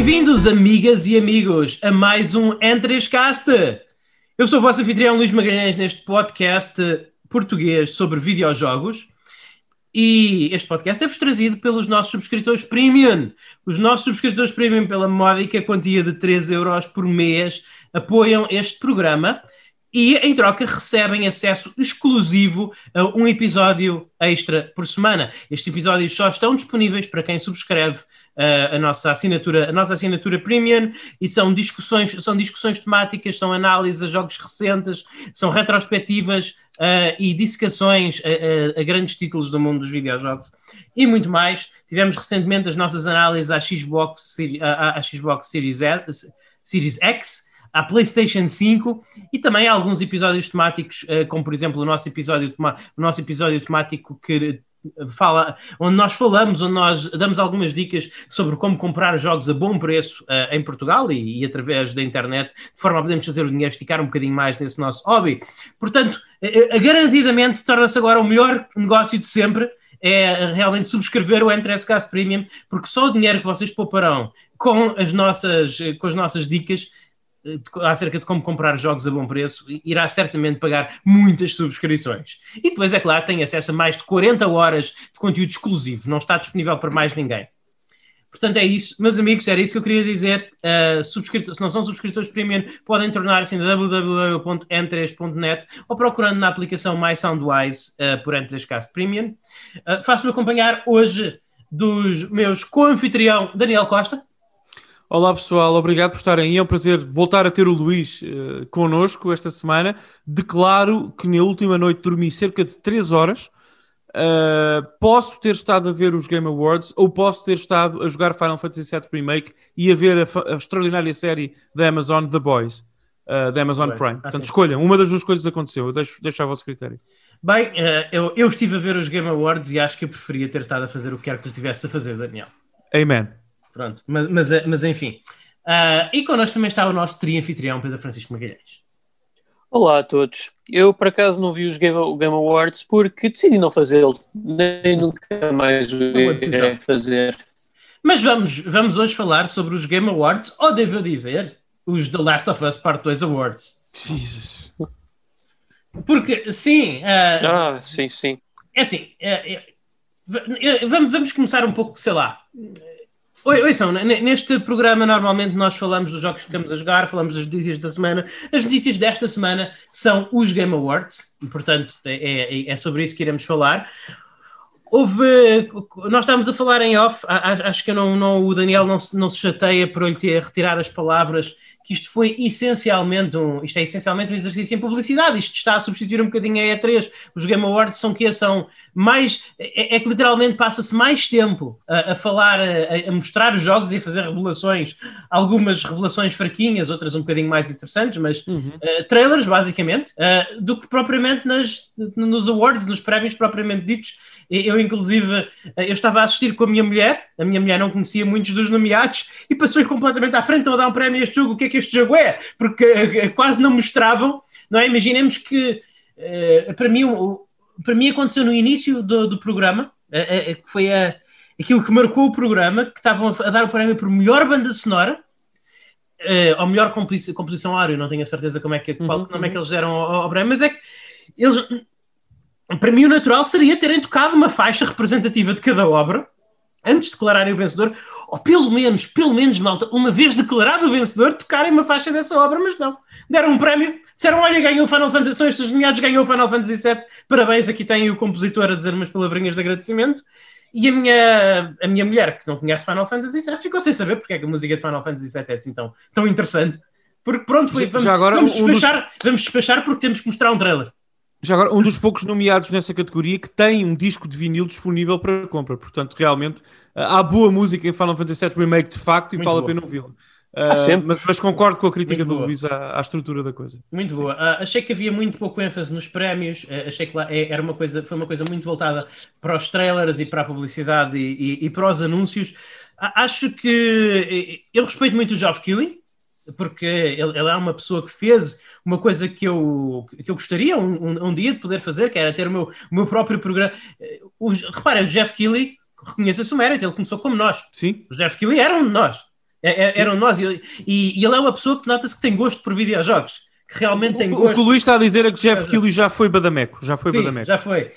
Bem-vindos, amigas e amigos, a mais um N3Cast. Eu sou o vosso anfitrião Luís Magalhães neste podcast português sobre videojogos. E este podcast é-vos trazido pelos nossos subscritores Premium. Os nossos subscritores Premium, pela módica quantia de 3€ por mês, apoiam este programa e, em troca, recebem acesso exclusivo a um episódio extra por semana. Estes episódios só estão disponíveis para quem subscreve a nossa assinatura Premium, e são discussões temáticas, são análises a jogos recentes, são retrospectivas e dissecações a grandes títulos do mundo dos videojogos e muito mais. Tivemos recentemente as nossas análises à Xbox Series X, à PlayStation 5 e também há alguns episódios temáticos, como por exemplo o nosso episódio temático que onde nós damos algumas dicas sobre como comprar jogos a bom preço em Portugal e através da internet, de forma a podermos fazer o dinheiro esticar um bocadinho mais nesse nosso hobby. Portanto, garantidamente torna-se agora o melhor negócio de sempre, é realmente subscrever o N3Cast Premium, porque só o dinheiro que vocês pouparão com as nossas dicas acerca de como comprar jogos a bom preço irá certamente pagar muitas subscrições. E depois, é claro, tem acesso a mais de 40 horas de conteúdo exclusivo, não está disponível para mais ninguém. Portanto, é isso, meus amigos, era isso que eu queria dizer. Se não são subscritores Premium, podem tornar-se em www.n3.net ou procurando na aplicação MySoundwise por N3Cast Premium. Faço-me acompanhar hoje dos meus co-anfitrião Daniel Costa. Olá pessoal, obrigado por estarem aí, é um prazer voltar a ter o Luís connosco esta semana. Declaro que na última noite dormi cerca de 3 horas, posso ter estado a ver os Game Awards ou posso ter estado a jogar Final Fantasy VII Remake e a ver a extraordinária série da Amazon, The Boys, da Amazon Prime. Portanto, escolham, uma das duas coisas aconteceu, eu deixo a vosso critério. Bem, eu estive a ver os Game Awards e acho que eu preferia ter estado a fazer o que quer que tu estivesse a fazer, Daniel. Amen. Pronto, mas enfim. E connosco também está o nosso tri-anfitrião, Pedro Francisco Magalhães. Olá a todos. Eu, por acaso, não vi os Game Awards porque decidi não fazê-lo. Nem nunca mais o irei fazer. Mas vamos hoje falar sobre os Game Awards, ou devo eu dizer, os The Last of Us Part 2 Awards. Jesus. Porque, sim... sim. É assim, vamos começar um pouco, sei lá... Ouçam, neste programa normalmente nós falamos dos jogos que estamos a jogar, falamos das notícias da semana. As notícias desta semana são os Game Awards e, portanto, é sobre isso que iremos falar. Nós estávamos a falar em off, acho que o Daniel não se chateia por eu lhe ter retirar as palavras, que isto é essencialmente um exercício em publicidade. Isto está a substituir um bocadinho a E3. Os Game Awards são mais... É que literalmente passa-se mais tempo a falar, a mostrar os jogos e a fazer revelações. Algumas revelações fraquinhas, outras um bocadinho mais interessantes, mas trailers, basicamente, do que propriamente nos awards, nos prémios propriamente ditos. Eu, inclusive, eu estava a assistir com a minha mulher não conhecia muitos dos nomeados e passou-lhe completamente à frente. Estão a dar um prémio a este jogo, o que é que este jogo é? Porque quase não mostravam, não é? Imaginemos que, para mim aconteceu no início do programa, que foi aquilo que marcou o programa, que estavam a dar o prémio por melhor banda sonora, ou melhor composição áudio, não tenho a certeza qual nome é que eles deram ao prémio, mas é que eles... Para mim o natural seria terem tocado uma faixa representativa de cada obra antes de declararem o vencedor, ou pelo menos, malta, uma vez declarado o vencedor, tocarem uma faixa dessa obra, mas não. Deram um prémio, disseram, olha, ganhou o Final Fantasy, são estes nomeados, ganhou o Final Fantasy VII, parabéns, aqui tem o compositor a dizer umas palavrinhas de agradecimento, e a minha mulher, que não conhece Final Fantasy VII, ficou sem saber porque é que a música de Final Fantasy VII é assim tão interessante. Porque pronto, vamos despachar porque temos que mostrar um trailer. Já agora, um dos poucos nomeados nessa categoria que tem um disco de vinil disponível para compra. Portanto, realmente, há boa música em Final Fantasy VII Remake, de facto, e muito vale a pena ouvi-lo. Mas concordo com a crítica do Luís à estrutura da coisa. Muito boa. Achei que havia muito pouco ênfase nos prémios. Achei que lá foi uma coisa muito voltada para os trailers e para a publicidade e para os anúncios. Acho que... Eu respeito muito o Geoff Keighley, porque ele é uma pessoa que fez uma coisa que eu gostaria um dia de poder fazer, que era ter o meu próprio programa. Reparem, o Geoff Keighley, reconheça-se o mérito, ele começou como nós. Sim. O Geoff Keighley era um de nós. Eram nós, e ele é uma pessoa que nota-se que tem gosto por videojogos, que realmente tem gosto. O que o Luís está a dizer é que Jeff Keighley já foi badameco. Já foi.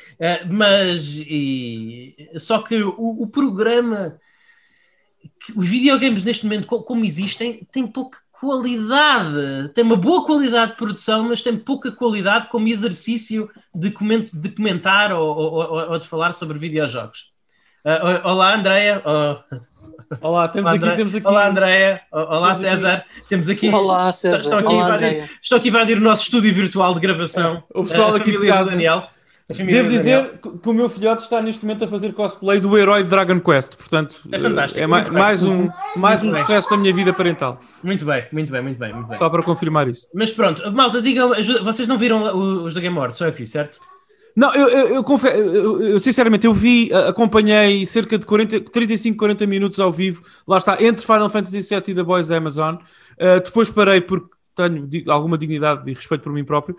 Só que o programa, os videogames neste momento, como existem, têm pouca qualidade. Tem uma boa qualidade de produção, mas tem pouca qualidade como exercício de comentar ou de falar sobre videojogos. Olá, Andréia. Olá, temos aqui. Olá, Andréia. Olá, César. Temos aqui. Olá, César. Estou aqui a invadir o nosso estúdio virtual de gravação. O pessoal aqui de casa. Daniel. Devo dizer que o meu filhote está neste momento a fazer cosplay do herói de Dragon Quest. Portanto, é fantástico. É mais um sucesso da minha vida parental. Muito bem. Só para confirmar isso. Mas pronto, malta, digam, vocês não viram os da Game Awards, só aqui, certo? Não, eu confesso, eu sinceramente, acompanhei cerca de 35, 40 minutos ao vivo, lá está, entre Final Fantasy VII e The Boys da Amazon. Depois parei porque tenho alguma dignidade e respeito por mim próprio,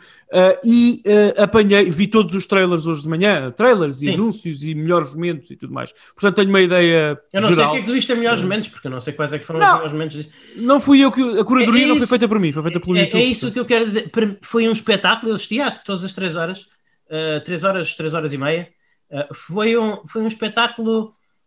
vi todos os trailers hoje de manhã, trailers e anúncios e melhores momentos e tudo mais. Portanto, tenho uma ideia Eu não geral. sei o que é que tu viste a melhores momentos, porque eu não sei quais é que foram os melhores momentos. Não fui eu que... A curadoria não foi feita por mim, foi feita pelo YouTube. É isso que eu quero dizer. Foi um espetáculo, eu assisti todas as 3 horas. 3 horas e meia. Foi um espetáculo.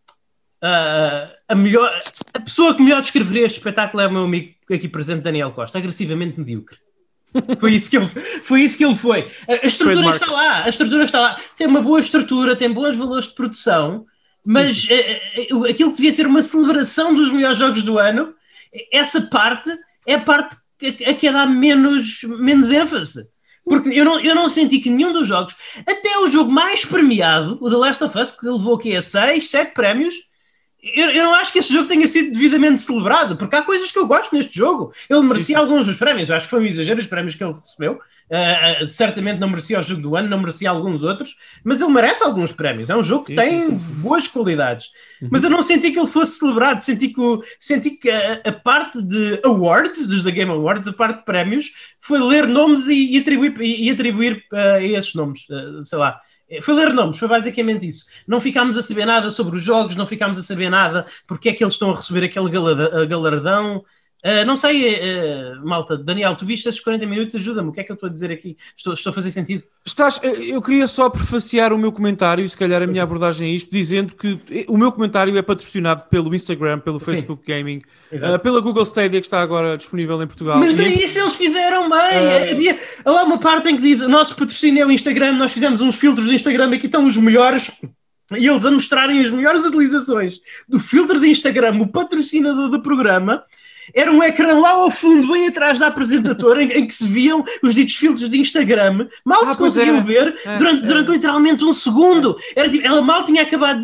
A pessoa que melhor descreveria este espetáculo é o meu amigo aqui presente, Daniel Costa, agressivamente medíocre. Foi isso que ele foi. A estrutura está lá. Tem uma boa estrutura, tem bons valores de produção, mas aquilo que devia ser uma celebração dos melhores jogos do ano, essa parte é a parte a que dá menos ênfase. Porque eu não senti que nenhum dos jogos, até o jogo mais premiado, o The Last of Us, que levou aqui a 6, 7 prémios, eu não acho que esse jogo tenha sido devidamente celebrado, porque há coisas que eu gosto neste jogo. Ele merecia alguns dos prémios, eu acho que foi um exagero os prémios que ele recebeu. Certamente não merecia o jogo do ano, não merecia alguns outros, mas ele merece alguns prémios. É um jogo que tem boas qualidades. Mas eu não senti que ele fosse celebrado, senti que a parte de awards, dos da Game Awards, a parte de prémios, foi ler nomes e atribuir a esses nomes, sei lá. Foi ler nomes, foi basicamente isso. Não ficámos a saber nada sobre os jogos, não ficámos a saber nada porque é que eles estão a receber aquele galardão. Não sei, malta. Daniel, tu viste esses 40 minutos, ajuda-me. O que é que eu estou a dizer aqui? Estou a fazer sentido? Eu queria só prefaciar o meu comentário e se calhar a minha abordagem a isto, dizendo que o meu comentário é patrocinado pelo Instagram, pelo Facebook Gaming, pela Google Stadia, que está agora disponível em Portugal. Mas nem isso eles fizeram bem. Havia lá uma parte em que diz: o nosso patrocínio é o Instagram, nós fizemos uns filtros do Instagram, aqui estão os melhores. E eles a mostrarem as melhores utilizações do filtro de Instagram, o patrocinador do programa. Era um ecrã lá ao fundo, bem atrás da apresentadora, em que se viam os ditos filtros de Instagram. Mal se conseguiam ver durante literalmente um segundo. Era tipo, ela mal tinha acabado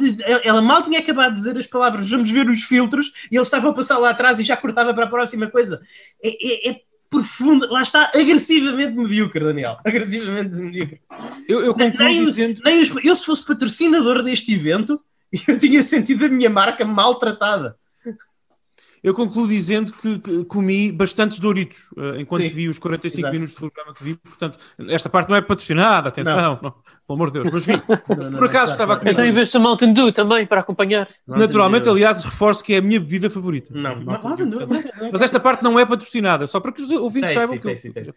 de dizer as palavras "vamos ver os filtros" e ele estava a passar lá atrás e já cortava para a próxima coisa. É profundo, lá está, agressivamente medíocre, Daniel. Agressivamente medíocre. Eu concluo dizendo... Eu, se fosse patrocinador deste evento, eu tinha sentido a minha marca maltratada. Eu concluo dizendo que comi bastantes Doritos enquanto vi os 45 minutos de programa que vi. Portanto, esta parte não é patrocinada, atenção, não, pelo amor de Deus. Mas enfim, por acaso estava a comer. Então, em vez de Mountain Dew também para acompanhar. Naturalmente, aliás, reforço que é a minha bebida favorita. Mas esta parte não é patrocinada, só para que os ouvintes saibam que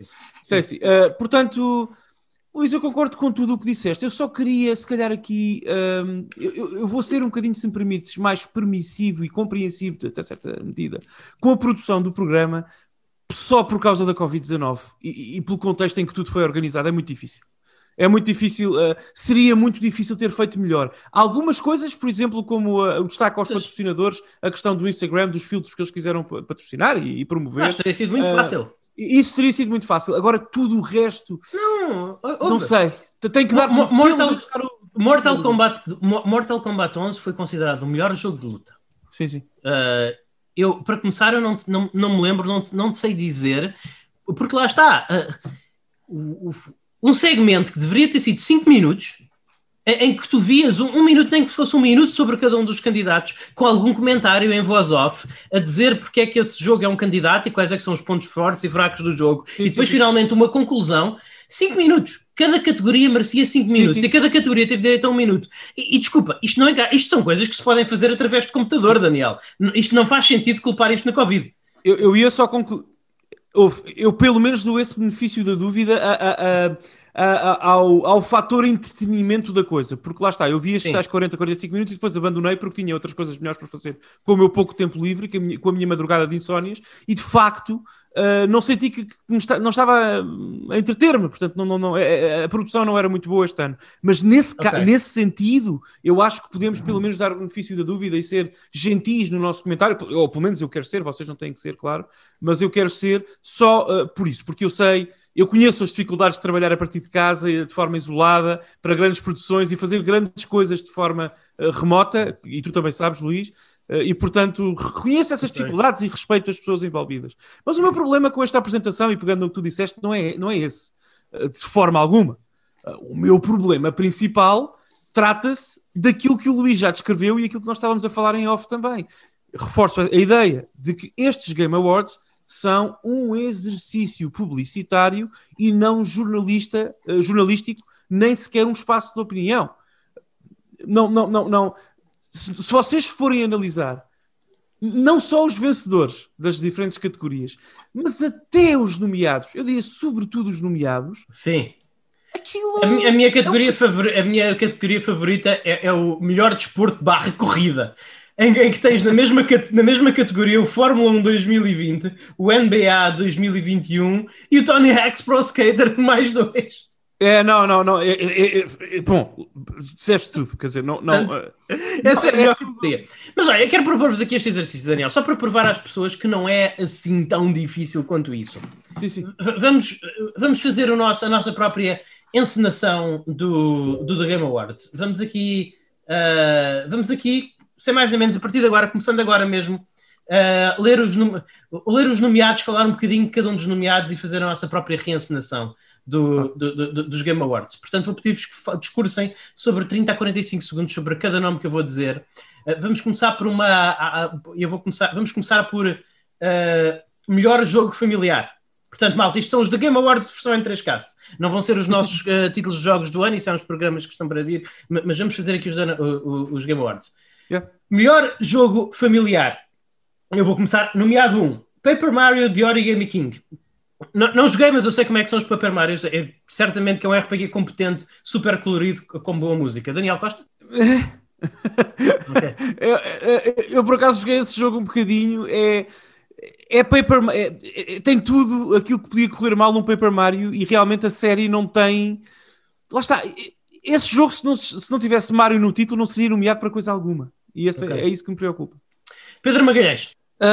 portanto, Luís, eu concordo com tudo o que disseste. Eu só queria, se calhar aqui, eu vou ser um bocadinho, se me permites, mais permissivo e compreensivo, até certa medida, com a produção do programa, só por causa da Covid-19 e pelo contexto em que tudo foi organizado. É muito difícil. É muito difícil, seria muito difícil ter feito melhor. Algumas coisas, por exemplo, como o destaque aos patrocinadores, a questão do Instagram, dos filtros que eles quiseram patrocinar e promover. Teria sido muito fácil. Isso teria sido muito fácil. Agora, tudo o resto... Não sei. Tem que dar... Mortal Kombat 11 foi considerado o melhor jogo de luta. Sim. Para começar, eu não me lembro, não te sei dizer, porque lá está. Um segmento que deveria ter sido 5 minutos... em que tu vias um minuto, nem que fosse um minuto sobre cada um dos candidatos, com algum comentário em voz off, a dizer porque é que esse jogo é um candidato e quais é que são os pontos fortes e fracos do jogo, e depois finalmente uma conclusão. 5 minutos. cada categoria merecia 5 minutos e cada categoria teve direito a 1 minuto. E desculpa, isto não é, isto são coisas que se podem fazer através de computador, Daniel. Isto não faz sentido culpar isto na Covid. Eu ia só concluir. Eu pelo menos dou esse benefício da dúvida ao fator entretenimento da coisa, porque lá está, eu vi estes tais 45 minutos e depois abandonei porque tinha outras coisas melhores para fazer com o meu pouco tempo livre, com a minha madrugada de insónias, e de facto não senti que não estava a entreter-me, portanto a produção não era muito boa este ano, mas nesse sentido eu acho que podemos pelo menos dar o benefício da dúvida e ser gentis no nosso comentário, ou pelo menos eu quero ser, vocês não têm que ser, claro, mas eu quero ser só por isso, porque eu conheço as dificuldades de trabalhar a partir de casa de forma isolada para grandes produções e fazer grandes coisas de forma remota, e tu também sabes, Luís, e portanto reconheço essas dificuldades e respeito as pessoas envolvidas. Mas o meu problema com esta apresentação, e pegando no que tu disseste, não é esse, de forma alguma. O meu problema principal trata-se daquilo que o Luís já descreveu e aquilo que nós estávamos a falar em off também. Reforço a ideia de que estes Game Awards são um exercício publicitário e não jornalístico, nem sequer um espaço de opinião. Não. Se vocês forem analisar não só os vencedores das diferentes categorias, mas até os nomeados, eu diria sobretudo os nomeados. Sim. A minha categoria favorita é o melhor desporto / corrida. Em que tens na mesma categoria o Fórmula 1 2020, o NBA 2021 e o Tony Hawk's Pro Skater mais 2. Não. Bom, disseste tudo, quer dizer, não. Essa é a melhor categoria. Mas olha, eu quero propor-vos aqui este exercício, Daniel, só para provar às pessoas que não é assim tão difícil quanto isso. Sim. Vamos fazer a nossa própria encenação do The Game Awards. Vamos aqui, sem mais nem menos, a partir de agora, começando agora mesmo, ler os nomeados, falar um bocadinho de cada um dos nomeados e fazer a nossa própria reencenação dos Game Awards. Portanto, vou pedir-vos que discursem sobre 30 a 45 segundos sobre cada nome que eu vou dizer. Vamos começar por vamos começar por melhor jogo familiar. Portanto, malta, isto são os The Game Awards versão em 3cast. Não vão ser os nossos títulos de jogos do ano, isso são os programas que estão para vir, mas vamos fazer aqui os Game Awards. Yeah. Melhor jogo familiar. Eu vou começar. Nomeado 1. Paper Mario The Origami King. Não joguei, mas eu sei como é que são os Paper Marios. É certamente que é um RPG competente, super colorido, com boa música. Daniel Costa? Okay. Eu por acaso joguei esse jogo um bocadinho. Tem tudo aquilo que podia correr mal num Paper Mario e realmente a série não tem. Lá está. Esse jogo, se não tivesse Mario no título, não seria nomeado para coisa alguma. E é isso que me preocupa. Pedro Magalhães.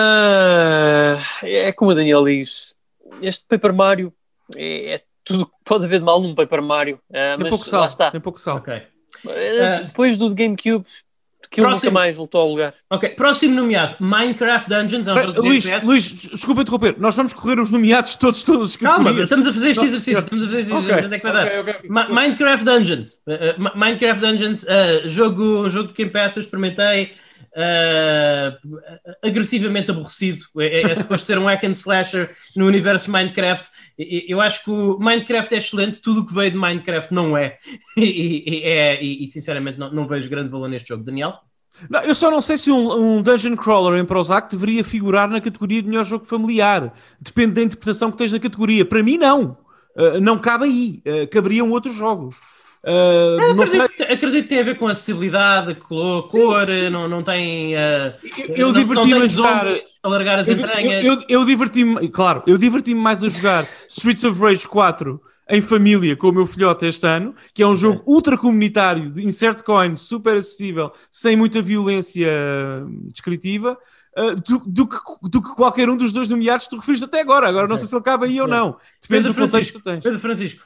É como o Daniel diz. Este Paper Mario é tudo que pode haver de mal num Paper Mario. Tem pouco sal. Tem pouco sal. Okay. Depois do GameCube, que eu nunca mais voltou ao lugar. Ok, próximo nomeado, Minecraft Dungeons. É um jogo de Luís, desculpa interromper. Nós vamos correr os nomeados todos as categorias. Calma, estamos a fazer este exercício. Onde é que vai dar? Minecraft Dungeons. Minecraft Dungeons, jogo de Game Pass, eu experimentei. Agressivamente aborrecido. É suposto ser um hack and slasher no universo Minecraft. Eu acho que o Minecraft é excelente, tudo o que veio de Minecraft não é. E sinceramente não vejo grande valor neste jogo. Daniel? Não, eu só não sei se um Dungeon Crawler em Prozac deveria figurar na categoria de melhor jogo familiar. Depende da interpretação que tens na categoria. Para mim não. Não cabe aí. Caberiam outros jogos. Acredito que tem a ver com acessibilidade, cor, não tem. Eu diverti-me a jogar. Alargar as entranhas. Eu diverti-me mais a jogar Streets of Rage 4 em família com o meu filhote este ano, que é um jogo ultra comunitário, de insert coin, super acessível, sem muita violência descritiva. Do que qualquer um dos dois nomeados que tu referiste até agora. Agora não sei se ele cabe aí ou não. Depende do contexto que tu tens. Pedro Francisco.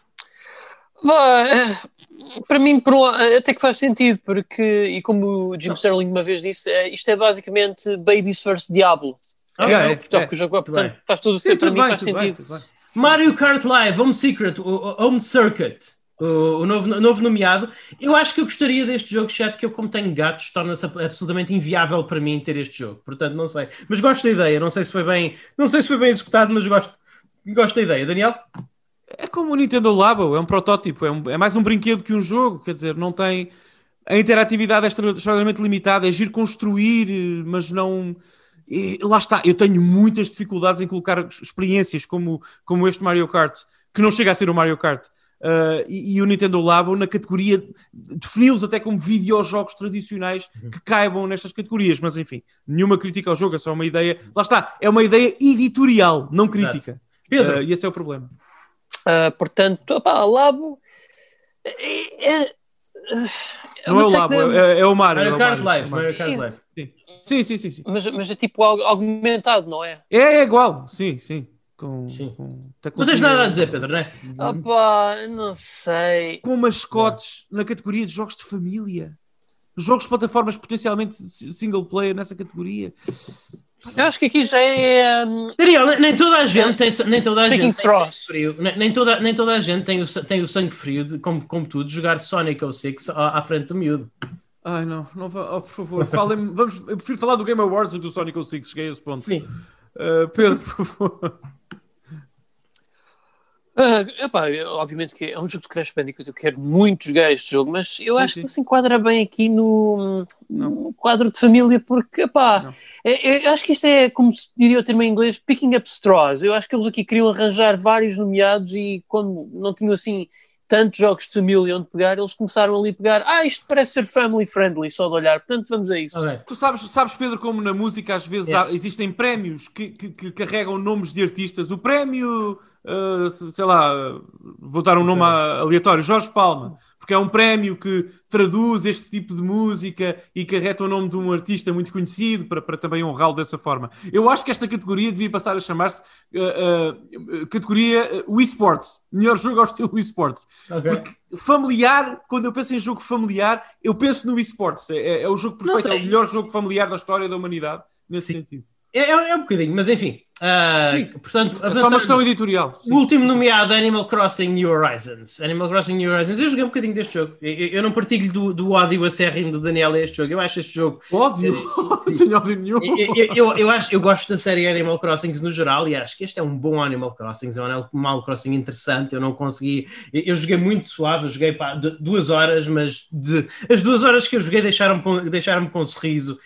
Para mim, até que faz sentido, porque, e como o Jim Sterling uma vez disse, isto é basicamente Babies vs Diablo. O jogo, portanto, faz tudo certo. Para mim faz sentido. Mario Kart Live, Home Circuit, o novo nomeado. Eu acho que eu gostaria deste jogo, chat, que eu, como tenho gatos, torna-se absolutamente inviável para mim ter este jogo. Portanto, não sei. Mas gosto da ideia. Não sei se foi bem executado, mas gosto da ideia. Daniel? É como o Nintendo Labo, é um protótipo, é mais um brinquedo que um jogo, quer dizer, não tem... A interatividade é extremamente limitada, é giro construir, mas não... E lá está, eu tenho muitas dificuldades em colocar experiências como este Mario Kart, que não chega a ser o Mario Kart, e o Nintendo Labo na categoria, defini-los até como videojogos tradicionais que caibam nestas categorias, mas enfim, nenhuma crítica ao jogo, é só uma ideia, lá está, é uma ideia editorial, não crítica. Pedro, e esse é o problema. Portanto, Labo não é o Labo, é o Mario. Mario Kart Live. Mario Kart Live. Sim. Mas é tipo argumentado, não é? É igual, sim. Não tens nada a dizer, Pedro, não é? Não sei. Com mascotes na categoria de jogos de família. Jogos de plataformas potencialmente single player nessa categoria. Eu acho que aqui já é... Daniel, nem toda a gente tem sangue frio. Nem toda a gente tem o sangue frio, como tu, de jogar Sonic 06 à frente do miúdo. Ai, não por favor, eu prefiro falar do Game Awards do que do Sonic 06, cheguei a esse ponto. Sim. Pedro, por favor. Obviamente que é um jogo de Crash Bandicoot, eu quero muito jogar este jogo, mas eu acho que se enquadra bem aqui no quadro de família, porque, eu acho que isto é, como se diria o termo em inglês, picking up straws. Eu acho que eles aqui queriam arranjar vários nomeados e quando não tinham assim tantos jogos de família onde pegar, eles começaram ali a pegar, isto parece ser family friendly, só de olhar, portanto vamos a isso. Okay. Tu sabes, Pedro, como na música às vezes existem prémios que carregam nomes de artistas. O prémio, sei lá, vou dar um nome aleatório, Jorge Palma, porque é um prémio que traduz este tipo de música e carrega o nome de um artista muito conhecido para também honrá-lo dessa forma. Eu acho que esta categoria devia passar a chamar-se categoria Wii Sports, melhor jogo ao estilo Wii Sports. Okay. Porque familiar, quando eu penso em jogo familiar, eu penso no Wii Sports. É o jogo perfeito, é o melhor jogo familiar da história da humanidade, nesse sentido. É um bocadinho, mas enfim. Portanto, é só uma questão editorial. O último nomeado, Animal Crossing New Horizons. Eu joguei um bocadinho deste jogo. Eu não partilho do ódio acérrimo do Daniel a este jogo. Eu acho este jogo... Óbvio? Não tenho ódio nenhum. Eu gosto da série Animal Crossings no geral e acho que este é um bom Animal Crossing. É um Animal Crossing interessante. Eu não consegui... Eu joguei muito suave. Eu joguei 2 horas, mas as 2 horas que eu joguei deixaram-me com um sorriso.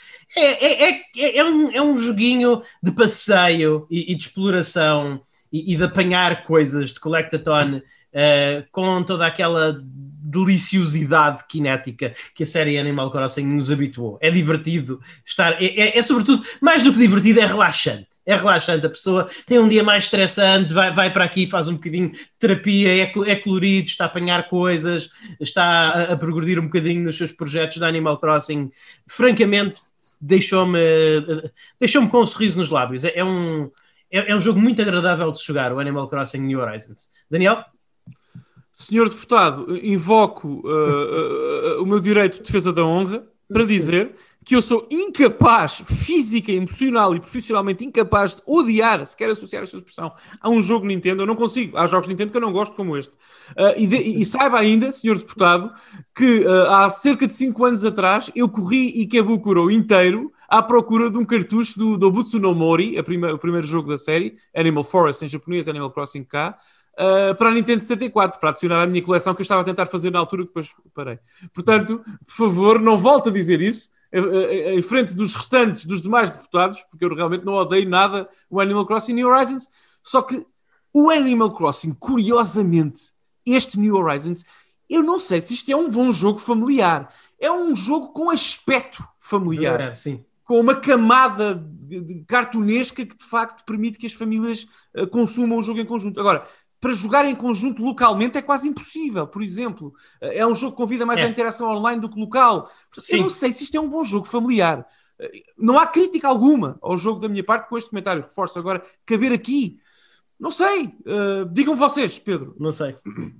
É um joguinho de passeio e de exploração e de apanhar coisas, de collectathon, com toda aquela deliciosidade cinética que a série Animal Crossing nos habituou. É divertido estar... É sobretudo, mais do que divertido, é relaxante. É relaxante, a pessoa tem um dia mais estressante, vai para aqui, faz um bocadinho de terapia, é colorido, está a apanhar coisas, está a progredir um bocadinho nos seus projetos de Animal Crossing. Francamente, deixou-me com um sorriso nos lábios. É um jogo muito agradável de jogar, o Animal Crossing New Horizons. Daniel? Senhor deputado, invoco o meu direito de defesa da honra para dizer que eu sou incapaz, física, emocional e profissionalmente incapaz de odiar, se quer associar esta expressão, a um jogo Nintendo. Eu não consigo. Há jogos Nintendo que eu não gosto como este. E saiba ainda, senhor deputado, que há cerca de 5 anos atrás eu corri Ikebukuro inteiro à procura de um cartucho do Obutsu no Mori, o primeiro jogo da série, Animal Forest em japonês, Animal Crossing K, para a Nintendo 64, para adicionar à minha coleção que eu estava a tentar fazer na altura que depois parei. Portanto, por favor, não volte a dizer isso em frente dos restantes, dos demais deputados, porque eu realmente não odeio nada o Animal Crossing New Horizons, só que o Animal Crossing, curiosamente, este New Horizons, eu não sei se isto é um bom jogo familiar. É um jogo com aspecto familiar. Sim. Com uma camada cartunesca que de facto permite que as famílias consumam o jogo em conjunto. Agora, para jogar em conjunto localmente é quase impossível, por exemplo. É um jogo que convida mais à interação online do que local. Sim. Eu não sei se isto é um bom jogo familiar. Não há crítica alguma ao jogo da minha parte com este comentário. Reforço agora, caber aqui. Não sei. Digam vocês, Pedro. Não sei.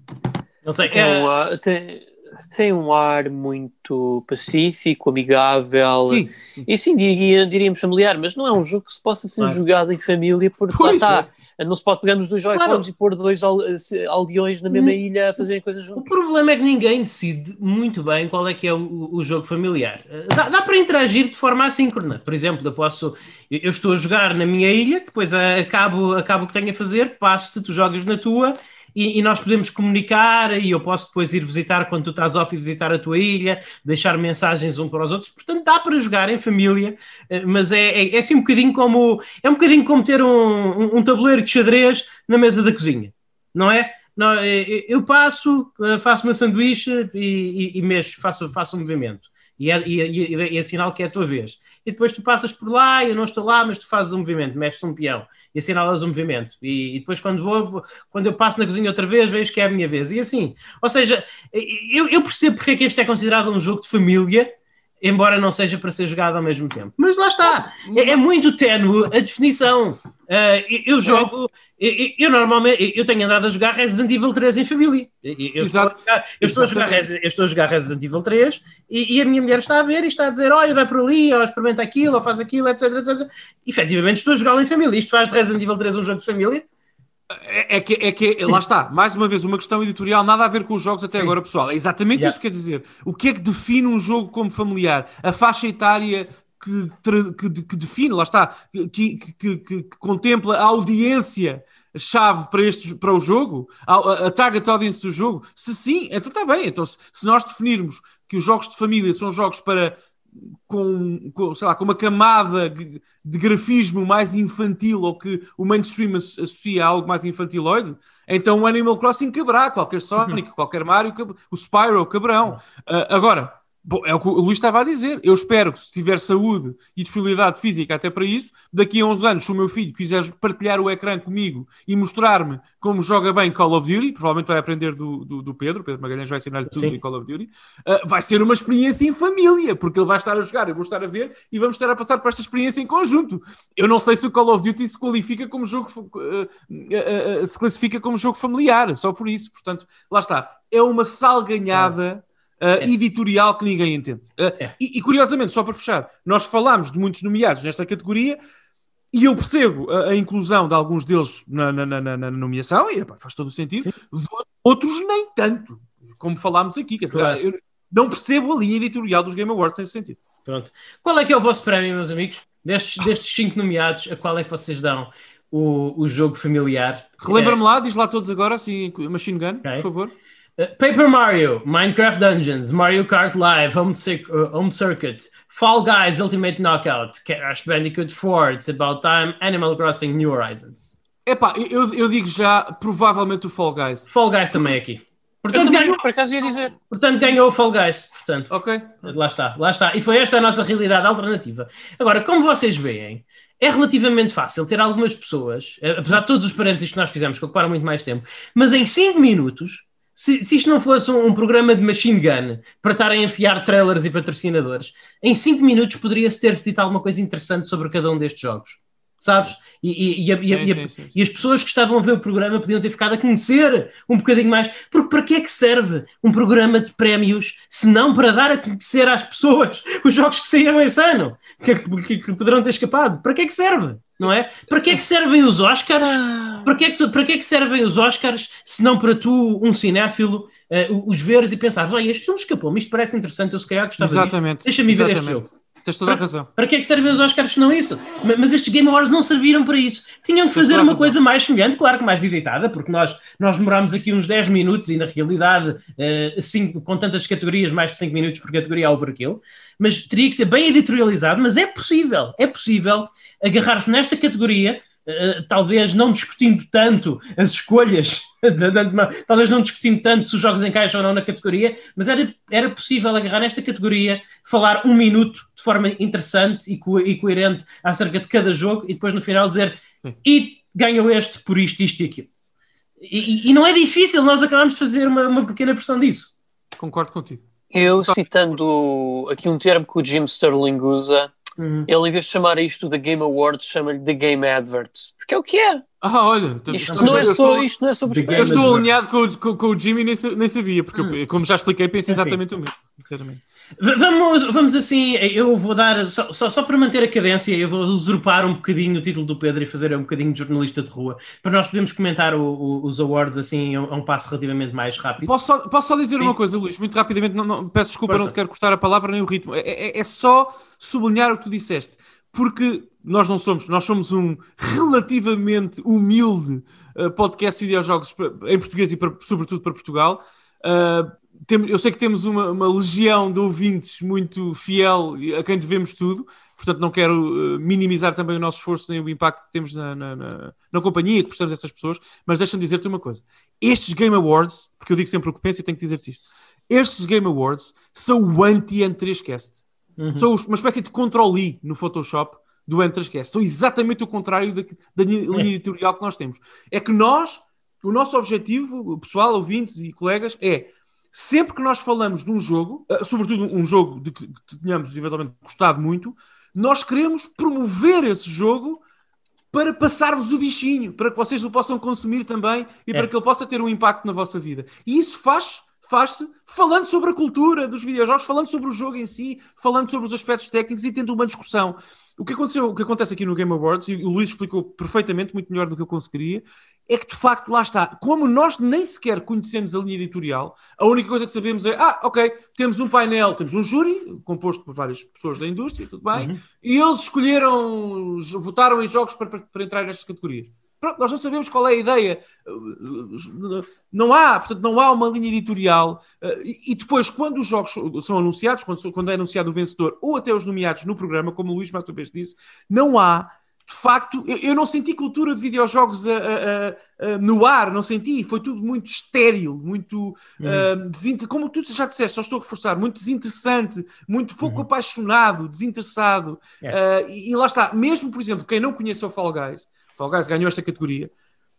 Tem um ar muito pacífico, amigável. Sim. E sim, diríamos familiar, mas não é um jogo que se possa ser jogado em família, porque lá está. Não se pode pegar nos 2 Joy-Cons e pôr 2 aldeões na mesma ilha a fazerem coisas juntos. O problema é que ninguém decide muito bem qual é que é o jogo familiar. Dá para interagir de forma assíncrona. Por exemplo, eu estou a jogar na minha ilha, depois acabo o que tenho a fazer, passo-te, tu jogas na tua e nós podemos comunicar e eu posso depois ir visitar quando tu estás off e visitar a tua ilha, deixar mensagens um para os outros, portanto dá para jogar em família, mas é assim um bocadinho como ter um tabuleiro de xadrez na mesa da cozinha, não é? Não, eu passo, faço uma sanduíche e mexo, faço um movimento. E é sinal que é a tua vez. E depois tu passas por lá, eu não estou lá, mas tu fazes um movimento, mexes um peão e assinalas um movimento. E depois quando eu passo na cozinha outra vez, vejo que é a minha vez. E assim, ou seja, eu percebo porque é que este é considerado um jogo de família, embora não seja para ser jogado ao mesmo tempo. Mas lá está, é muito ténue a definição. Eu jogo, eu normalmente eu tenho andado a jogar Resident Evil 3 em família. Eu estou a jogar Resident Evil 3 e a minha mulher está a ver e está a dizer: olha, vai por ali, ou experimenta aquilo, ou faz aquilo, etc, etc. Efetivamente estou a jogá-lo em família. Isto faz de Resident Evil 3 um jogo de família? Lá está, mais uma vez, uma questão editorial, nada a ver com os jogos até agora, pessoal. É exatamente isso que quer dizer. O que é que define um jogo como familiar? A faixa etária que define, lá está, que contempla a audiência-chave para o jogo, a target audience do jogo. Se sim, então está bem. Então, se nós definirmos que os jogos de família são jogos para com uma camada de grafismo mais infantil ou que o mainstream associa a algo mais infantiloide, então o Animal Crossing caberá, qualquer Sonic, qualquer Mario, o Spyro caberão. Agora, bom, é o que o Luís estava a dizer. Eu espero que, se tiver saúde e disponibilidade física até para isso, daqui a uns anos, se o meu filho quiser partilhar o ecrã comigo e mostrar-me como joga bem Call of Duty, provavelmente vai aprender do Pedro Magalhães vai ensinar-lhe tudo em Call of Duty, vai ser uma experiência em família, porque ele vai estar a jogar, eu vou estar a ver e vamos estar a passar por esta experiência em conjunto. Eu não sei se o Call of Duty se qualifica como jogo, se classifica como jogo familiar, só por isso. Portanto, lá está. É uma salganhada editorial que ninguém entende. E curiosamente, só para fechar, nós falámos de muitos nomeados nesta categoria e eu percebo a inclusão de alguns deles na nomeação e faz todo o sentido. Outros nem tanto, como falámos aqui. Quer dizer, eu não percebo a linha editorial dos Game Awards nesse sentido. Pronto. Qual é que é o vosso prémio, meus amigos? Destes 5 nomeados, a qual é que vocês dão o jogo familiar? Relembra-me lá, diz lá todos agora, assim, Machine Gun, por favor. Paper Mario, Minecraft Dungeons, Mario Kart Live, Home Circuit, Fall Guys Ultimate Knockout, Crash Bandicoot 4, It's About Time, Animal Crossing New Horizons. Eu digo já, provavelmente o Fall Guys. Fall Guys também aqui. Portanto, por acaso ia dizer. Portanto, ganhou o Fall Guys. Portanto, ok. Lá está. E foi esta a nossa realidade alternativa. Agora, como vocês veem, é relativamente fácil ter algumas pessoas, apesar de todos os parênteses que nós fizemos, que ocuparam muito mais tempo, mas em 5 minutos... Se isto não fosse um programa de Machine Gun para estarem a enfiar trailers e patrocinadores, em 5 minutos poderia-se ter-se dito alguma coisa interessante sobre cada um destes jogos. Sabes? E as pessoas que estavam a ver o programa podiam ter ficado a conhecer um bocadinho mais. Porque para que é que serve um programa de prémios se não para dar a conhecer às pessoas os jogos que saíram esse ano? Que poderão ter escapado? Para que é que serve? Não é? Para que é que servem os Oscars? Para que é que servem os Oscars se não para tu, um cinéfilo, os veres e pensares: olha, este filme escapou-me, isto parece interessante, eu se calhar gostava disto. Deixa-me ver este jogo. Tens toda a razão. Para que é que servem os Oscars se não isso? Mas estes Game Awards não serviram para isso. Tinham que fazer uma coisa mais semelhante, claro que mais editada, porque nós demorámos aqui uns 10 minutos e na realidade, com tantas categorias, mais de 5 minutos por categoria é overkill, mas teria que ser bem editorializado, mas é possível agarrar-se nesta categoria, talvez não discutindo tanto as escolhas, talvez não discutindo tanto se os jogos encaixam ou não na categoria, mas era possível agarrar nesta categoria, falar 1 minuto de forma interessante e coerente acerca de cada jogo e depois no final dizer e ganhou este por isto, isto e aquilo. E não é difícil, nós acabamos de fazer uma pequena versão disso. Concordo contigo. Eu, citando aqui um termo que o Jim Sterling usa, ele, em vez de chamar isto de Game Awards, chama-lhe de Game Adverts. Porque é o que é. Olha, isto não é sobre eu estou alinhado com o Jimmy, nem sabia, porque eu, como já expliquei, penso exatamente o mesmo, sinceramente. Vamos assim, eu vou dar, só para manter a cadência, eu vou usurpar um bocadinho o título do Pedro e fazer um bocadinho de jornalista de rua, para nós podermos comentar os awards assim a um passo relativamente mais rápido. Posso só dizer uma coisa, Luís, muito rapidamente, não, peço desculpa, não te quero cortar a palavra nem o ritmo, é só sublinhar o que tu disseste, porque nós não somos, nós somos um relativamente humilde podcast de videojogos em português e sobretudo para Portugal. Eu sei que temos uma legião de ouvintes muito fiel a quem devemos tudo, portanto não quero minimizar também o nosso esforço nem o impacto que temos na companhia que prestamos a essas pessoas, mas deixa-me dizer-te uma coisa. Estes Game Awards, porque eu digo sempre o que penso e tenho que dizer-te isto, estes Game Awards são o anti-N3Cast. São uma espécie de Ctrl-I no Photoshop do N3Cast. São exatamente o contrário da linha editorial que nós temos. É que o nosso objetivo, pessoal, ouvintes e colegas, é sempre que nós falamos de um jogo, sobretudo um jogo de que tenhamos eventualmente gostado muito, nós queremos promover esse jogo para passar-vos o bichinho, para que vocês o possam consumir também e para que ele possa ter um impacto na vossa vida. E isso faz-se falando sobre a cultura dos videojogos, falando sobre o jogo em si, falando sobre os aspectos técnicos e tendo uma discussão. O que acontece aqui no Game Awards, e o Luís explicou perfeitamente, muito melhor do que eu conseguiria, é que de facto lá está, como nós nem sequer conhecemos a linha editorial, a única coisa que sabemos é, ok, temos um painel, temos um júri, composto por várias pessoas da indústria, tudo bem, e eles votaram em jogos para entrar nestas categorias. Pronto, nós não sabemos qual é a ideia, não há uma linha editorial, e depois quando os jogos são anunciados, quando é anunciado o vencedor ou até os nomeados no programa, como o Luís mais uma vez disse, não há, de facto, eu não senti cultura de videojogos no ar, não senti, foi tudo muito estéril, muito, como tu já disseste, só estou a reforçar, muito desinteressante, muito pouco apaixonado, desinteressado, e lá está, mesmo, por exemplo, quem não conhece o Fall Guys ganhou esta categoria.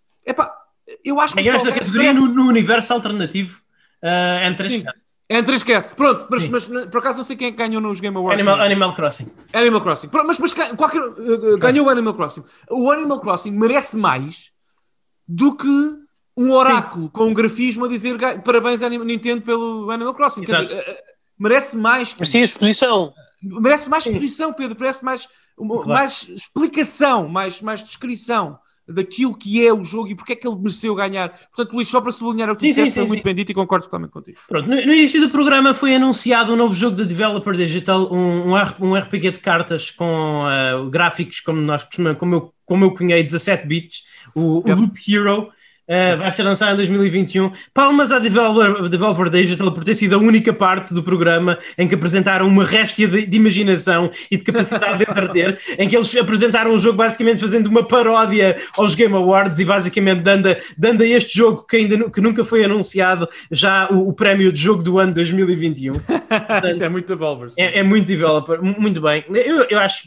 Eu acho que ganhou esta categoria no universo alternativo N3Cast. N3Cast, pronto, mas por acaso não sei quem é que ganhou nos Game Awards. Animal Crossing. Pronto, mas ganhou o Animal Crossing. O Animal Crossing merece mais do que um oráculo com um grafismo a dizer parabéns à Nintendo pelo Animal Crossing. Quer dizer, merece mais. Sim, a exposição. Merece mais exposição, Pedro, merece mais explicação, mais descrição daquilo que é o jogo e porque é que ele mereceu ganhar. Portanto, Luís, só para sublinhar o que disseste, foi muito bem dito e concordo totalmente contigo. Pronto, no início do programa foi anunciado um novo jogo da Developer Digital, um RPG de cartas com gráficos como eu cunhei, 17 bits, o Loop Hero. Vai ser lançado em 2021. Palmas à Developer Digital por ter sido a única parte do programa em que apresentaram uma réstia de imaginação e de capacidade de entreter, em que eles apresentaram o jogo basicamente fazendo uma paródia aos Game Awards e basicamente dando a este jogo que nunca foi anunciado já o prémio de jogo do ano 2021. Portanto, isso é muito Developer. É muito Developer, muito bem. Eu acho...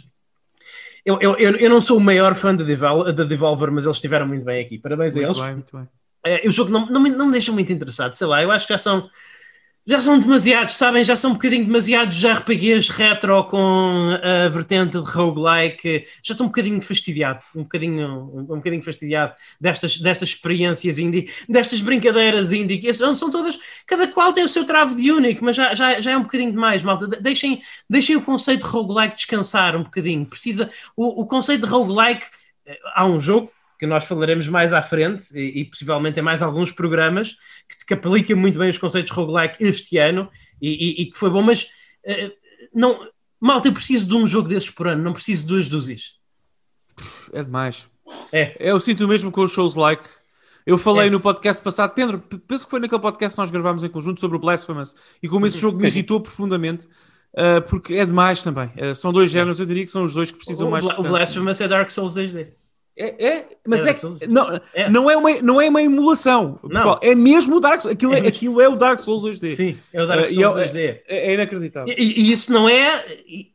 Eu não sou o maior fã da Devolver, mas eles estiveram muito bem aqui. Parabéns a eles. Muito bem. O jogo não me deixa muito interessado. Sei lá, eu acho que já são demasiados, sabem? Já são um bocadinho demasiados RPGs retro com a vertente de roguelike. Já estou um bocadinho fastidiado. Um bocadinho fastidiado destas experiências indie, destas brincadeiras indie, que são todas... Cada qual tem o seu travo de único, mas já é um bocadinho demais, malta. Deixem o conceito de roguelike descansar um bocadinho. O conceito de roguelike... Há um jogo que nós falaremos mais à frente e possivelmente em mais alguns programas que aplica muito bem os conceitos roguelike este ano e que foi bom, mas não, malta, eu preciso de um jogo desses por ano, não preciso de 2 dúzias. É demais. Eu sinto o mesmo com os shows like. Eu falei no podcast passado, Pedro, penso que foi naquele podcast que nós gravámos em conjunto sobre o Blasphemous e como esse jogo me irritou profundamente. Porque é demais também. São 2 géneros, eu diria que são os 2 que precisam mais. O Blasphemous é Dark Souls 2D. Não é uma emulação, pessoal. É mesmo o Dark Souls. Aquilo é o Dark Souls 2D. Sim, é o Dark Souls 2D. É inacreditável. E isso não é.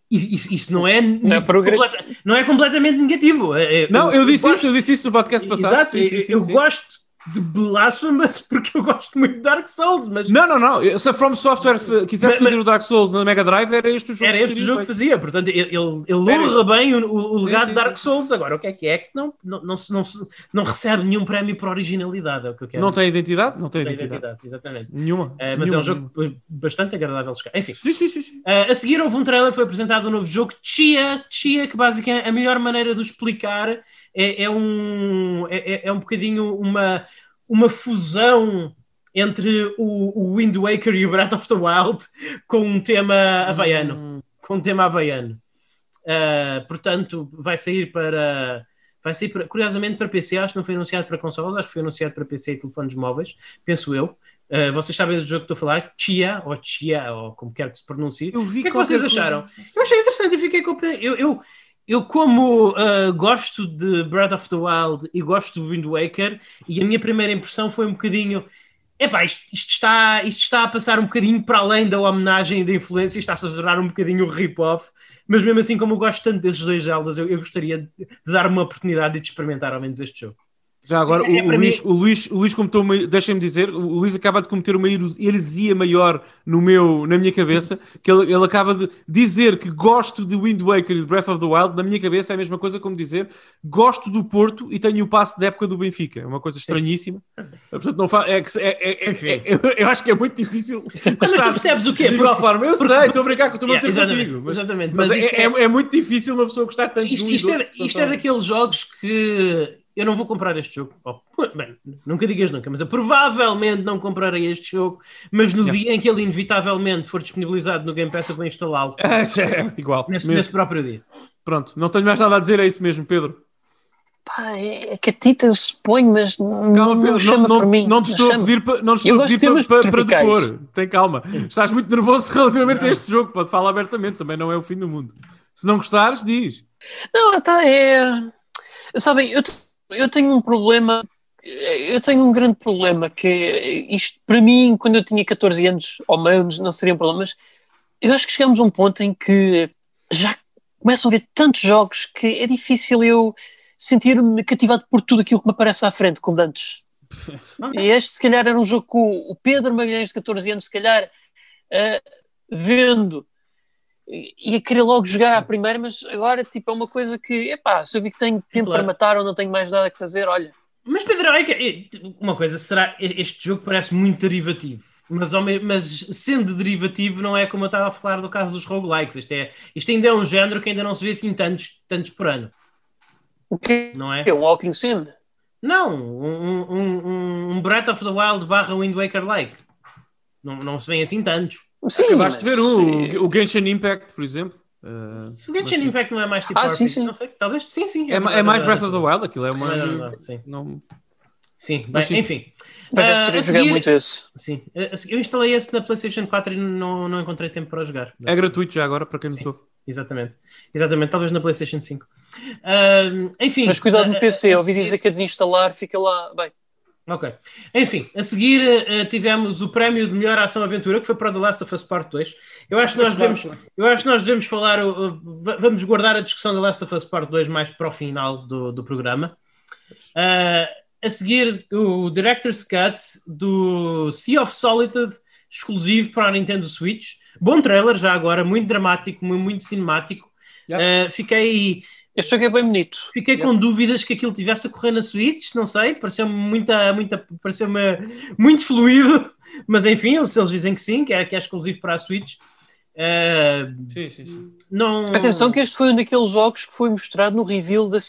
Não é completamente negativo. Eu disse isso no podcast passado. Exato, eu gosto de Blasphemous porque eu gosto muito de Dark Souls, mas... Não. Se a From Software quisesse fazer o Dark Souls na Mega Drive, era este o jogo. Era este o jogo que fazia, portanto, ele honra bem o legado de Dark Souls. Agora, o que é que não recebe nenhum prémio por originalidade, é o que eu quero. Não tem identidade? Não tem identidade, exatamente. Nenhuma. Mas é um jogo bastante agradável de jogar. Enfim. Sim. A seguir houve um trailer, foi apresentado um novo jogo, Chia, que basicamente a melhor maneira de o explicar é um bocadinho uma fusão entre o Wind Waker e o Breath of the Wild com um tema havaiano. portanto vai sair curiosamente para PC, acho que não foi anunciado para consoles, acho que foi anunciado para PC e telefones móveis, penso eu. Vocês sabem do jogo que estou a falar, Chia, ou como quer que se pronuncie. O que é que vocês acharam? Eu achei interessante e fiquei contente. Eu como gosto de Breath of the Wild e gosto do Wind Waker, e a minha primeira impressão foi um bocadinho... isto está a passar um bocadinho para além da homenagem e da influência, está-se a tornar um bocadinho o rip-off, mas mesmo assim, como eu gosto tanto desses dois Zeldas, eu gostaria de dar uma oportunidade de experimentar ao menos este jogo. Já agora, o Luís cometeu deixem-me dizer, o Luís acaba de cometer uma heresia maior na minha cabeça, que ele acaba de dizer que gosto de Wind Waker e de Breath of the Wild. Na minha cabeça é a mesma coisa como dizer gosto do Porto e tenho o passe da época do Benfica. É uma coisa estranhíssima. Portanto, não eu acho que é muito difícil gostar. Mas tu percebes o quê? Forma. Eu sei, estou a brincar, estou a bater contigo. Exatamente. Mas é muito difícil uma pessoa gostar tanto de um e do outro. Isto é daqueles jogos que... Eu não vou comprar este jogo. Bem, nunca digas nunca, mas eu provavelmente não comprarei este jogo, mas no dia em que ele inevitavelmente for disponibilizado no Game Pass eu vou instalá-lo. É igual. Nesse próprio dia. Pronto, não tenho mais nada a dizer, é isso mesmo, Pedro. Pá, é que a Tita eu suponho, mas não chama por mim. Não te estou a pedir para depor. Tem calma. Estás muito nervoso relativamente a este jogo. Pode falar abertamente, também não é o fim do mundo. Se não gostares, diz. Não, sabem, eu tenho um problema, eu tenho um grande problema, que isto, para mim, quando eu tinha 14 anos, ou menos, não seria um problema, mas eu acho que chegamos a um ponto em que já começam a ver tantos jogos que é difícil eu sentir-me cativado por tudo aquilo que me aparece à frente, como antes. E este, se calhar, era um jogo que o Pedro Magalhães, de 14 anos, se calhar, vendo... ia querer logo jogar à primeira, mas agora tipo, é uma coisa que, se eu vi que tenho tempo para matar ou não tenho mais nada a fazer, olha. Mas Pedro, uma coisa, este jogo parece muito derivativo, mas sendo derivativo não é como eu estava a falar do caso dos roguelikes, isto ainda é um género que ainda não se vê assim tantos por ano. O quê? Não é? É um Walking Sim? Não, um Breath of the Wild / Wind Waker like. Não se vê assim tantos. Sim, acabaste de ver o Genshin Impact, por exemplo. O Genshin Impact não é mais tipo sim. Não sei, talvez sim. É mais Breath of the Wild, aquilo é uma... Sim. Não... Sim, bem, enfim. Eu joguei muito esse. Sim, eu instalei esse na PlayStation 4 e não encontrei tempo para jogar. É gratuito já agora, para quem não soube. Exatamente, talvez na PlayStation 5. Enfim. Mas cuidado no PC, ouvi dizer que a desinstalar fica lá, bem. Ok. Enfim, a seguir tivemos o prémio de melhor ação-aventura, que foi para The Last of Us Part 2. Eu acho que nós devemos falar, vamos guardar a discussão da Last of Us Part 2 mais para o final do programa. A seguir, o Director's Cut do Sea of Solitude, exclusivo para a Nintendo Switch. Bom trailer já agora, muito dramático, muito cinemático. Fiquei... Este jogo é bem bonito. Fiquei com dúvidas que aquilo tivesse a correr na Switch, não sei, pareceu-me muito fluido, mas enfim, eles dizem que sim, que é exclusivo para a Switch. Sim. Não... Atenção que este foi um daqueles jogos que foi mostrado no reveal da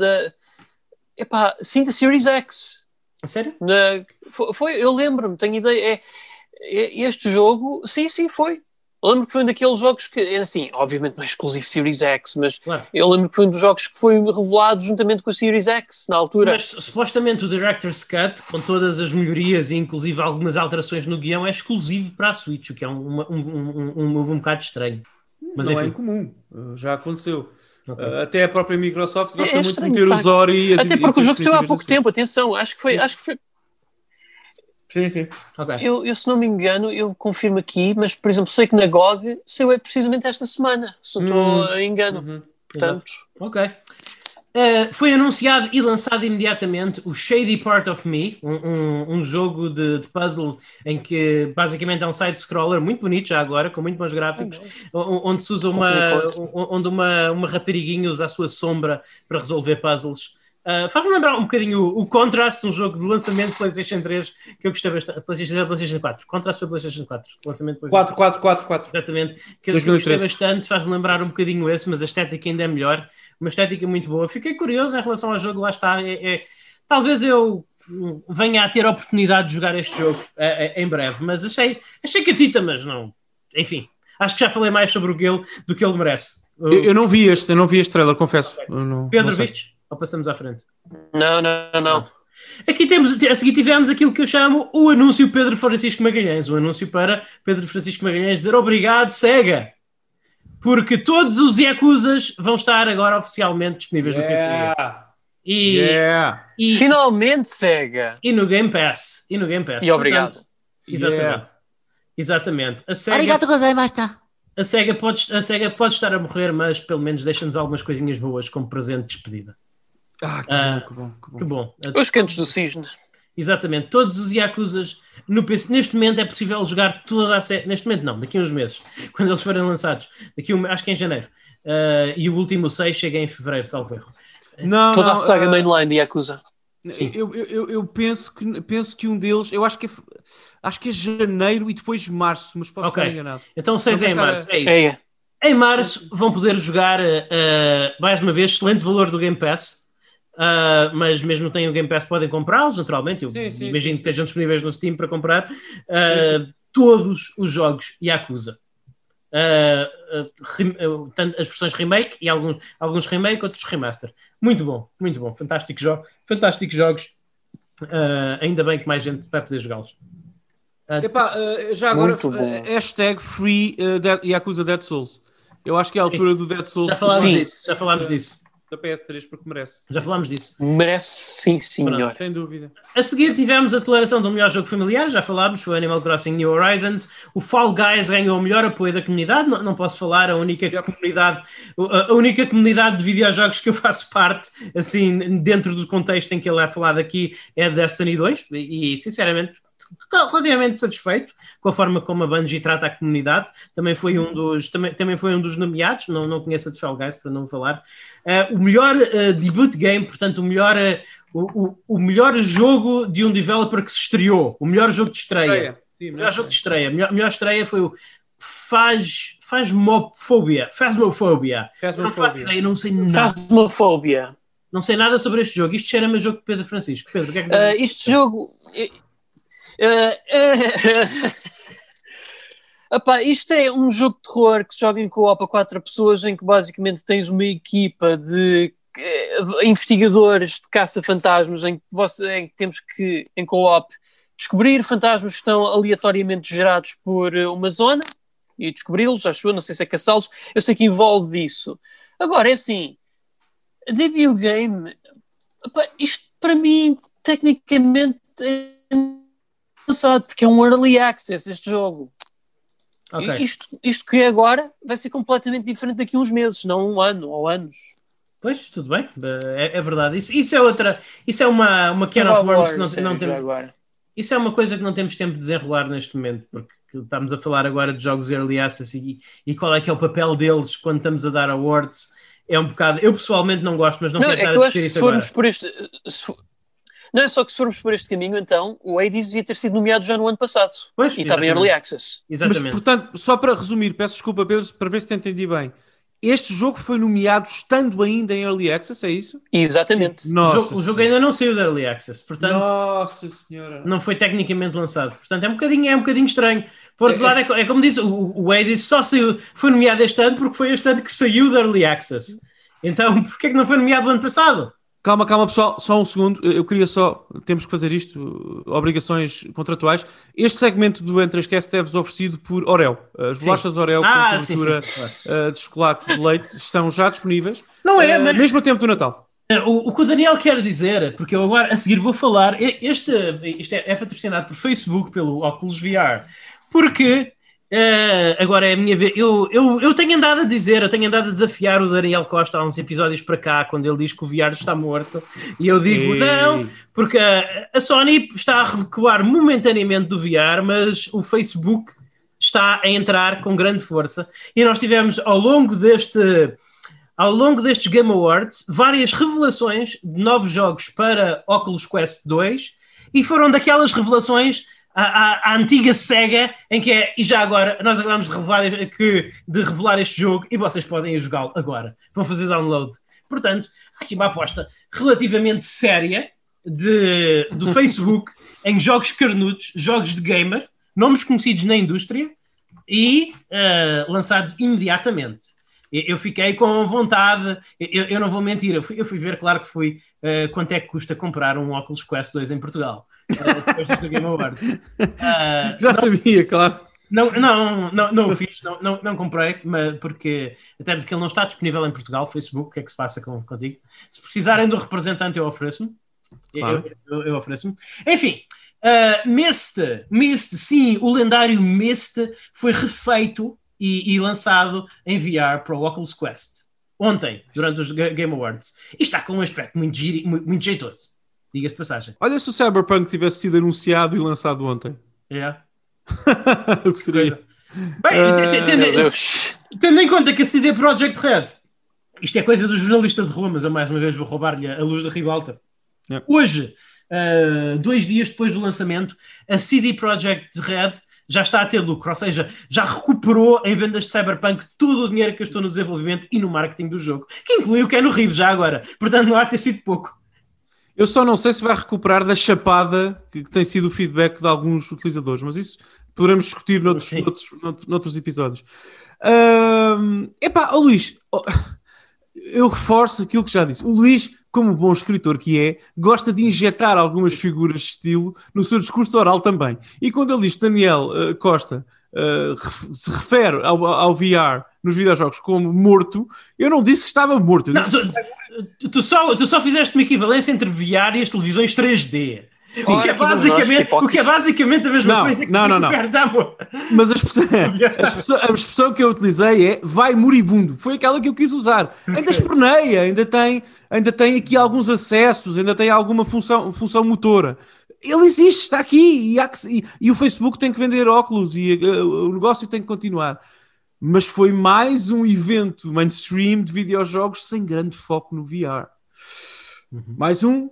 Series X. A sério? Eu lembro-me, tenho ideia. Este jogo, sim, foi. Eu lembro que foi um daqueles jogos que, assim, obviamente não é exclusivo Series X, mas claro. Eu lembro que foi um dos jogos que foi revelado juntamente com a Series X, na altura. Mas supostamente o Director's Cut, com todas as melhorias e inclusive algumas alterações no guião, é exclusivo para a Switch, o que é um bocado estranho. Mas não enfim. É incomum, já aconteceu. Okay. Até a própria Microsoft gosta muito estranho, de meter os Ori e as... Até porque o jogo saiu há pouco tempo, atenção, acho que foi... Sim. Okay. Eu, se não me engano, eu confirmo aqui, mas, por exemplo, sei que na GOG saiu precisamente esta semana, se não estou em engano. Portanto... Ok. Foi anunciado e lançado imediatamente o Shady Part of Me, um jogo de puzzle em que basicamente é um side-scroller muito bonito já agora, com muito bons gráficos, onde se usa uma rapariguinha usa a sua sombra para resolver puzzles. Faz-me lembrar um bocadinho o Contrast, um jogo de lançamento de PlayStation 3 que eu gostei bastante. PlayStation 4. Contrast foi PlayStation 4. Lançamento PlayStation 4. Exatamente. Que eu gostei bastante. Faz-me lembrar um bocadinho esse, mas a estética ainda é melhor. Uma estética muito boa. Fiquei curioso em relação ao jogo. Lá está. Talvez eu venha a ter a oportunidade de jogar este jogo em breve. Mas achei catita, mas não. Enfim. Acho que já falei mais sobre o Gil do que ele merece. Eu não vi este trailer, confesso. Pedro, vistes? Ou passamos à frente? Não. Aqui a seguir tivemos aquilo que eu chamo o anúncio Pedro Francisco Magalhães. O anúncio para Pedro Francisco Magalhães dizer obrigado, SEGA. Porque todos os Yakuzas vão estar agora oficialmente disponíveis no PC. Finalmente, SEGA. E no Game Pass. E obrigado. Exatamente. Exatamente. A SEGA, Obrigado, gozaimashita. a SEGA pode estar a morrer, mas pelo menos deixa-nos algumas coisinhas boas como presente de despedida. Que bom. Os cantos do cisne. Exatamente. Todos os Yakuzas no PC. Neste momento é possível jogar toda a série. Neste momento não, daqui a uns meses. Quando eles forem lançados. Acho que é em janeiro. E o último 6 chega em fevereiro, salvo erro. Toda a saga mainline de Yakuza. Eu penso que um deles, eu acho que é janeiro e depois março, mas posso estar enganado. Então 6 é em março, é isso. Em março vão poder jogar, mais uma vez, excelente valor do Game Pass, mas mesmo que tenham o Game Pass podem comprá-los, naturalmente. Imagino que estejam disponíveis no Steam para comprar todos os jogos Yakuza. As versões remake e alguns remake, outros remaster. Muito bom. Fantásticos jogos. Ainda bem que mais gente vai poder jogá-los. Já agora, hashtag free Yakuza Dead Souls. Eu acho que é a altura do Dead Souls. Já falámos disso. Da PS3, porque merece. Já falámos disso. Merece, sim, senhor. Pronto, sem dúvida. A seguir tivemos a declaração do melhor jogo familiar, já falámos, foi Animal Crossing New Horizons. O Fall Guys ganhou o melhor apoio da comunidade, não posso falar, a única comunidade de videojogos que eu faço parte, assim, dentro do contexto em que ele é falado aqui, é Destiny 2, e sinceramente relativamente satisfeito com a forma como a Bungie trata a comunidade. Também foi um dos nomeados, não conheço a de Fall Guys para não falar. O melhor debut game, portanto o melhor jogo de um developer que se estreou, o melhor jogo de estreia. A melhor estreia foi o Phasmophobia. Não faço ideia, não sei nada. Phasmophobia. Não sei nada sobre este jogo. Isto cheira-me a jogo de Pedro Francisco. Pedro, o que é que este jogo... isto é um jogo de terror que se joga em co-op a 4 pessoas, em que basicamente tens uma equipa de investigadores de caça-fantasmas em que temos que, em co-op, descobrir fantasmas que estão aleatoriamente gerados por uma zona e descobri-los, acho eu, não sei se é caçá-los, eu sei que envolve isso. Agora, é assim, debut game, isto para mim, tecnicamente, é lançado, porque é um early access este jogo. Okay. Isto que é agora vai ser completamente diferente daqui a uns meses, não um ano ou anos. Pois, tudo bem, é verdade. Isso é outra, isso é uma can of worms que não temos. Isso é uma coisa que não temos tempo de desenrolar neste momento, porque estamos a falar agora de jogos early access e qual é que é o papel deles quando estamos a dar awards. É um bocado, eu pessoalmente não gosto, mas não quero estar a discutir isso agora. Não é só que se formos por este caminho, então, o Hades devia ter sido nomeado já no ano passado. Pois, e estava em Early Access. Exatamente. Mas, portanto, só para resumir, peço desculpa, Pedro, para ver se te entendi bem. Este jogo foi nomeado estando ainda em Early Access, é isso? Exatamente. O jogo ainda não saiu da Early Access, portanto... Nossa Senhora! Não foi tecnicamente lançado. Portanto, é um bocadinho estranho. Por outro lado, é como diz, o Hades só foi nomeado este ano porque foi este ano que saiu da Early Access. Então, porquê é que não foi nomeado no ano passado? Calma, pessoal, só um segundo. Eu queria temos que fazer isto, obrigações contratuais. Este segmento do Entre as Cast é-vos oferecido por Oreo. As bolachas Oreo com cobertura de chocolate de leite estão já disponíveis. Não é, mas... mesmo a tempo do Natal. O que o Daniel quer dizer, porque eu agora a seguir vou falar, isto é patrocinado por Facebook, pelo Oculus VR, porque... agora é a minha vez. Eu tenho andado a desafiar o Daniel Costa há uns episódios para cá, quando ele diz que o VR está morto, e eu digo não, porque a Sony está a recuar momentaneamente do VR, mas o Facebook está a entrar com grande força, e nós tivemos ao longo destes Game Awards várias revelações de novos jogos para Oculus Quest 2, e foram daquelas revelações à antiga SEGA, em que e já agora, nós acabamos de revelar este jogo e vocês podem ir jogá-lo agora. Vão fazer download. Portanto, aqui uma aposta relativamente séria do Facebook em jogos carnudos, jogos de gamer, nomes conhecidos na indústria, e lançados imediatamente. Eu fiquei com vontade, eu não vou mentir, eu fui ver, claro que fui, quanto é que custa comprar um Oculus Quest 2 em Portugal, depois do Game Awards. Já sabia, claro. Não o fiz, não comprei, mas até porque ele não está disponível em Portugal, Facebook, o que é que se passa contigo? Se precisarem do representante, eu ofereço-me. Claro. Eu ofereço-me. Enfim, Myst, sim, o lendário Myst foi refeito e lançado em VR para o Oculus Quest ontem, durante os Game Awards. E está com um aspecto muito jeitoso, diga-se de passagem. Olha se o Cyberpunk tivesse sido anunciado e lançado ontem. O que seria? Bem, tendo em conta que a CD Projekt Red, isto é coisa do jornalista de Roma, mas eu mais uma vez vou roubar-lhe a luz da ribalta. Hoje, 2 dias depois do lançamento, a CD Projekt Red já está a ter lucro, ou seja, já recuperou em vendas de Cyberpunk todo o dinheiro que gastou no desenvolvimento e no marketing do jogo, que inclui o Keanu Reeves já agora, portanto não há de ter sido pouco. Eu só não sei se vai recuperar da chapada que tem sido o feedback de alguns utilizadores, mas isso poderemos discutir noutros episódios. Luís, eu reforço aquilo que já disse. O Luís, como bom escritor que é, gosta de injetar algumas figuras de estilo no seu discurso oral também. E quando ele diz que Daniel Costa se refere ao VR nos videojogos como morto, eu não disse que estava morto. Tu só fizeste uma equivalência entre VR e as televisões 3D. Sim, o que é basicamente a mesma coisa que não. Mas a expressão que eu utilizei é vai moribundo. Foi aquela que eu quis usar. Okay. Ainda esperneia, ainda tem aqui alguns acessos, ainda tem alguma função motora. Ele existe, está aqui e o Facebook tem que vender óculos e o negócio tem que continuar. Mas foi mais um evento mainstream de videojogos sem grande foco no VR. Mais um.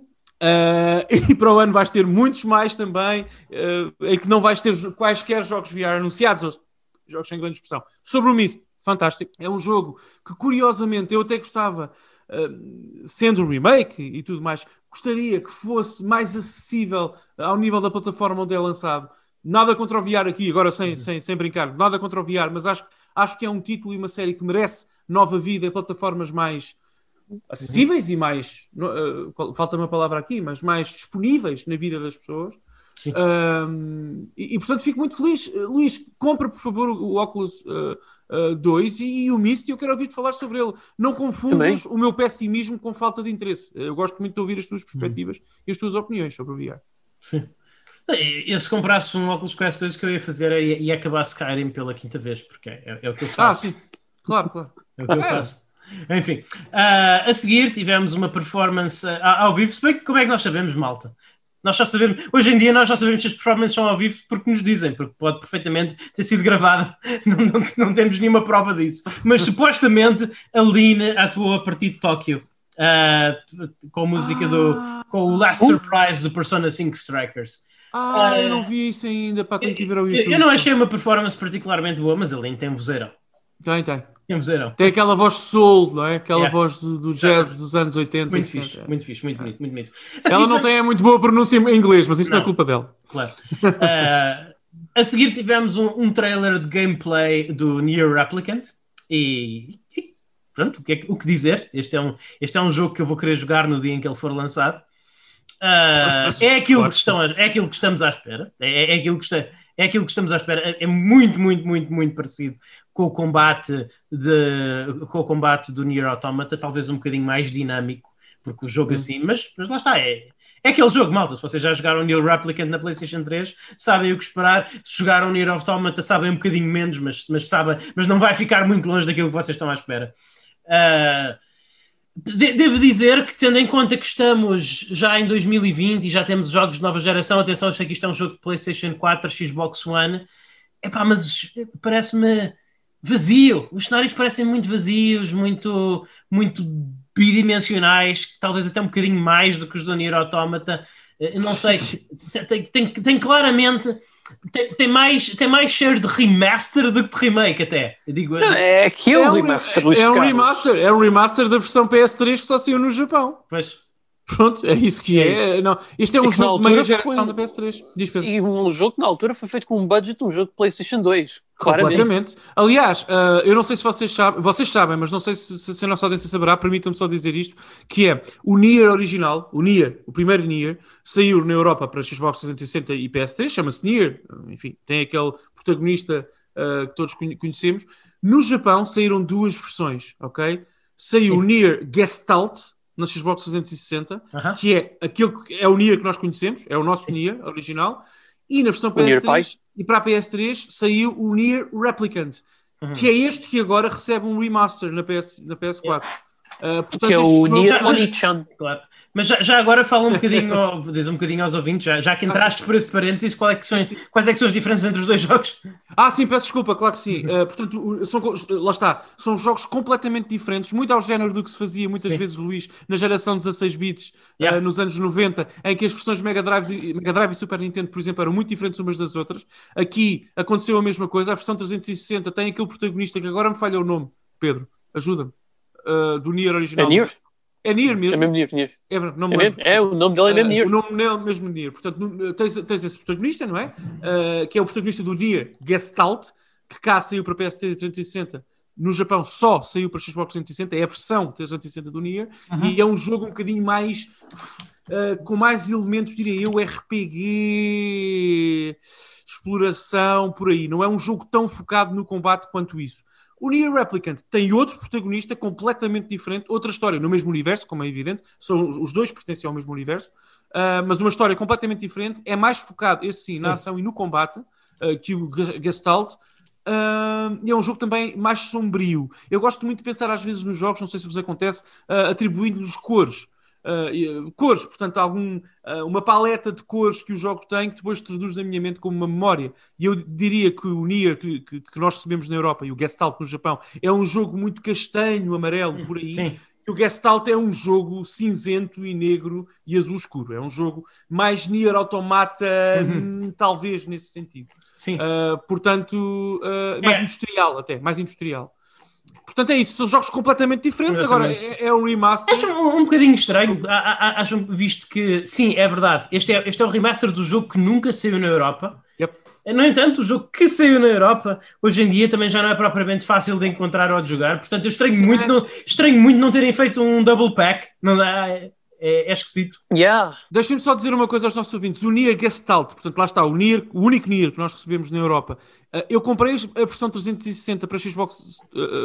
E para o ano vais ter muitos mais também, em que não vais ter quaisquer jogos VR anunciados, ou jogos sem grande expressão. Sobre o Myst, fantástico. É um jogo que, curiosamente, eu até gostava, sendo um remake e tudo mais, gostaria que fosse mais acessível ao nível da plataforma onde é lançado. Nada contra o VR aqui, agora sem brincar, nada contra o VR, mas acho que é um título e uma série que merece nova vida em plataformas mais acessíveis e mais, falta uma palavra aqui, mas mais disponíveis na vida das pessoas. Portanto fico muito feliz. Luís, compra por favor o Oculus 2 e o Myst, eu quero ouvir-te falar sobre ele. Não confundas o meu pessimismo com falta de interesse. Eu gosto muito de ouvir as tuas perspectivas e as tuas opiniões sobre o VR. Sim. Eu se comprasse um Oculus Quest 2, o que eu ia fazer ia acabar Skyrim pela 5ª vez, porque é o que eu faço. Sim, claro. É o que eu faço. Enfim, a seguir tivemos uma performance ao vivo. Se bem que como é que nós sabemos, malta? Nós só sabemos, hoje em dia nós já sabemos se as performances são ao vivo porque nos dizem, porque pode perfeitamente ter sido gravada, não temos nenhuma prova disso. Mas supostamente a Line atuou a partir de Tóquio, com a música com o Last Surprise do Persona 5 Strikers. Eu não vi isso ainda, para tenho que ver ao YouTube. Eu não achei uma performance particularmente boa, mas a Line tem vozeirão. Tem. Tem aquela voz soul, não é? Aquela voz do jazz dos anos 80. Muito fixe, muito bonito. Assim, ela não tem muito boa pronúncia em inglês, mas isso não é culpa dela. Claro. A seguir tivemos um trailer de gameplay do Nier Replicant e pronto, o que dizer? Este é um jogo que eu vou querer jogar no dia em que ele for lançado. É aquilo que estamos à espera. É aquilo que estamos à espera. É muito parecido com o combate do Nier Automata, talvez um bocadinho mais dinâmico, porque o jogo assim, mas lá está, é aquele jogo, malta. Se vocês já jogaram Nier Replicant na PlayStation 3, sabem o que esperar. Se jogaram Nier Automata, sabem um bocadinho menos, mas não vai ficar muito longe daquilo que vocês estão à espera. Devo dizer que, tendo em conta que estamos já em 2020 e já temos jogos de nova geração, atenção, eu sei que isto é um jogo de PlayStation 4, Xbox One, mas parece-me vazio. Os cenários parecem muito vazios, muito bidimensionais, talvez até um bocadinho mais do que os do Nier Automata. Não sei, tem claramente... Tem mais cheiro de remaster do que de remake, até. Eu digo, é aquele remaster. É um remaster da versão PS3 que só saiu no Japão. Pois. Pronto, é isso que é. Não, este é um jogo de meia geração da PS3. Diz, Pedro. E um jogo que na altura foi feito com um budget de um jogo de PlayStation 2. Completamente. Aliás, eu não sei se vocês sabem, mas não sei se a nossa audiência saberá, permitam-me só dizer isto, que é o Nier original, o primeiro Nier, saiu na Europa para Xbox 360 e PS3, chama-se Nier, enfim, tem aquele protagonista que todos conhecemos. No Japão saíram duas versões, ok? Saiu o Nier Gestalt, na Xbox 360, que é aquele que é o Nier que nós conhecemos, é o nosso Nier original, e na versão PS3 e para a PS3 saiu o Nier Replicant, que é este que agora recebe um remaster na PS4. Portanto, que é o Nier Oni-chan. Claro. Mas já agora fala diz um bocadinho aos ouvintes, já que entraste por esse parênteses, quais é que são as diferenças entre os dois jogos? Sim, peço desculpa, claro que sim. Portanto, lá está, são jogos completamente diferentes, muito ao género do que se fazia muitas vezes, Luís, na geração 16 bits, nos anos 90, em que as versões Mega Drive e Super Nintendo, por exemplo, eram muito diferentes umas das outras. Aqui aconteceu a mesma coisa, a versão 360 tem aquele protagonista que agora me falha o nome, Pedro, ajuda-me, do Nier original. É Nier? É Nier mesmo. É mesmo Nier. O nome dele é mesmo Nier. O nome dele é mesmo Nier. Portanto, tens esse protagonista, não é? Que é o protagonista do Nier Gestalt, que cá saiu para PS3 360. No Japão só saiu para Xbox 360. É a versão 360 do Nier. E é um jogo um bocadinho mais... com mais elementos, diria eu, RPG, exploração, por aí. Não é um jogo tão focado no combate quanto isso. O Nier Replicant tem outro protagonista completamente diferente, outra história no mesmo universo, como é evidente, os dois pertencem ao mesmo universo, mas uma história completamente diferente, é mais focado, esse sim, na ação e no combate, que o Gestalt, e é um jogo também mais sombrio. Eu gosto muito de pensar às vezes nos jogos, não sei se vos acontece, atribuindo-lhes cores. Portanto, uma paleta de cores que o jogo tem que depois traduz na minha mente como uma memória. E eu diria que o Nier que nós recebemos na Europa e o Gestalt no Japão é um jogo muito castanho, amarelo, por aí. Sim. E o Gestalt é um jogo cinzento e negro e azul escuro. É um jogo mais Nier Automata, talvez nesse sentido. Sim. Portanto, mais industrial até, mais industrial. Portanto é isso, são jogos completamente diferentes. Exatamente. Agora é um remaster. Acho um bocadinho estranho, visto que, sim, é verdade, este é o remaster do jogo que nunca saiu na Europa. Yep. No entanto, o jogo que saiu na Europa, hoje em dia também já não é propriamente fácil de encontrar ou de jogar, portanto eu estranho muito não terem feito um double pack, não dá... É esquisito. Deixem-me só dizer uma coisa aos nossos ouvintes. O Nier Gestalt, portanto, lá está, o único Nier que nós recebemos na Europa. Eu comprei a versão 360 para Xbox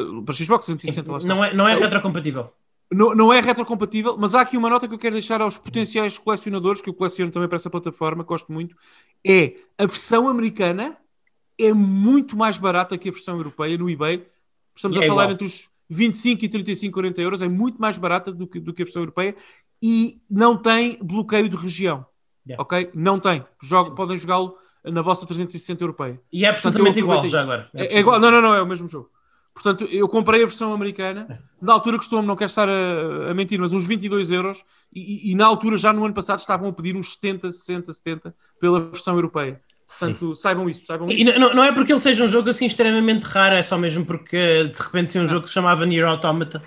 360. Lá está. Não é retrocompatível. Não é retrocompatível, mas há aqui uma nota que eu quero deixar aos potenciais colecionadores, que eu coleciono também para essa plataforma, gosto muito, é a versão americana é muito mais barata que a versão europeia no eBay. Estamos a falar entre os 25 e 35, 40 euros, é muito mais barata do que a versão europeia e não tem bloqueio de região, ok? Não tem. Podem jogá-lo na vossa 360 europeia. E é absolutamente igual já agora. É igual, não, é o mesmo jogo. Portanto, eu comprei a versão americana, na altura custou-me, não quero estar a mentir, mas uns 22 euros e na altura, já no ano passado, estavam a pedir uns 70 pela versão europeia. Portanto, saibam isso. E não é porque ele seja um jogo assim extremamente raro, é só mesmo porque de repente se um jogo que se chamava Nier Automata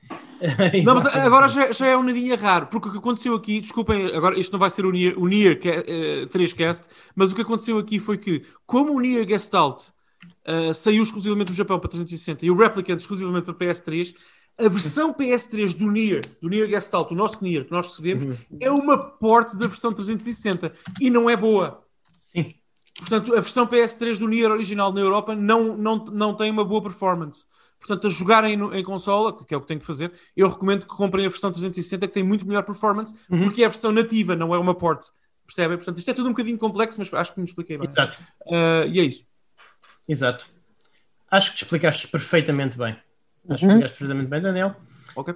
não, mas agora já é um nadinha raro, porque o que aconteceu aqui, desculpem, agora isto não vai ser o Nier 3Cast, mas o que aconteceu aqui foi que, como o Nier Gestalt saiu exclusivamente do Japão para 360 e o Replicant exclusivamente para PS3, a versão PS3 do Nier Gestalt, o nosso Nier que nós recebemos, é uma port da versão 360 e não é boa. Sim. Portanto, a versão PS3 do Nier original na Europa não tem uma boa performance. Portanto, a jogarem em consola, que é o que tem que fazer, eu recomendo que comprem a versão 360, que tem muito melhor performance, porque é a versão nativa, não é uma port. Percebem? Portanto, isto é tudo um bocadinho complexo, mas acho que me expliquei bem. Exato. E é isso. Exato. Acho que te explicaste perfeitamente bem. Explicaste perfeitamente bem, Daniel. Ok.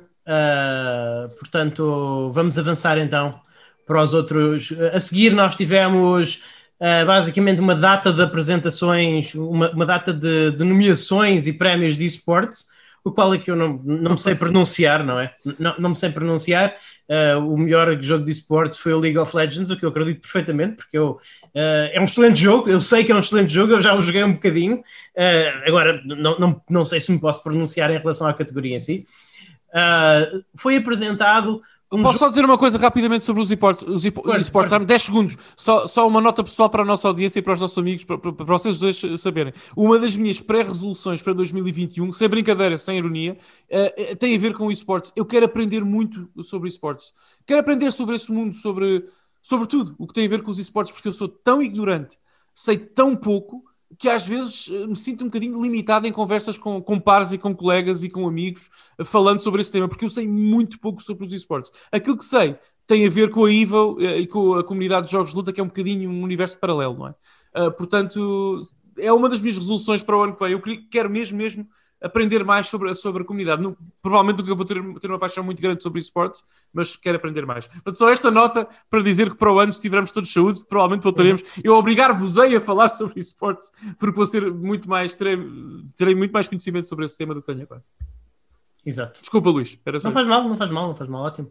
Portanto, vamos avançar então para os outros. A seguir nós tivemos... basicamente uma data de apresentações, uma data de nomeações e prémios de esportes, o qual é que eu não me sei pronunciar, não é? Não me sei pronunciar. O melhor jogo de esportes foi o League of Legends, o que eu acredito perfeitamente, porque é um excelente jogo, eu sei que é um excelente jogo, eu já o joguei um bocadinho, agora não sei se me posso pronunciar em relação à categoria em si. Foi apresentado Posso só dizer uma coisa rapidamente sobre os esportes? 10 segundos. Só uma nota pessoal para a nossa audiência e para os nossos amigos, para vocês dois saberem. Uma das minhas pré-resoluções para 2021, sem brincadeira, sem ironia, tem a ver com esportes. Eu quero aprender muito sobre esportes. Quero aprender sobre esse mundo, sobre tudo o que tem a ver com os esportes, porque eu sou tão ignorante, sei tão pouco, que às vezes me sinto um bocadinho limitado em conversas com pares e com colegas e com amigos falando sobre esse tema, porque eu sei muito pouco sobre os esportes. Aquilo que sei tem a ver com a EVO e com a comunidade de jogos de luta, que é um bocadinho um universo paralelo, não é? Portanto, é uma das minhas resoluções para o ano que vem. Eu quero mesmo aprender mais sobre a comunidade. Provavelmente nunca vou ter uma paixão muito grande sobre esportes, mas quero aprender mais. Portanto, só esta nota para dizer que para o ano, se tivermos todos saúde, provavelmente voltaremos. Eu obrigar-vos-ei a falar sobre esportes, porque vou ser terei muito mais conhecimento sobre esse tema do que tenho agora. Exato. Desculpa, Luís. Não faz mal, ótimo.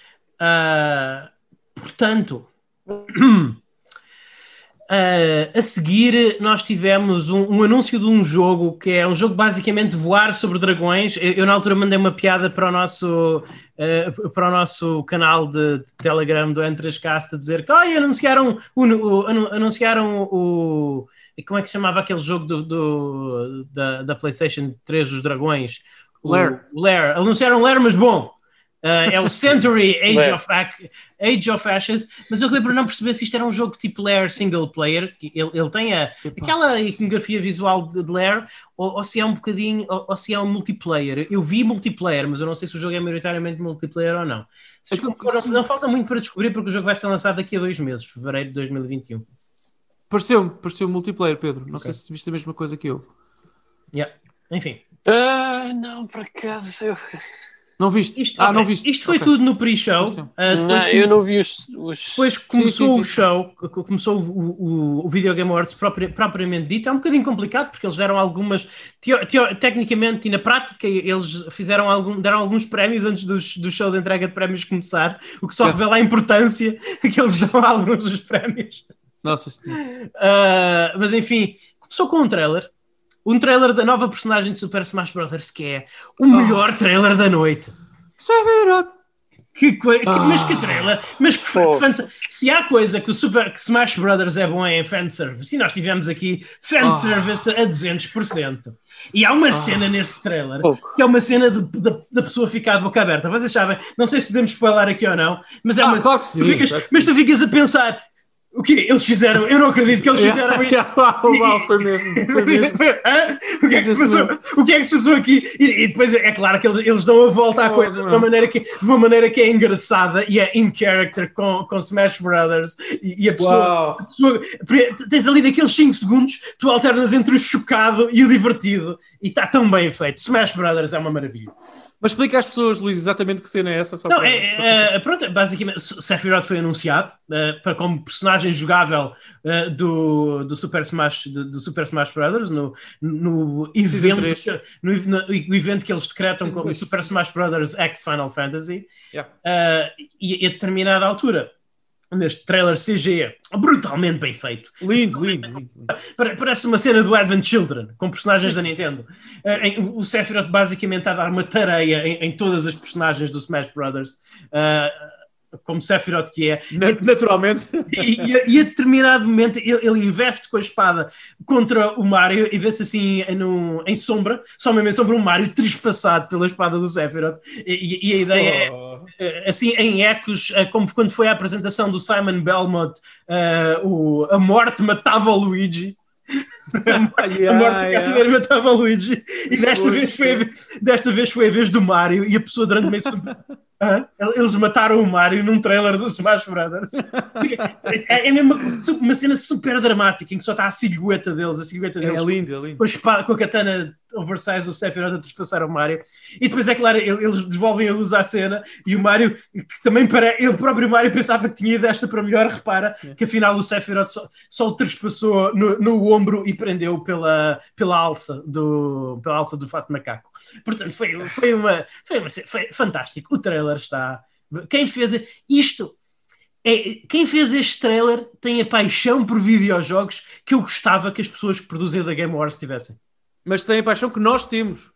Portanto... a seguir nós tivemos um anúncio de um jogo que é um jogo basicamente de voar sobre dragões. Eu na altura mandei uma piada para o nosso canal de Telegram do Entrescast a dizer que anunciaram o como é que se chamava aquele jogo da PlayStation 3 dos dragões? Lair. Anunciaram Lair, mas bom. É o Century Age of Ashes, mas eu acabei por não perceber se isto era um jogo tipo Lair single player, que ele tem aquela iconografia visual de Lair, ou se é um bocadinho, ou se é um multiplayer. Eu vi multiplayer, mas eu não sei se o jogo é maioritariamente multiplayer ou não. Não falta muito para descobrir, porque o jogo vai ser lançado daqui a 2 meses, fevereiro de 2021. Pareceu multiplayer, Pedro. Não sei se viste a mesma coisa que eu. Enfim. Não, por acaso eu... Não viste? Não viste. Isto foi tudo no pre-show. Eu não vi os... Depois começou o show, começou o Video Game Awards propriamente dito. É um bocadinho complicado, porque eles deram algumas... Tecnicamente e na prática, eles deram alguns prémios antes do show de entrega de prémios começar, o que só revela a importância que eles dão a alguns dos prémios. Nossa Senhora. Mas enfim, começou com um trailer da nova personagem de Super Smash Bros. Que é o melhor trailer da noite. Sephiroth! Mas que trailer! Mas se há coisa que que Smash Bros. É bom é fanservice, e nós tivemos aqui fanservice a 200%. E há uma cena nesse trailer que é uma cena da pessoa ficar de boca aberta. Vocês sabem, não sei se podemos spoiler aqui ou não, mas é uma. Claro que sim, mas tu ficas a pensar. O que eles fizeram? Eu não acredito que eles fizeram isto. Foi mesmo. O que é que se passou aqui? E depois é claro que eles dão a volta à coisa de uma maneira que é engraçada e é in character com Smash Brothers. E a pessoa, tens ali naqueles 5 segundos, tu alternas entre o chocado e o divertido. E está tão bem feito. Smash Brothers é uma maravilha. Mas explica às pessoas, Luís, exatamente que cena é essa. Pronto, basicamente, Sephiroth foi anunciado como personagem jogável do Super Smash Brothers no evento que eles decretam como Super Smash Brothers X Final Fantasy. E a determinada altura, neste trailer CG brutalmente bem feito. Lindo. Parece uma cena do Advent Children, com personagens da Nintendo. O Sephiroth basicamente está a dar uma tareia em todas as personagens do Smash Brothers, como Sephiroth que é. Naturalmente. E a determinado momento ele investe com a espada contra o Mario e vê-se assim em sombra, só mesmo em sombra, um Mario trespassado pela espada do Sephiroth. E a ideia é, assim, em ecos, como quando foi a apresentação do Simon Belmont, a morte matava o Luigi. A morte matava o Luigi. E desta vez foi a vez do Mario. E a pessoa durante meio segundo eles mataram o Mario num trailer do Smash Brothers. É mesmo uma cena super dramática em que só está a silhueta deles. É lindo. Com a katana oversize do Sephiroth a trespassar o Mario. E depois, é claro, eles devolvem a luz à cena e o Mario, que também o próprio Mario pensava que tinha ido esta para melhor, repara que afinal o Sephiroth só o trespassou no ombro e prendeu pela alça do fato de macaco. Portanto, foi fantástico. O trailer está... Quem fez isto... Quem fez este trailer tem a paixão por videojogos que eu gostava que as pessoas que produzem da Game Awards tivessem. Mas tem a paixão que nós temos.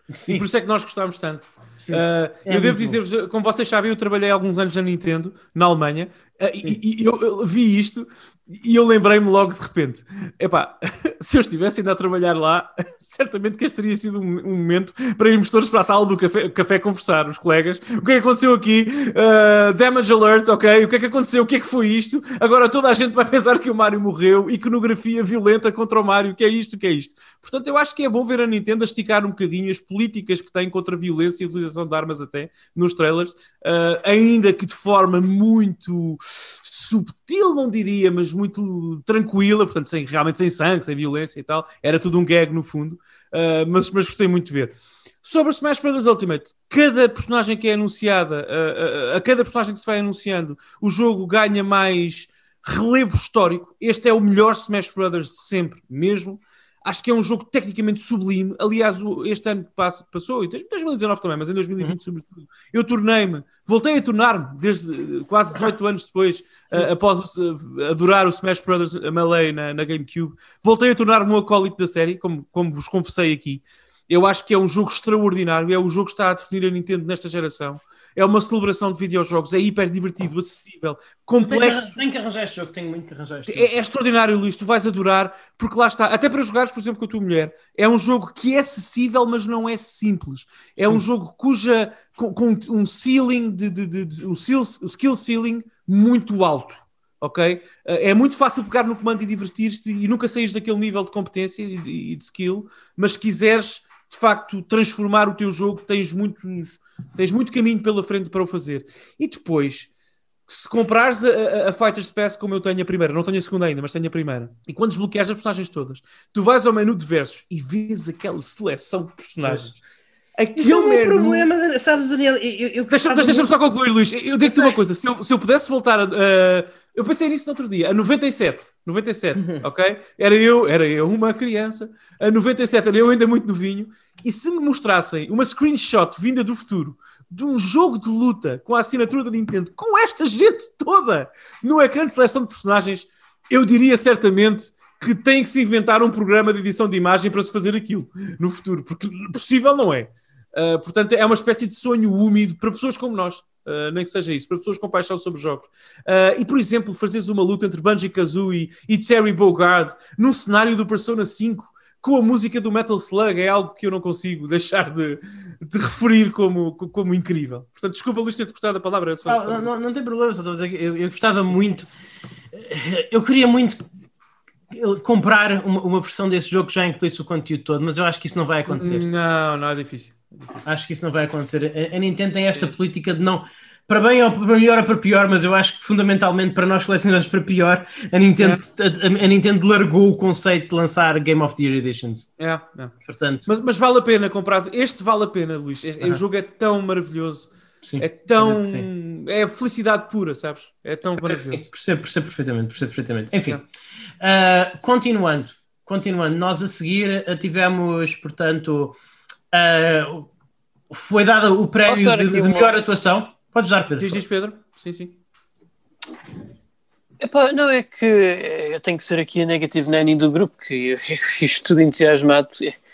Sim. E por isso é que nós gostámos tanto. Eu devo dizer-vos, como vocês sabem, eu trabalhei alguns anos na Nintendo, na Alemanha, e eu vi isto e eu lembrei-me logo de repente, se eu estivesse ainda a trabalhar lá, certamente que este teria sido um momento para irmos todos para a sala do café conversar, os colegas, o que é que aconteceu aqui, damage alert, ok, o que é que aconteceu, o que é que foi isto, agora toda a gente vai pensar que o Mario morreu, iconografia violenta contra o Mario, o que é isto. Portanto, eu acho que é bom ver a Nintendo a esticar um bocadinho as políticas que tem contra a violência e a utilização de armas até nos trailers, ainda que de forma muito subtil, não diria, mas muito tranquila, portanto, realmente sem sangue, sem violência e tal. Era tudo um gag no fundo, mas gostei muito de ver. Sobre Smash Bros. Ultimate, cada personagem que é anunciada, a cada personagem que se vai anunciando, o jogo ganha mais relevo histórico. Este é o melhor Smash Bros. De sempre, mesmo. Acho que é um jogo tecnicamente sublime. Aliás, este ano passou, em 2019 também, mas em 2020 sobretudo, eu voltei a tornar-me, desde quase 18 anos depois, após adorar o Smash Bros. Melee na GameCube, voltei a tornar-me um acólito da série, como vos confessei aqui. Eu acho que é um jogo extraordinário, é o jogo que está a definir a Nintendo nesta geração. É uma celebração de videojogos, é hiper divertido, acessível, complexo. Tenho que arranjar este jogo, tenho muito que arranjar este jogo. É extraordinário, Luís, tu vais adorar, porque lá está, até para jogares, por exemplo, com a tua mulher, é um jogo que é acessível, mas não é simples. É um jogo com um ceiling, um skill ceiling muito alto. Ok? É muito fácil pegar no comando e divertir-te e nunca saís daquele nível de competência e de skill, mas se quiseres, de facto, transformar o teu jogo, tens muito caminho pela frente para o fazer. E depois, se comprares a Fighters Pass como eu tenho a primeira, não tenho a segunda ainda, mas tenho a primeira, e quando desbloqueares as personagens todas, tu vais ao menu de versos e vês aquela seleção de personagens. Aquele não é problema, sabes, Daniel? Deixa-me só concluir, Luís. Eu digo-te uma coisa: se eu pudesse voltar eu pensei nisso no outro dia, a 97, ok? Era eu uma criança, a 97 era eu ainda muito novinho, e se me mostrassem uma screenshot vinda do futuro de um jogo de luta com a assinatura da Nintendo, com esta gente toda no ecrã de seleção de personagens, eu diria certamente que tem que se inventar um programa de edição de imagem para se fazer aquilo no futuro, porque possível não é. Portanto, é uma espécie de sonho úmido para pessoas como nós, nem que seja isso, para pessoas com paixão sobre jogos. E, por exemplo, fazeres uma luta entre Banjo-Kazooie e Terry Bogard num cenário do Persona 5 com a música do Metal Slug é algo que eu não consigo deixar de referir como incrível. Portanto, desculpa, Luís, ter-te cortado a palavra. Não tem problema, só estou a dizer que eu gostava muito, eu queria muito comprar uma versão desse jogo que já incluísse o conteúdo todo, mas eu acho que isso não vai acontecer. Não é difícil. Acho que isso não vai acontecer. A Nintendo tem esta política de não, para bem ou para melhor ou para pior, mas eu acho que fundamentalmente para nós colecionadores para pior, a Nintendo largou o conceito de lançar Game of the Year Editions. Portanto, mas vale a pena comprar. Este vale a pena, Luís. O jogo é tão maravilhoso. Sim, é tão... É felicidade pura, sabes? É tão maravilhoso. Sim, percebo perfeitamente. Enfim, continuando, nós a seguir tivemos, portanto, foi dado o prémio de melhor atuação. Podes dar, Pedro. Diz, Pedro? Sim. Epá, não é que eu tenho que ser aqui a negative nanny do grupo, que eu fiz tudo entusiasmado.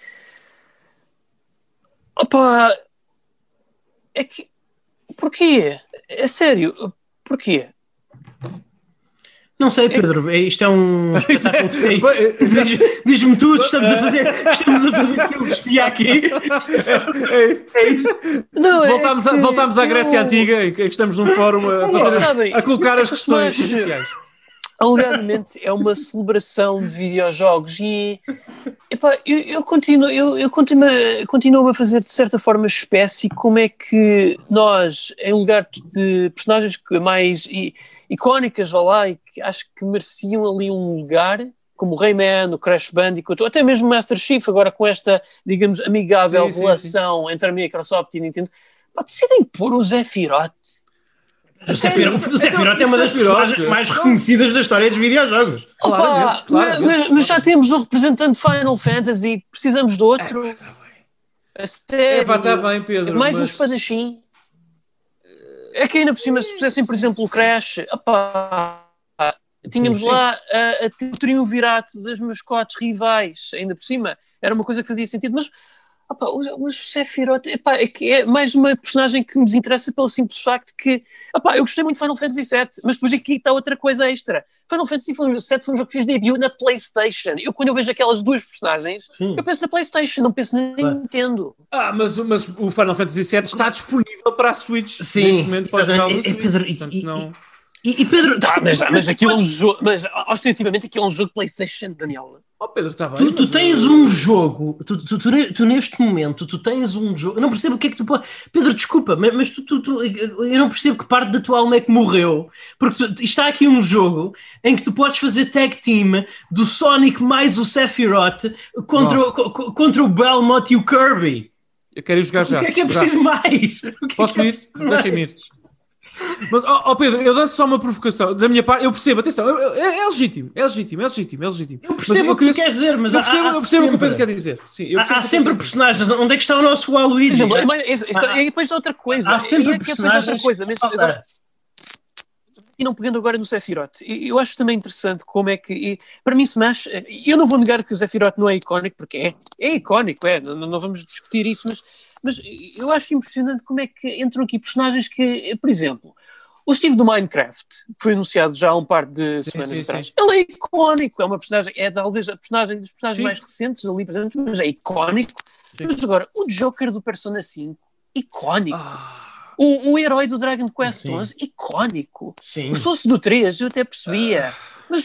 Opa, é que porquê? É sério, porquê? Não sei, Pedro, isto é um espetáculo de feio. Diz-me tudo, estamos a fazer filosofia aqui. É isso. Não, voltámos à Grécia Antiga, em que estamos num fórum a colocar as questões sociais. Alegadamente é uma celebração de videojogos e epá, eu continuo a fazer de certa forma espécie como é que nós, em lugar de personagens mais icónicas, e que acho que mereciam ali um lugar, como o Rayman, o Crash Bandicoot, ou até mesmo o Master Chief, agora com esta, digamos, amigável relação entre a Microsoft e a Nintendo, decidem pôr o Sephiroth. O Sephiroth é uma das personagens mais reconhecidas da história dos videojogos. Claramente. Mas já temos um representante de Final Fantasy, precisamos de outro. Está bem, Pedro. Mais um espadachim. É que ainda por cima, se pusessem, por exemplo, o Crash, tínhamos lá o triunvirato das mascotes rivais, ainda por cima, era uma coisa que fazia sentido, mas Opa, o Sephiroth é que é mais uma personagem que me desinteressa pelo simples facto que opa, eu gostei muito de Final Fantasy VII, mas depois aqui está outra coisa extra. Final Fantasy VII foi um jogo que fez debut na PlayStation. Quando eu vejo aquelas duas personagens, eu penso na PlayStation, não penso na Nintendo. Mas o Final Fantasy VII está disponível para a Switch. Sim, neste momento pode jogar no Switch, Pedro, portanto, não... E Pedro, mas aquilo é um jogo, mas ostensivamente aquilo é um jogo de PlayStation, Daniel. Pedro, está bem. Tu tens um jogo, tu neste momento, tu tens um jogo. Eu não percebo o que é que tu pode. Pedro, desculpa, mas eu não percebo que parte da tua alma é que morreu. Porque está aqui um jogo em que tu podes fazer tag team do Sonic mais o Sephiroth contra o Belmont e o Kirby. Eu quero ir jogar já. O que é preciso mais? Posso ir? Deixa-me ir. Mas, Pedro, eu danço só uma provocação da minha parte. Eu percebo, atenção, é legítimo. Eu percebo o que tu queres dizer, mas eu percebo o que o Pedro quer dizer. Sim, há sempre personagens. Onde é que está o nosso Waluigi? E depois outra coisa. Há sempre personagens. Outra coisa. E não pegando agora no Sephiroth, eu acho também interessante como é que, para mim, Smash, eu não vou negar que o Sephiroth não é icónico, porque é icónico, não vamos discutir isso, mas eu acho impressionante como é que entram aqui personagens que, por exemplo, o Steve do Minecraft, que foi anunciado já há um par de semanas atrás, ele é icónico, é uma personagem, talvez a personagem dos personagens mais recentes ali presentes, mas é icónico. Mas agora, o Joker do Persona 5, icónico. O herói do Dragon Quest 11, icónico. Sim. O Source do 3, eu até percebia. Mas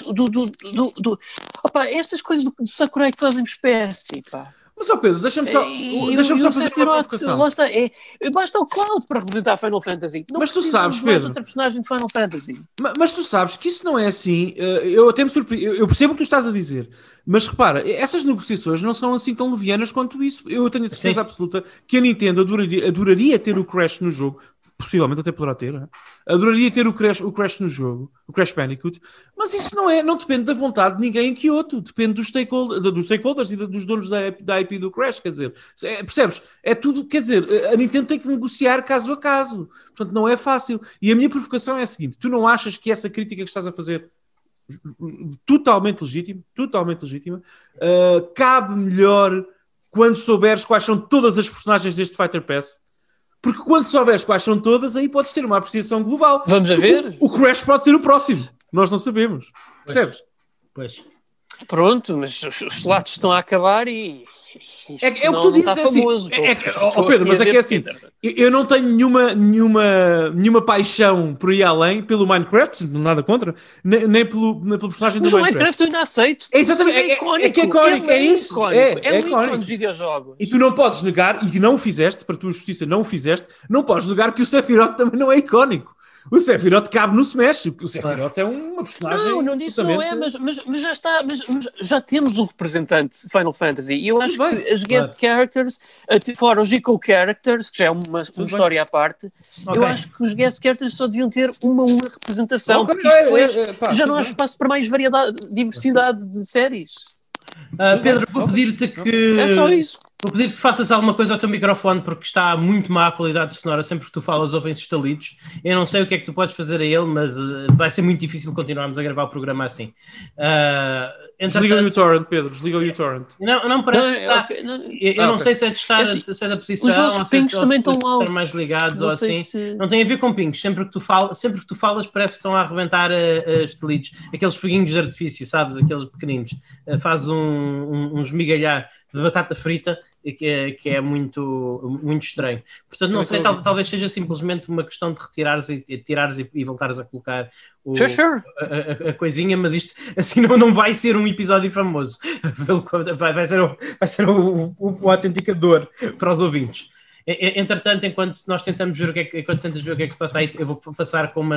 opa, estas coisas do Sakurai que fazem espécie, pá. Mas, Pedro, deixa-me só fazer uma provocação. Basta o Cloud para representar Final Fantasy. Não, mas tu sabes, Pedro, outra personagem de Final Fantasy. Mas tu sabes que isso não é assim. Eu até me surpreendo. Eu percebo o que tu estás a dizer. Mas repara, essas negociações não são assim tão levianas quanto isso. Eu tenho a certeza absoluta que a Nintendo adoraria ter o Crash no jogo. Possivelmente até poderá ter. Adoraria ter o Crash no jogo, o Crash Bandicoot, mas isso não depende da vontade de ninguém em Kyoto, depende dos stakeholders e dos donos da IP do Crash, quer dizer, percebes? É tudo, quer dizer, a Nintendo tem que negociar caso a caso, portanto não é fácil. E a minha provocação é a seguinte: tu não achas que essa crítica que estás a fazer, totalmente legítima, cabe melhor quando souberes quais são todas as personagens deste Fighter Pass? Porque quando souberes quais são todas, aí podes ter uma apreciação global. Vamos a ver? O Crash pode ser o próximo. Nós não sabemos. Percebes? Pois. Pronto, mas os slots estão a acabar e é o que tu dizes, assim. Pedro, mas é que é assim. Eu não tenho nenhuma paixão por ir além pelo Minecraft, nada contra, nem pelo personagem do Minecraft. Mas o Minecraft eu ainda aceito. É exatamente, é icónico, é isso. É icónico de videojogos. E tu não podes negar, e não o fizeste, para a tua justiça não o fizeste, não podes negar que o Sephiroth também não é icónico. O Sephiroth cabe no Smash. O Sephiroth é uma personagem... Não disse não é, mas já está... Mas já temos um representante Final Fantasy. E eu acho que as guest characters, fora os eco characters, que já é uma história à parte, eu acho que os guest characters só deviam ter uma representação. Porque já não há espaço para mais diversidade de séries. Pedro, vou pedir-te que... É só isso. Vou pedir que faças alguma coisa ao teu microfone, porque está muito má a qualidade sonora. Sempre que tu falas, ouvem-se estalidos. Eu não sei o que é que tu podes fazer a ele, mas vai ser muito difícil continuarmos a gravar o programa assim. Desliga o torrent, Pedro. Desliga o torrent. Não parece eu não sei se é de estar, se é da posição. Os nossos pings também estão altos. Mais ligados ou assim. Não tem a ver com pings. Sempre que tu falas, parece que estão a arrebentar estalidos. Aqueles foguinhos de artifício, sabes? Aqueles pequeninos. Faz um esmigalhar de batata frita que é muito, muito estranho. Portanto, não sei, talvez seja simplesmente uma questão de retirares e voltares a colocar a coisinha, mas isto assim não vai ser um episódio famoso. Vai ser o autenticador para os ouvintes. Entretanto, enquanto nós tentamos ver o que é que se passa aí, eu vou passar com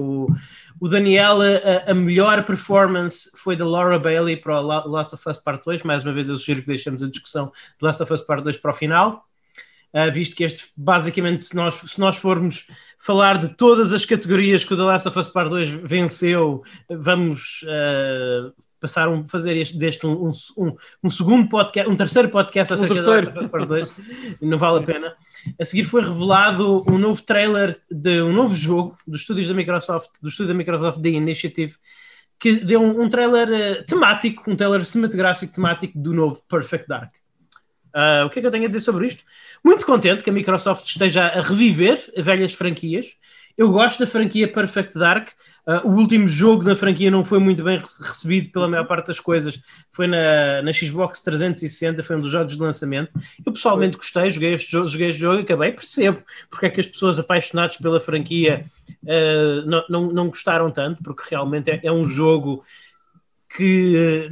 o Daniel. A melhor performance foi da Laura Bailey para o Last of Us Part 2. Mais uma vez eu sugiro que deixemos a discussão do Last of Us Part 2 para o final, visto que este, basicamente, se nós formos falar de todas as categorias que o The Last of Us Part 2 venceu, vamos fazer deste um segundo podcast, um terceiro podcast acerca da Last of Us Part 2. Não vale a pena. A seguir foi revelado um novo trailer de um novo jogo do estúdio da Microsoft, The Initiative, que deu um trailer temático, um trailer cinematográfico temático do novo Perfect Dark. O que é que eu tenho a dizer sobre isto? Muito contente que a Microsoft esteja a reviver velhas franquias. Eu gosto da franquia Perfect Dark. O último jogo da franquia não foi muito bem recebido pela maior parte das coisas. Foi na Xbox 360, foi um dos jogos de lançamento. Eu pessoalmente gostei, joguei este jogo e acabei. Percebo porque é que as pessoas apaixonadas pela franquia não gostaram tanto, porque realmente é um jogo que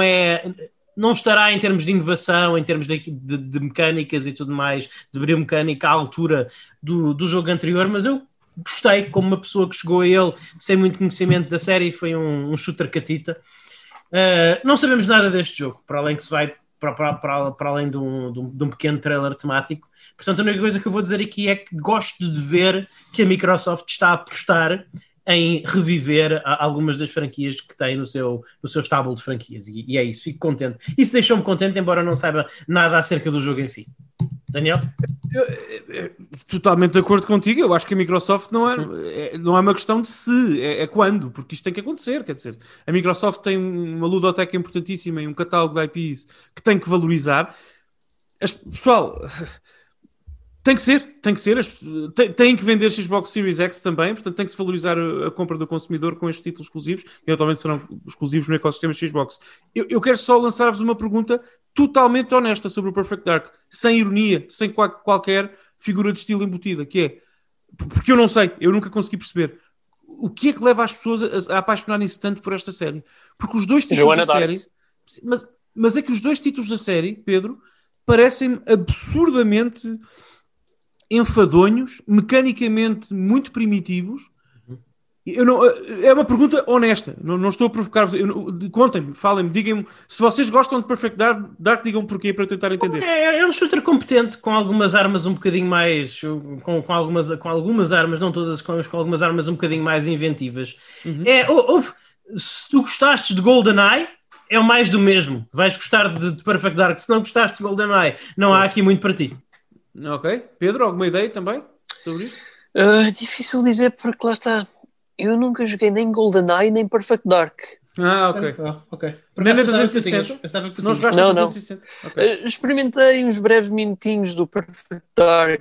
não estará em termos de inovação, em termos de mecânicas e tudo mais, de biomecânica à altura do jogo anterior, mas eu gostei, como uma pessoa que chegou a ele sem muito conhecimento da série, foi um shooter catita. Não sabemos nada deste jogo, para além que se vai para além de um pequeno trailer temático. Portanto, a única coisa que eu vou dizer aqui é que gosto de ver que a Microsoft está a apostar em reviver algumas das franquias que tem no seu estábulo de franquias, e é isso, fico contente. Isso deixou-me contente, embora não saiba nada acerca do jogo em si. Daniel? Totalmente de acordo contigo. Eu acho que a Microsoft não é uma questão de se, é quando, porque isto tem que acontecer. Quer dizer, a Microsoft tem uma ludoteca importantíssima e um catálogo de IPs que tem que valorizar. Pessoal, tem que ser. Tem que vender Xbox Series X também, portanto tem que se valorizar a compra do consumidor com estes títulos exclusivos, que eventualmente serão exclusivos no ecossistema Xbox. Eu quero só lançar-vos uma pergunta totalmente honesta sobre o Perfect Dark, sem ironia, sem qualquer figura de estilo embutida, que é, porque eu não sei, eu nunca consegui perceber, o que é que leva as pessoas a apaixonarem-se tanto por esta série? Porque os dois títulos da série... Mas é que os dois títulos da série, Pedro, parecem-me absurdamente enfadonhos, mecanicamente muito primitivos. É uma pergunta honesta, não estou a provocar-vos. Contem-me, falem-me, digam-me se vocês gostam de Perfect Dark, digam-me porquê para eu tentar entender. É um shooter competente, com algumas armas um bocadinho mais com algumas armas, não todas, com algumas armas um bocadinho mais inventivas. Se tu gostastes de GoldenEye, é o mais do mesmo, vais gostar de Perfect Dark. Se não gostaste de GoldenEye, não há aqui muito para ti. Ok. Pedro, alguma ideia também sobre isso? Difícil dizer, porque lá está. Eu nunca joguei nem GoldenEye nem Perfect Dark. Ok. Nem na 360? Não jogaste na 360? Okay. Experimentei uns breves minutinhos do Perfect Dark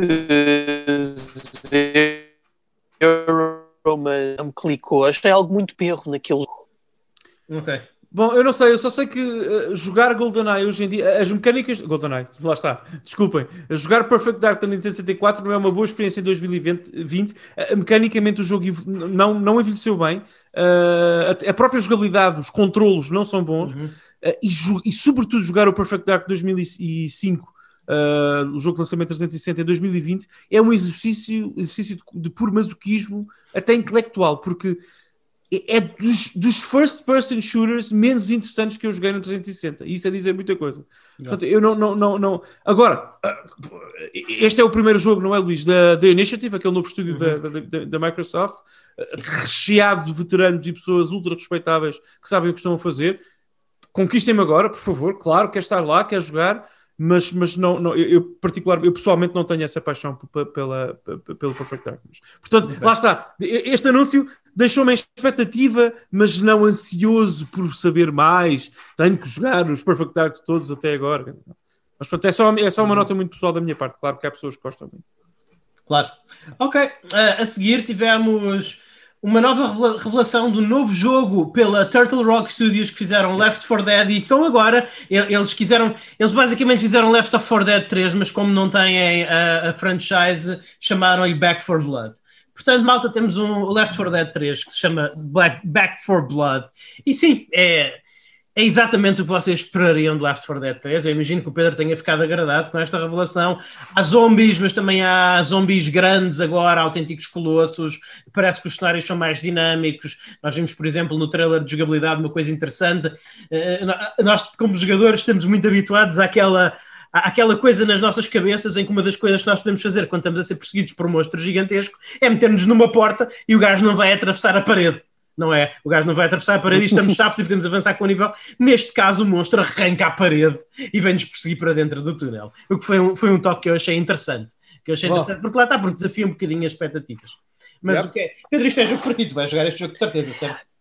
mas não me clicou. Achei algo muito perro naquele jogo. Ok. Bom, eu não sei, eu só sei que jogar GoldenEye hoje em dia, as mecânicas... GoldenEye, lá está, desculpem. Jogar Perfect Dark na Nintendo 64 não é uma boa experiência em 2020. Mecanicamente o jogo não envelheceu bem. A própria jogabilidade, os controlos não são bons. E sobretudo jogar o Perfect Dark 2005, o jogo de lançamento 360 em 2020, é um exercício de puro masoquismo, até intelectual, porque... é dos first-person shooters menos interessantes que eu joguei no 360. Isso é dizer muita coisa. Portanto, eu não... Agora, este é o primeiro jogo, não é, Luís? Da Initiative, aquele novo estúdio da Microsoft, recheado de veteranos e pessoas ultra respeitáveis que sabem o que estão a fazer. Conquistem-me agora, por favor. Claro, quer estar lá, quer jogar, mas não, eu pessoalmente não tenho essa paixão pelo Perfect Dark. Portanto, lá está. Este anúncio deixou-me em expectativa, mas não ansioso por saber mais. Tenho que jogar os Perfect Darks todos até agora. Mas pronto, é só uma nota muito pessoal da minha parte. Claro que há pessoas que gostam muito. Claro. Ok, a seguir tivemos uma nova revelação do novo jogo pela Turtle Rock Studios, que fizeram Left 4 Dead, e que agora eles basicamente fizeram Left 4 Dead 3, mas como não têm a franchise, chamaram-lhe Back 4 Blood. Portanto, malta, temos um Left 4 Dead 3 que se chama Back 4 Blood, e sim, é exatamente o que vocês esperariam de Left 4 Dead 3. Eu imagino que o Pedro tenha ficado agradado com esta revelação. Há zombies, mas também há zombies grandes agora, autênticos colossos. Parece que os cenários são mais dinâmicos. Nós vimos, por exemplo, no trailer de jogabilidade uma coisa interessante. Nós, como jogadores, estamos muito habituados àquela coisa nas nossas cabeças em que uma das coisas que nós podemos fazer quando estamos a ser perseguidos por um monstro gigantesco é meter-nos numa porta e o gajo não vai atravessar a parede. Não é? O gajo não vai atravessar a parede e estamos chaves e podemos avançar com o nível. Neste caso, o monstro arranca a parede e vem-nos perseguir para dentro do túnel. O que foi um toque que eu achei interessante. Porque lá está, porque desafia um bocadinho as expectativas. Mas o que é? Pedro, isto é jogo para ti, tu vais jogar este jogo de certeza, certo?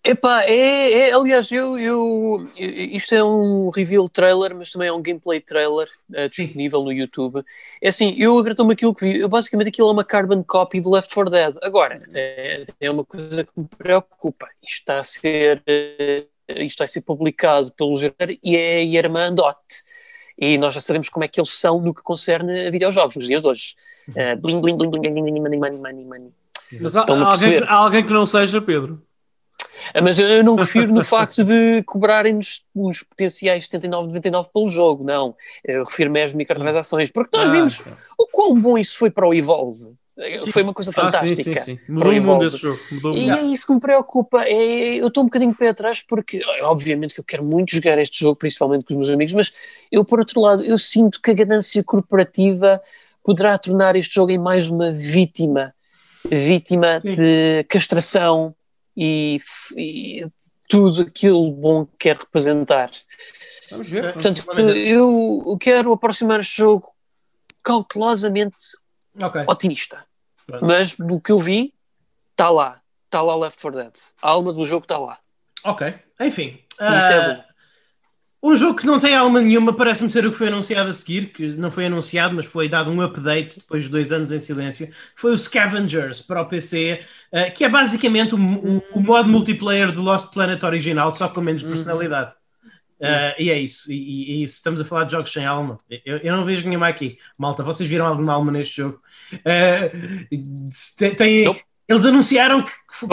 Epá, aliás, isto é um reveal trailer, mas também é um gameplay trailer disponível no YouTube. É assim, eu agradou-me aquilo que vi. Basicamente, aquilo é uma carbon copy do Left 4 Dead. Agora, é uma coisa que me preocupa. Isto vai ser publicado pelo Gerard e é a irmã Dot. E nós já sabemos como é que eles são no que concerne a videojogos nos dias de hoje. Bling, bling, bling, bling, bling, money. Mas há alguém que não seja, Pedro? Mas eu não refiro no facto de cobrarem-nos uns potenciais 79,99 pelo jogo, não. Eu refiro-me às microtransações, porque nós vimos o quão bom isso foi para o Evolve. Foi uma coisa fantástica. Sim. Mudou o mundo desse jogo. E é isso que me preocupa. Eu estou um bocadinho pé atrás porque, obviamente, que eu quero muito jogar este jogo, principalmente com os meus amigos, mas eu, por outro lado, eu sinto que a ganância corporativa poderá tornar este jogo em mais uma vítima de castração e tudo aquilo bom que quer representar. Vamos ver. Portanto, eu quero aproximar este jogo cautelosamente otimista. Pronto. Mas do que eu vi, está lá Left 4 Dead. A alma do jogo está lá. Ok, enfim. Isso é bom. Um jogo que não tem alma nenhuma parece-me ser o que foi anunciado a seguir, que não foi anunciado, mas foi dado um update depois de 2 anos em silêncio. Foi o Scavengers para o PC, que é basicamente o modo multiplayer do Lost Planet original, só com menos personalidade. E é isso. E estamos a falar de jogos sem alma. Eu não vejo nenhuma aqui. Malta, vocês viram alguma alma neste jogo? Eles anunciaram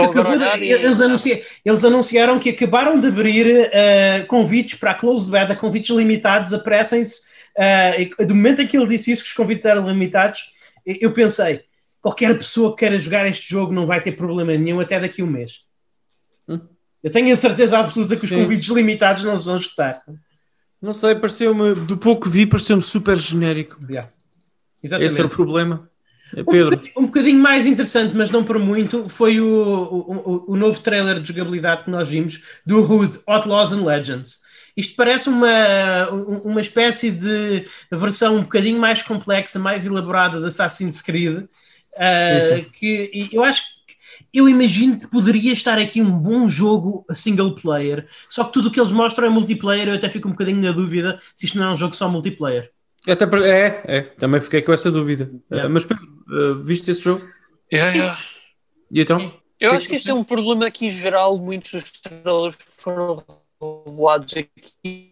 eles anunciaram que acabaram de abrir convites para a closed beta, convites limitados, apressem-se. Do momento em que ele disse isso, que os convites eram limitados, eu pensei, qualquer pessoa que queira jogar este jogo não vai ter problema nenhum até daqui a um mês. Eu tenho a certeza absoluta que os convites limitados não se vão escutar. Não sei, pareceu-me, do pouco que vi, pareceu-me super genérico. Exatamente. Esse era o problema. Pedro. Um bocadinho mais interessante, mas não por muito, foi o novo trailer de jogabilidade que nós vimos do Hood, Outlaws and Legends. Isto parece uma espécie de versão um bocadinho mais complexa, mais elaborada de Assassin's Creed, que eu imagino que poderia estar aqui um bom jogo single player, só que tudo o que eles mostram é multiplayer. Eu até fico um bocadinho na dúvida se isto não é um jogo só multiplayer. Também fiquei com essa dúvida. Mas Pedro, viste esse jogo? E então? Eu acho que este é um problema aqui em geral. Muitos dos trailers foram revelados aqui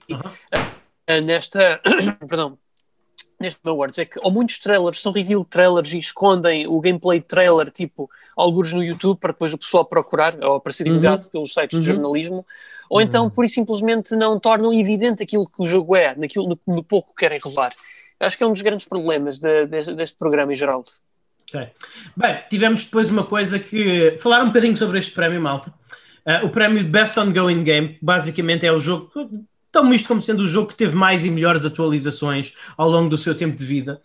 neste Awards. É que ou muitos trailers são reveal trailers e escondem o gameplay trailer, tipo algures no YouTube, para depois o pessoal procurar ou para ser divulgado pelos sites de jornalismo, ou então por isso simplesmente não tornam evidente aquilo que o jogo é, no pouco que querem revelar. Acho que é um dos grandes problemas deste programa em geral. Okay. Bem, tivemos depois uma coisa que... Falar um bocadinho sobre este prémio, malta. O prémio de Best Ongoing Game, basicamente é o jogo... Tomo isto como sendo o jogo que teve mais e melhores atualizações ao longo do seu tempo de vida.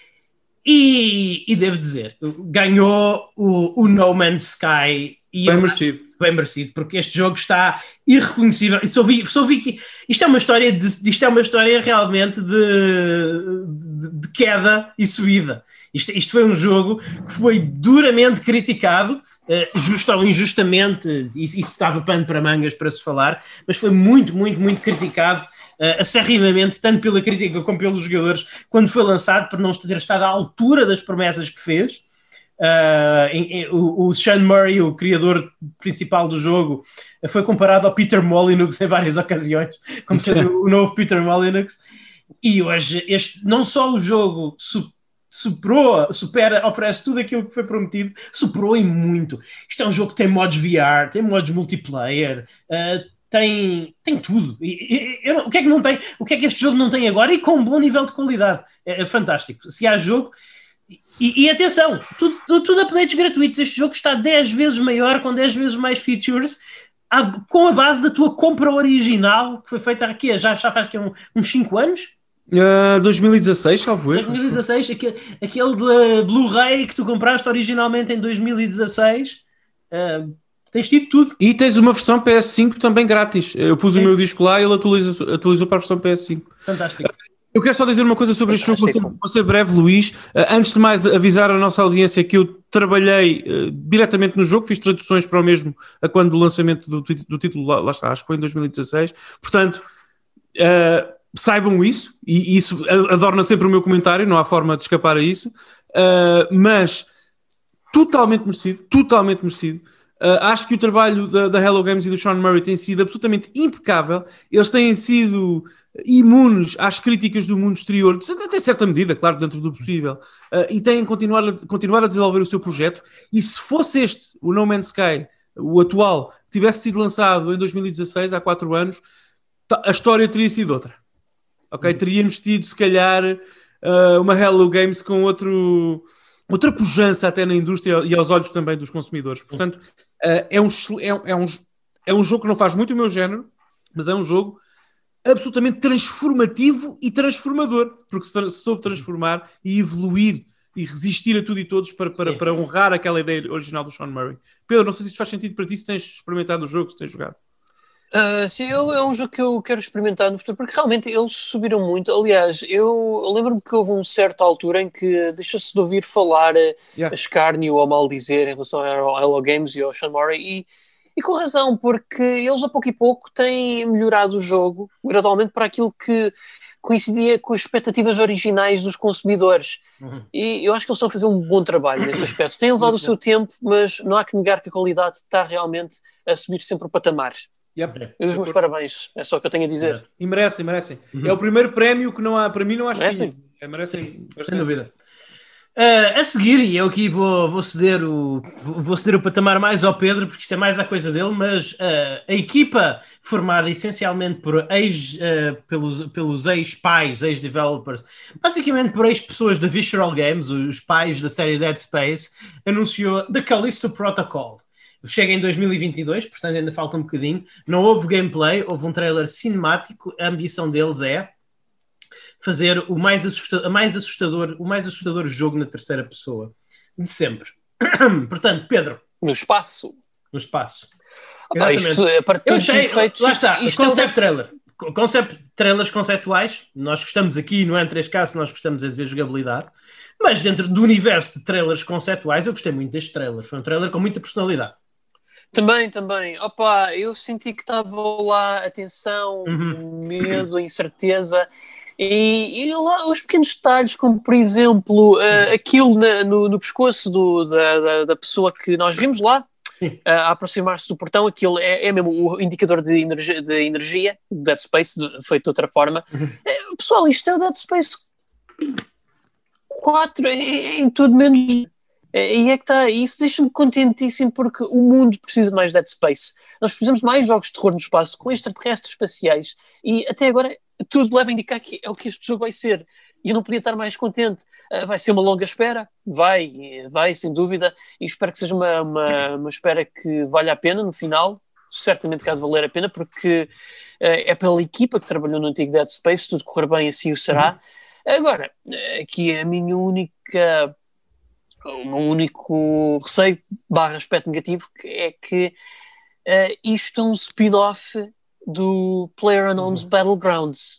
E devo dizer, ganhou o No Man's Sky. Bem merecido, porque este jogo está irreconhecível. E só vi que isto é uma história realmente de queda e subida. Isto foi um jogo que foi duramente criticado, justo ou injustamente, isso dava pano para mangas para se falar, mas foi muito, muito, muito criticado acerrimamente, tanto pela crítica como pelos jogadores, quando foi lançado, por não ter estado à altura das promessas que fez. O Sean Murray, o criador principal do jogo, foi comparado ao Peter Molyneux em várias ocasiões, como sendo o novo Peter Molyneux. E hoje, não só o jogo oferece tudo aquilo que foi prometido, superou e muito. Isto é um jogo que tem modos VR, tem modos multiplayer, tem tudo. O que é que não tem? O que é que este jogo não tem agora? E com um bom nível de qualidade. É fantástico. Se há jogo... E atenção, tudo updates gratuitos. Este jogo está 10 vezes maior, com 10 vezes mais features, com a base da tua compra original, que foi feita aqui, já faz uns 5 anos? 2016, salvo erro. 2016, aquele de Blu-ray que tu compraste originalmente em 2016, tens tido tudo. E tens uma versão PS5 também grátis. Eu pus o meu disco lá e ele atualizou para a versão PS5. Fantástico. Eu quero só dizer uma coisa sobre este jogo, vou ser breve, Luís. Antes de mais, avisar a nossa audiência que eu trabalhei diretamente no jogo, fiz traduções para o mesmo a quando do lançamento do título, lá está, acho que foi em 2016. Portanto, saibam isso, e isso adorna sempre o meu comentário, não há forma de escapar a isso, mas totalmente merecido. Acho que o trabalho da Hello Games e do Sean Murray tem sido absolutamente impecável. Eles têm sido imunes às críticas do mundo exterior, até certa medida, claro, dentro do possível, e têm continuado a desenvolver o seu projeto. E se fosse este, o No Man's Sky, o atual, tivesse sido lançado em 2016, há 4 anos, a história teria sido outra. Okay? Teríamos tido, se calhar, uma Hello Games com outra pujança até na indústria e aos olhos também dos consumidores. Portanto, é um jogo que não faz muito o meu género, mas é um jogo absolutamente transformativo e transformador, porque se soube transformar e evoluir e resistir a tudo e todos para honrar aquela ideia original do Sean Murray. Pedro, não sei se isto faz sentido para ti, se tens experimentado o jogo, se tens jogado. Sim, é um jogo que eu quero experimentar no futuro, porque realmente eles subiram muito. Aliás, eu lembro-me que houve uma certa altura em que deixou-se de ouvir falar a escárnio ou mal dizer em relação ao Hello Games e ao Sean Murray, e com razão, porque eles a pouco e pouco têm melhorado o jogo gradualmente para aquilo que coincidia com as expectativas originais dos consumidores. E eu acho que eles estão a fazer um bom trabalho nesse aspecto. Têm levado o seu tempo, mas não há que negar que a qualidade está realmente a subir sempre o patamar. Eu os meus parabéns, é só o que eu tenho a dizer. E merecem. É o primeiro prémio que não há, para mim não há espinho. Merecem bastante. Sem dúvida. A seguir, e eu aqui vou ceder o patamar mais ao Pedro, porque isto é mais a coisa dele, mas a equipa formada essencialmente pelos ex-pais, ex-developers, basicamente por ex-pessoas da Visceral Games, os pais da série Dead Space, anunciou The Callisto Protocol. Chega em 2022, portanto ainda falta um bocadinho. Não houve gameplay, houve um trailer cinemático. A ambição deles é fazer o mais assustador jogo na terceira pessoa de sempre. Portanto, Pedro. No espaço. Isto é para todos os efeitos. Lá está, concept trailer. Trailers conceptuais. Nós gostamos aqui no N3K, nós gostamos de ver jogabilidade. Mas dentro do universo de trailers conceptuais, eu gostei muito deste trailer. Foi um trailer com muita personalidade. Também. Opa, eu senti que estava lá a tensão, o medo, a incerteza. E lá os pequenos detalhes, como por exemplo aquilo no pescoço da pessoa que nós vimos lá a aproximar-se do portão, aquilo é mesmo o indicador de energia do Dead Space, feito de outra forma. Pessoal, isto é o Dead Space 4 em tudo menos. E é que está, e isso deixa-me contentíssimo, porque o mundo precisa de mais Dead Space. Nós precisamos de mais jogos de terror no espaço com extraterrestres espaciais, e até agora tudo leva a indicar que é o que este jogo vai ser. E eu não podia estar mais contente. Vai ser uma longa espera? Vai, sem dúvida, e espero que seja uma espera que valha a pena no final. Certamente que há de valer a pena, porque é pela equipa que trabalhou no antigo Dead Space, se tudo correr bem assim o será. Agora, aqui é a minha única... O meu único receio / aspecto negativo é que isto é um spin-off do PlayerUnknown's Battlegrounds.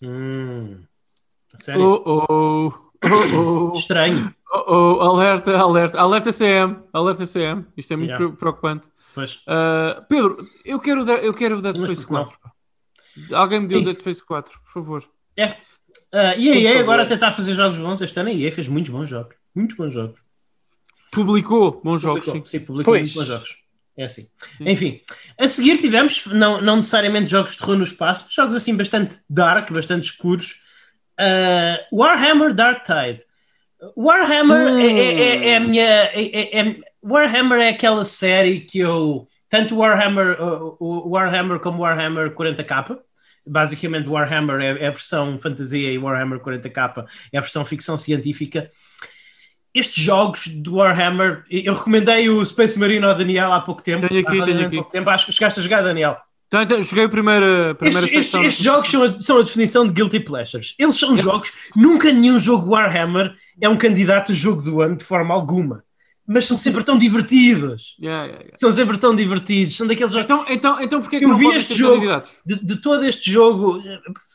Sério? Estranho. Alerta CM. Isto é muito preocupante. Pedro, eu quero o Dead Space 4. Alguém me deu o Dead Space 4, por favor. E a EA agora a tentar fazer jogos bons. Este ano a EA fez muitos bons jogos. Publicou bons jogos, sim. Publicou muitos bons jogos. É assim. Sim. Enfim, a seguir tivemos, não necessariamente jogos de terror no espaço, mas jogos assim bastante dark, bastante escuros. Warhammer Dark Tide. Warhammer é a minha... Warhammer é aquela série que eu... Tanto Warhammer como Warhammer 40k. Basicamente Warhammer é a versão fantasia e Warhammer 40k é a versão ficção científica. Estes jogos do Warhammer, eu recomendei o Space Marine ao Daniel há pouco tempo. Tenho aqui. Acho que chegaste a jogar, Daniel. Então, joguei a primeira sessão. Estes jogos são a definição de guilty pleasures. Eles são jogos, nunca nenhum jogo Warhammer é um candidato a jogo do ano de forma alguma. Mas são sempre tão divertidos. São sempre tão divertidos. São daqueles jogos... Então porque é que eu vi este jogo, de todo este jogo,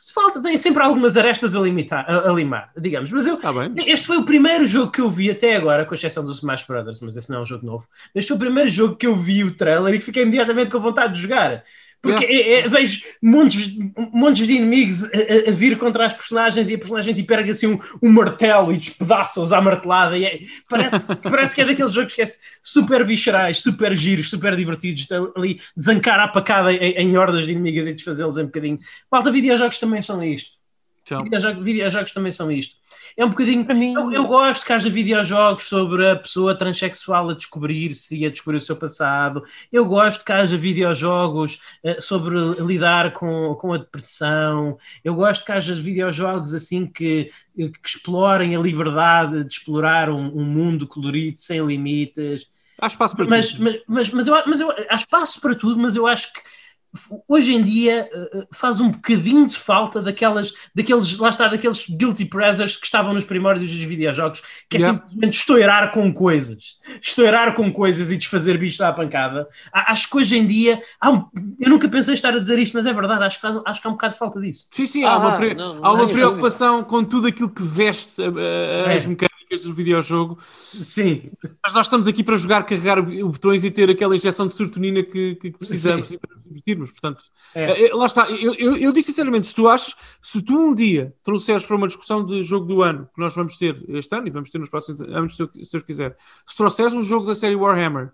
falta, tem sempre algumas arestas a limar, digamos. Mas este foi o primeiro jogo que eu vi até agora, com exceção do Smash Brothers, mas esse não é um jogo novo. Este foi o primeiro jogo que eu vi o trailer e que fiquei imediatamente com vontade de jogar. Porque vejo montes de inimigos a vir contra as personagens e a personagem tipo ergue assim um martelo e despedaça-os à martelada. E parece que é daqueles jogos que é super viscerais, super giros, super divertidos, ali desancar a pacada em hordas de inimigos e desfazê-los em bocadinho. Falta, videojogos também são isto. Videojogos também são isto. É um bocadinho para mim. Eu gosto que haja videojogos sobre a pessoa transexual a descobrir-se e a descobrir o seu passado. Eu gosto que haja videojogos sobre lidar com a depressão. Eu gosto que haja videojogos assim que explorem a liberdade de explorar um mundo colorido sem limites. Há espaço para tudo. Mas há espaço para tudo, mas eu acho que hoje em dia faz um bocadinho de falta daqueles guilty pleasures que estavam nos primórdios dos videojogos, que é simplesmente estourar com coisas e desfazer bicho à pancada. Acho que hoje em dia eu nunca pensei estar a dizer isto, mas é verdade, acho que há um bocado de falta disso. Sim, há uma preocupação com tudo aquilo que veste as mecânicas do videojogo. Sim. Mas nós estamos aqui para jogar, carregar botões e ter aquela injeção de serotonina que precisamos para nos divertirmos. Portanto, lá está. Eu digo sinceramente, se tu um dia trouxeres para uma discussão de jogo do ano, que nós vamos ter este ano e vamos ter nos próximos anos, se Deus quiser, se trouxeres um jogo da série Warhammer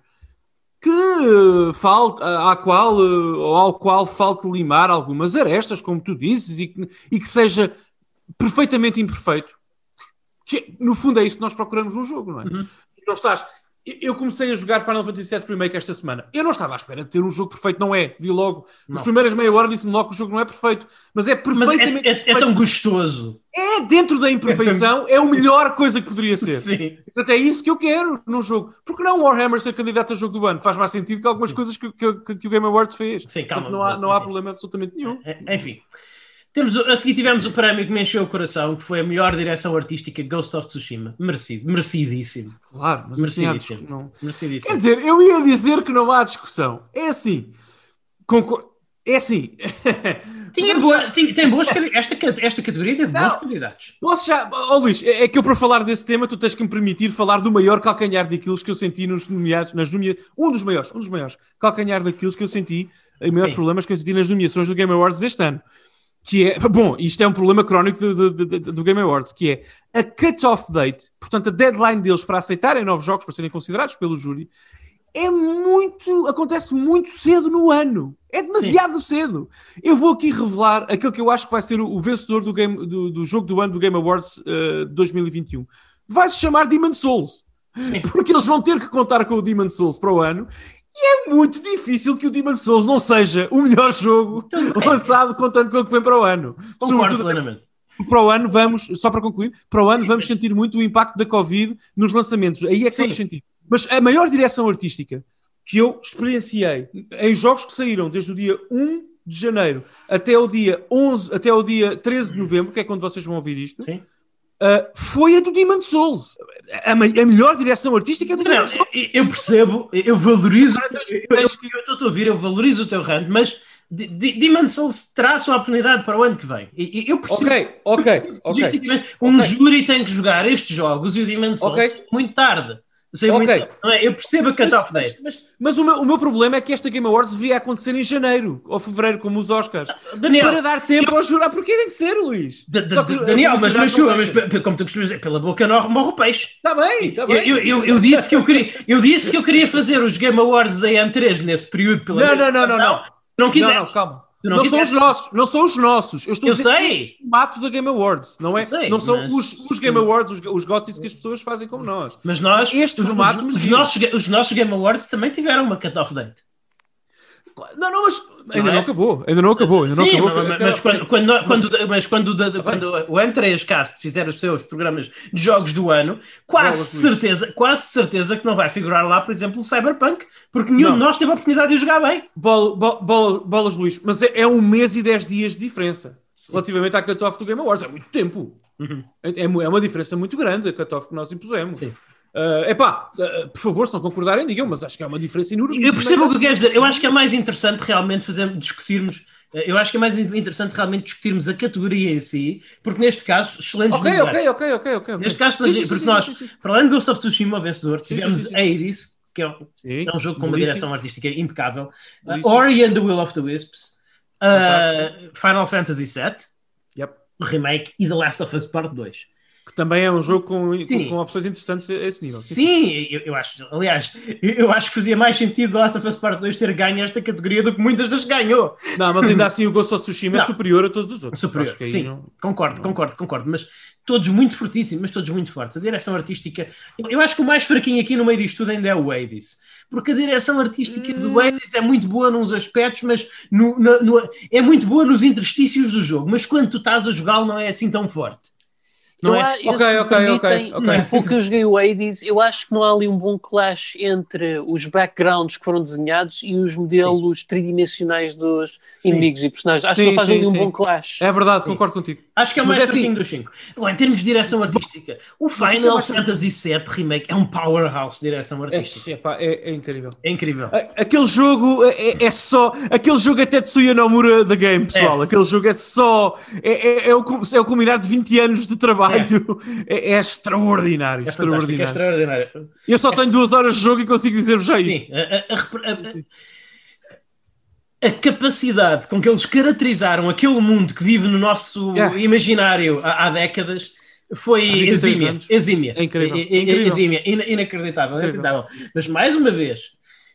ao qual falte limar algumas arestas, como tu dizes, e que seja perfeitamente imperfeito, que no fundo é isso que nós procuramos num jogo, não é? Uhum. Não estás... Eu comecei a jogar Final Fantasy VII Remake esta semana. Eu não estava à espera de ter um jogo perfeito, não é? Vi logo, nas primeiras meia hora disse-me logo que o jogo não é perfeito, mas é perfeitamente é tão gostoso. É dentro da imperfeição, é a melhor coisa que poderia ser. Sim. Portanto, é isso que eu quero num jogo. Porque não o Warhammer ser candidato a jogo do ano? Faz mais sentido que algumas coisas que o Game Awards fez. Sim, calma. Não há problema absolutamente nenhum. Enfim. A seguir tivemos o prémio que me encheu o coração, que foi a melhor direção artística Ghost of Tsushima. Merecidíssimo. Claro, mas merecidíssimo. Quer dizer, eu ia dizer que não há discussão. É assim. É assim. Tem boas esta categoria teve bons candidatos. Posso já... Luís, é que eu para falar desse tema tu tens que me permitir falar do maior calcanhar daqueles que eu senti nas nomeações. Um dos maiores calcanhar daqueles que eu senti, os maiores problemas que eu senti nas nomeações do Game Awards deste ano. Que é, isto é um problema crónico do Game Awards, que é a cut-off date, portanto a deadline deles para aceitarem novos jogos, para serem considerados pelo júri, acontece muito cedo no ano. É demasiado cedo. Eu vou aqui revelar aquele que eu acho que vai ser o vencedor do jogo do ano do Game Awards 2021. Vai-se chamar Demon's Souls. Sim. Porque eles vão ter que contar com o Demon's Souls para o ano. E é muito difícil que o Demon's Souls não seja o melhor jogo lançado contando com o que vem para o ano. Concordo plenamente. Para o ano só para concluir, para o ano vamos sentir muito o impacto da Covid nos lançamentos. Aí é que vamos sentir. Mas a maior direção artística que eu experienciei em jogos que saíram desde o dia 1 de janeiro até o dia 13 de novembro, que é quando vocês vão ouvir isto, foi a do Demon's Souls. A melhor direção artística é do Demon's Souls. Eu percebo, eu valorizo, eu valorizo o teu rant, mas Demon's Souls terá a sua oportunidade para o ano que vem. Eu percebo. Ok. Júri tem que jogar estes jogos e o Demon's Souls muito tarde. Eu percebo a cut-off date. Mas o meu problema é que esta Game Awards devia acontecer em janeiro ou fevereiro, como os Oscars. Daniel, para dar tempo a jurar. Porquê tem que ser, Luís? Daniel, mas como tu costumas dizer, pela boca não morre o peixe. Está bem. Eu disse que eu queria fazer os Game Awards da E3 nesse período. Não quiser. Não, calma. Não são os nossos. Eu estou a dizer este formato da Game Awards, não é? Não são os Game Awards, os GOTYs que as pessoas fazem como nós. Mas nós, este formato, os nossos Game Awards também tiveram uma cut-off date. Mas ainda não acabou. Mas quando o N3Cast fizer os seus programas de jogos do ano, quase certeza que não vai figurar lá, por exemplo, o Cyberpunk, porque nenhum de nós teve a oportunidade de o jogar bem. Bolas, Luís, mas é 1 mês e 10 dias de diferença. Sim. Relativamente à cut-off do Game Awards. É muito tempo. Uhum. É uma diferença muito grande a cut-off que nós impusemos. Sim. Por favor, se não concordarem, digam, mas acho que é uma diferença enorme. Eu percebo o que queres dizer. Eu acho que é mais interessante realmente discutirmos Eu acho que é mais interessante realmente discutirmos a categoria em si, porque neste caso, excelentes Ok. Neste caso, porque nós, para além de Ghost of Tsushima, o vencedor, tivemos Hades, que é um jogo com uma direção artística impecável, Ori and the Will of the Wisps, Final Fantasy VII, Remake e The Last of Us Part 2. Que também é um jogo com opções interessantes a esse nível. Sim. Eu acho, aliás, eu acho que fazia mais sentido The Last of Us Part 2 ter ganho esta categoria do que muitas das que ganhou. Não, mas ainda assim o Ghost of Tsushima é superior a todos os outros. Superior, sim. Concordo. Mas todos muito fortíssimos, mas todos muito fortes. A direção artística... Eu acho que o mais fraquinho aqui no meio disto tudo ainda é o Hades. Porque a direção artística do Hades é muito boa nos aspectos, mas é muito boa nos interstícios do jogo. Mas quando tu estás a jogá-lo não é assim tão forte. Ok. Pouco que eu joguei o Hades, eu acho que não há ali um bom clash entre os backgrounds que foram desenhados e os modelos tridimensionais dos inimigos e personagens. Acho que não faz ali um bom clash. É verdade, concordo contigo. Acho que é o mais fraquinho dos 5. Em termos de direção artística, o Final Fantasy VII Remake é um powerhouse de direção artística. É incrível. É incrível. Aquele jogo é só... Aquele jogo é Tetsuya Nomura da game, pessoal. Aquele jogo é só... É o culminar de 20 anos de trabalho. É extraordinário. Extraordinário. Eu só tenho 2 horas de jogo e consigo dizer-vos já isto. Sim, a capacidade com que eles caracterizaram aquele mundo que vive no nosso imaginário há décadas foi exímia. É incrível. Inacreditável. Mas mais uma vez,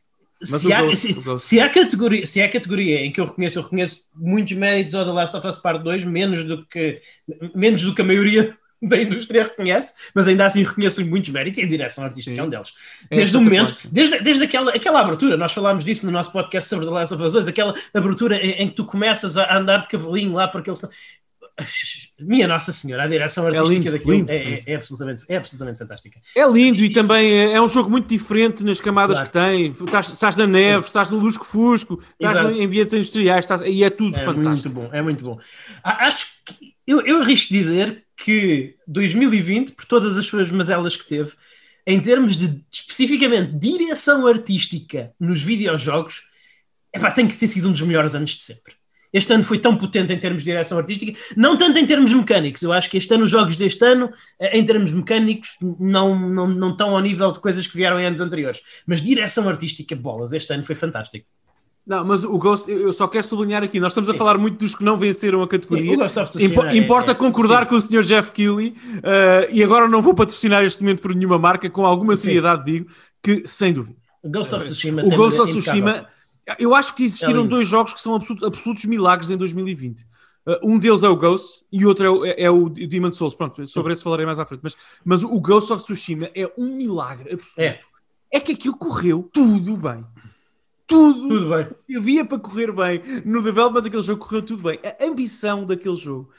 se há categoria em que eu reconheço muitos méritos ao The Last of Us Part 2, menos do que a maioria da indústria reconhece, mas ainda assim reconheço-lhe muitos méritos e a direção artística é um deles. Desde o momento, desde aquela abertura, nós falámos disso no nosso podcast sobre The Last of Us 2, aquela abertura em que tu começas a andar de cavalinho lá para aquele... Minha Nossa Senhora, a direção artística daquilo é absolutamente fantástica. É lindo e também é um jogo muito diferente nas camadas que tem. Estás na neve, estás no lusco-fusco, estás em ambientes industriais e é tudo fantástico. É muito bom. Acho que eu arrisco dizer que 2020, por todas as suas mazelas que teve, em termos de especificamente direção artística nos videojogos, tem que ter sido um dos melhores anos de sempre. Este ano foi tão potente em termos de direção artística, não tanto em termos mecânicos. Eu acho que este ano, os jogos deste ano, em termos mecânicos, não estão ao nível de coisas que vieram em anos anteriores. Mas direção artística, bolas, este ano foi fantástico. Não, mas o Ghost, eu só quero sublinhar aqui, nós estamos a falar muito dos que não venceram a categoria. Importa concordar com o Sr. Jeff Keighley, e agora não vou patrocinar este momento por nenhuma marca, com alguma seriedade digo que, sem dúvida. O Ghost of Tsushima, eu acho que existiram 2 jogos que são absolutos milagres em 2020. Um deles é o Ghost e outro é o Demon's Souls. Pronto, sobre esse falarei mais à frente. Mas o Ghost of Tsushima é um milagre absoluto. É que aquilo correu tudo bem. Tudo bem. Eu via para correr bem. No development daquele jogo correu tudo bem. A ambição daquele jogo.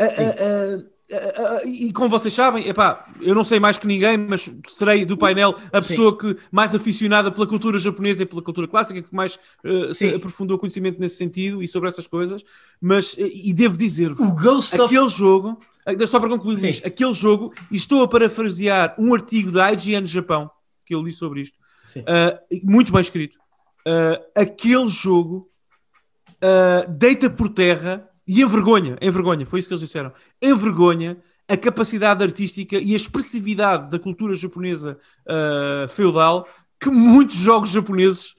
E como vocês sabem, eu não sei mais que ninguém, mas serei do painel a pessoa que mais aficionada pela cultura japonesa e pela cultura clássica, que mais se aprofundou conhecimento nesse sentido e sobre essas coisas. Mas, e devo dizer-vos, aquele jogo, só para concluir isto, aquele jogo, e estou a parafrasear um artigo da IGN Japão, que eu li sobre isto, muito bem escrito. Aquele jogo deita por terra e envergonha, foi isso que eles disseram, envergonha a capacidade artística e a expressividade da cultura japonesa feudal que muitos jogos japoneses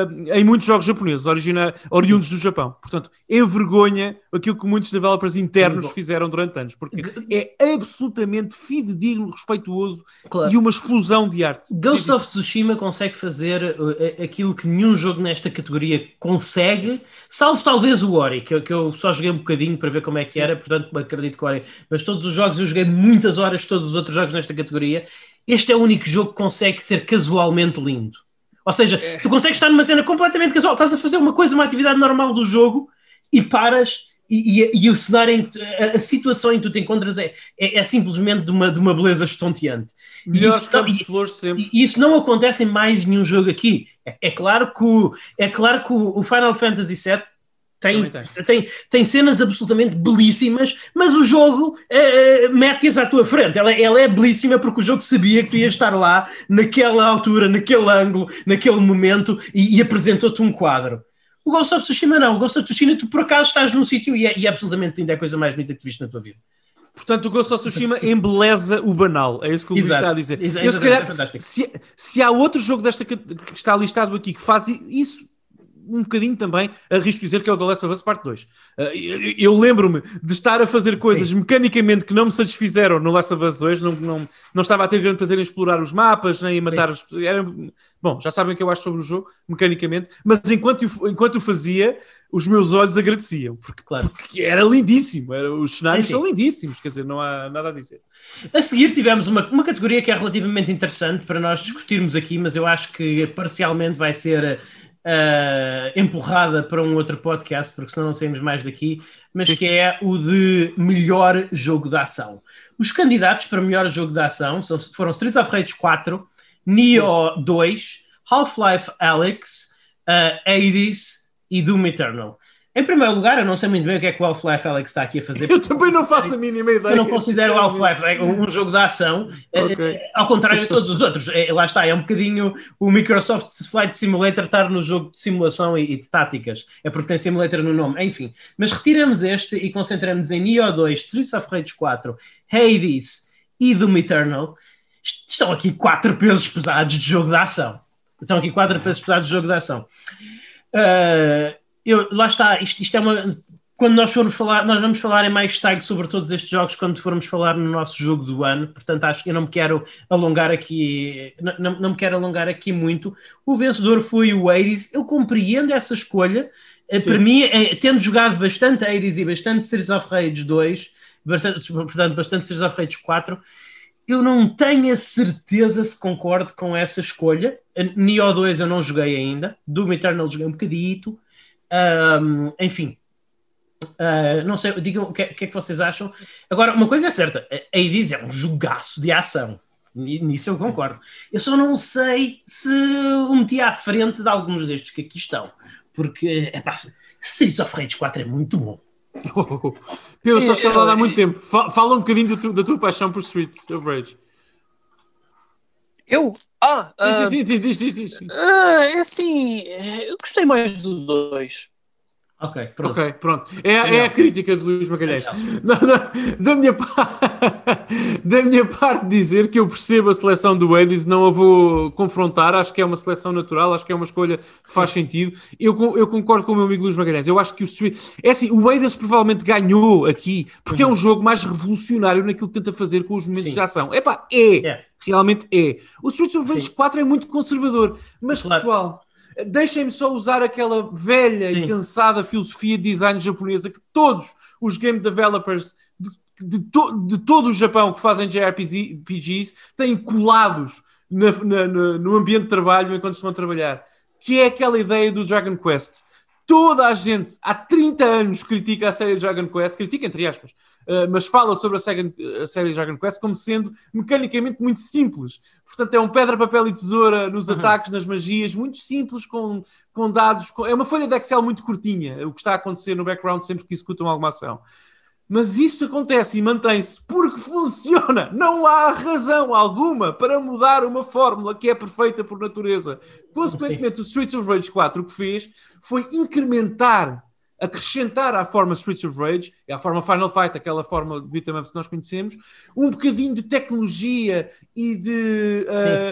oriundos do Japão. Portanto, envergonha aquilo que muitos developers internos fizeram durante anos, porque é absolutamente fidedigno, respeituoso e uma explosão de arte. Ghost of Tsushima consegue fazer aquilo que nenhum jogo nesta categoria consegue, salvo talvez o Ori, que eu só joguei um bocadinho para ver como é que era, portanto acredito que o Ori, mas todos os jogos eu joguei muitas horas, todos os outros jogos nesta categoria. Este é o único jogo que consegue ser casualmente lindo. Ou seja, tu consegues estar numa cena completamente casual, estás a fazer uma atividade normal do jogo e paras e o cenário, a situação em que tu te encontras é simplesmente de uma beleza estonteante. E isso não acontece em mais nenhum jogo aqui. É claro que o Final Fantasy VII tem cenas absolutamente belíssimas, mas o jogo mete-as à tua frente. Ela é belíssima porque o jogo sabia que tu ias estar lá, naquela altura, naquele ângulo, naquele momento, e apresentou-te um quadro. O Ghost of Tsushima não. O Ghost of Tsushima, tu por acaso estás num sítio e absolutamente ainda é a coisa mais bonita que tu viste na tua vida. Portanto, o Ghost of Tsushima embeleza o banal. É isso que o Luís está a dizer. Eu, se calhar, se há outro jogo desta que está listado aqui que faz isso um bocadinho também, arrisco dizer que é o The Last of Us Part 2. Eu lembro-me de estar a fazer coisas mecanicamente que não me satisfizeram no Last of Us 2, não estava a ter grande prazer em explorar os mapas, nem em matar as pessoas. Bom, já sabem o que eu acho sobre o jogo, mecanicamente, mas enquanto o fazia, os meus olhos agradeciam, porque era lindíssimo, os cenários são lindíssimos, quer dizer, não há nada a dizer. A seguir tivemos uma categoria que é relativamente interessante para nós discutirmos aqui, mas eu acho que parcialmente vai ser empurrada para um outro podcast, porque senão não saímos mais daqui, mas que é o de melhor jogo de ação. Os candidatos para melhor jogo de ação foram Streets of Rage 4, Nioh 2, Half-Life Alyx, Hades e Doom Eternal. Em primeiro lugar, eu não sei muito bem o que é que o Half-Life Alyx está aqui a fazer. Eu também não faço a mínima ideia. Eu não considero o Half-Life um jogo de ação, ao contrário de todos os outros. Lá está, é um bocadinho o Microsoft Flight Simulator estar no jogo de simulação e de táticas. É porque tem Simulator no nome. Enfim, mas retiramos este e concentramos em Nioh 2, Streets of Rage 4, Hades e Doom Eternal. Estão aqui 4 pesos pesados de jogo de ação. Lá está, isto é uma... Quando nós formos falar, nós vamos falar em mais detalhe sobre todos estes jogos quando formos falar no nosso jogo do ano, portanto acho que eu não me quero alongar aqui, não me quero alongar aqui muito. O vencedor foi o Hades. Eu compreendo essa escolha. Para mim, tendo jogado bastante Hades e bastante Streets of Rage 2, portanto bastante Streets of Rage 4, eu não tenho a certeza se concordo com essa escolha. Nioh 2 eu não joguei ainda, Doom Eternal joguei um bocadito. Enfim, não sei, digam o que é que vocês acham. Agora, uma coisa é certa, a Hades é um jogaço de ação, nisso eu concordo. Eu só não sei se o meti à frente de alguns destes que aqui estão, porque Streets of Rage 4 é muito bom. Pedro, só estou há muito tempo. Fala um bocadinho da tua paixão por Streets of Rage. Eu? Diz. É assim, eu gostei mais do 2. Ok, pronto. É a crítica de Luís Magalhães. Da minha parte dizer que eu percebo a seleção do Hades, não a vou confrontar, acho que é uma seleção natural, acho que é uma escolha que faz sentido. Eu concordo com o meu amigo Luís Magalhães, eu acho que o Hades provavelmente ganhou aqui, porque é um jogo mais revolucionário naquilo que tenta fazer com os momentos de ação. Realmente é. O Streets of Rage 4 é muito conservador, mas pessoal... Deixem-me só usar aquela velha e cansada filosofia de design japonesa que todos os game developers de todo o Japão que fazem JRPGs têm colados no ambiente de trabalho enquanto estão a trabalhar, que é aquela ideia do Dragon Quest. Toda a gente há 30 anos critica a série Dragon Quest, critica entre aspas, mas fala sobre a série Dragon Quest como sendo mecanicamente muito simples. Portanto, é um pedra, papel e tesoura nos ataques, nas magias, muito simples, com dados. É uma folha de Excel muito curtinha, o que está a acontecer no background sempre que executam alguma ação. Mas isso acontece e mantém-se porque funciona. Não há razão alguma para mudar uma fórmula que é perfeita por natureza. Consequentemente, o Streets of Rage 4 o que fez foi acrescentar à forma Streets of Rage, à forma Final Fight, aquela forma de beat'em up que nós conhecemos, um bocadinho de tecnologia e de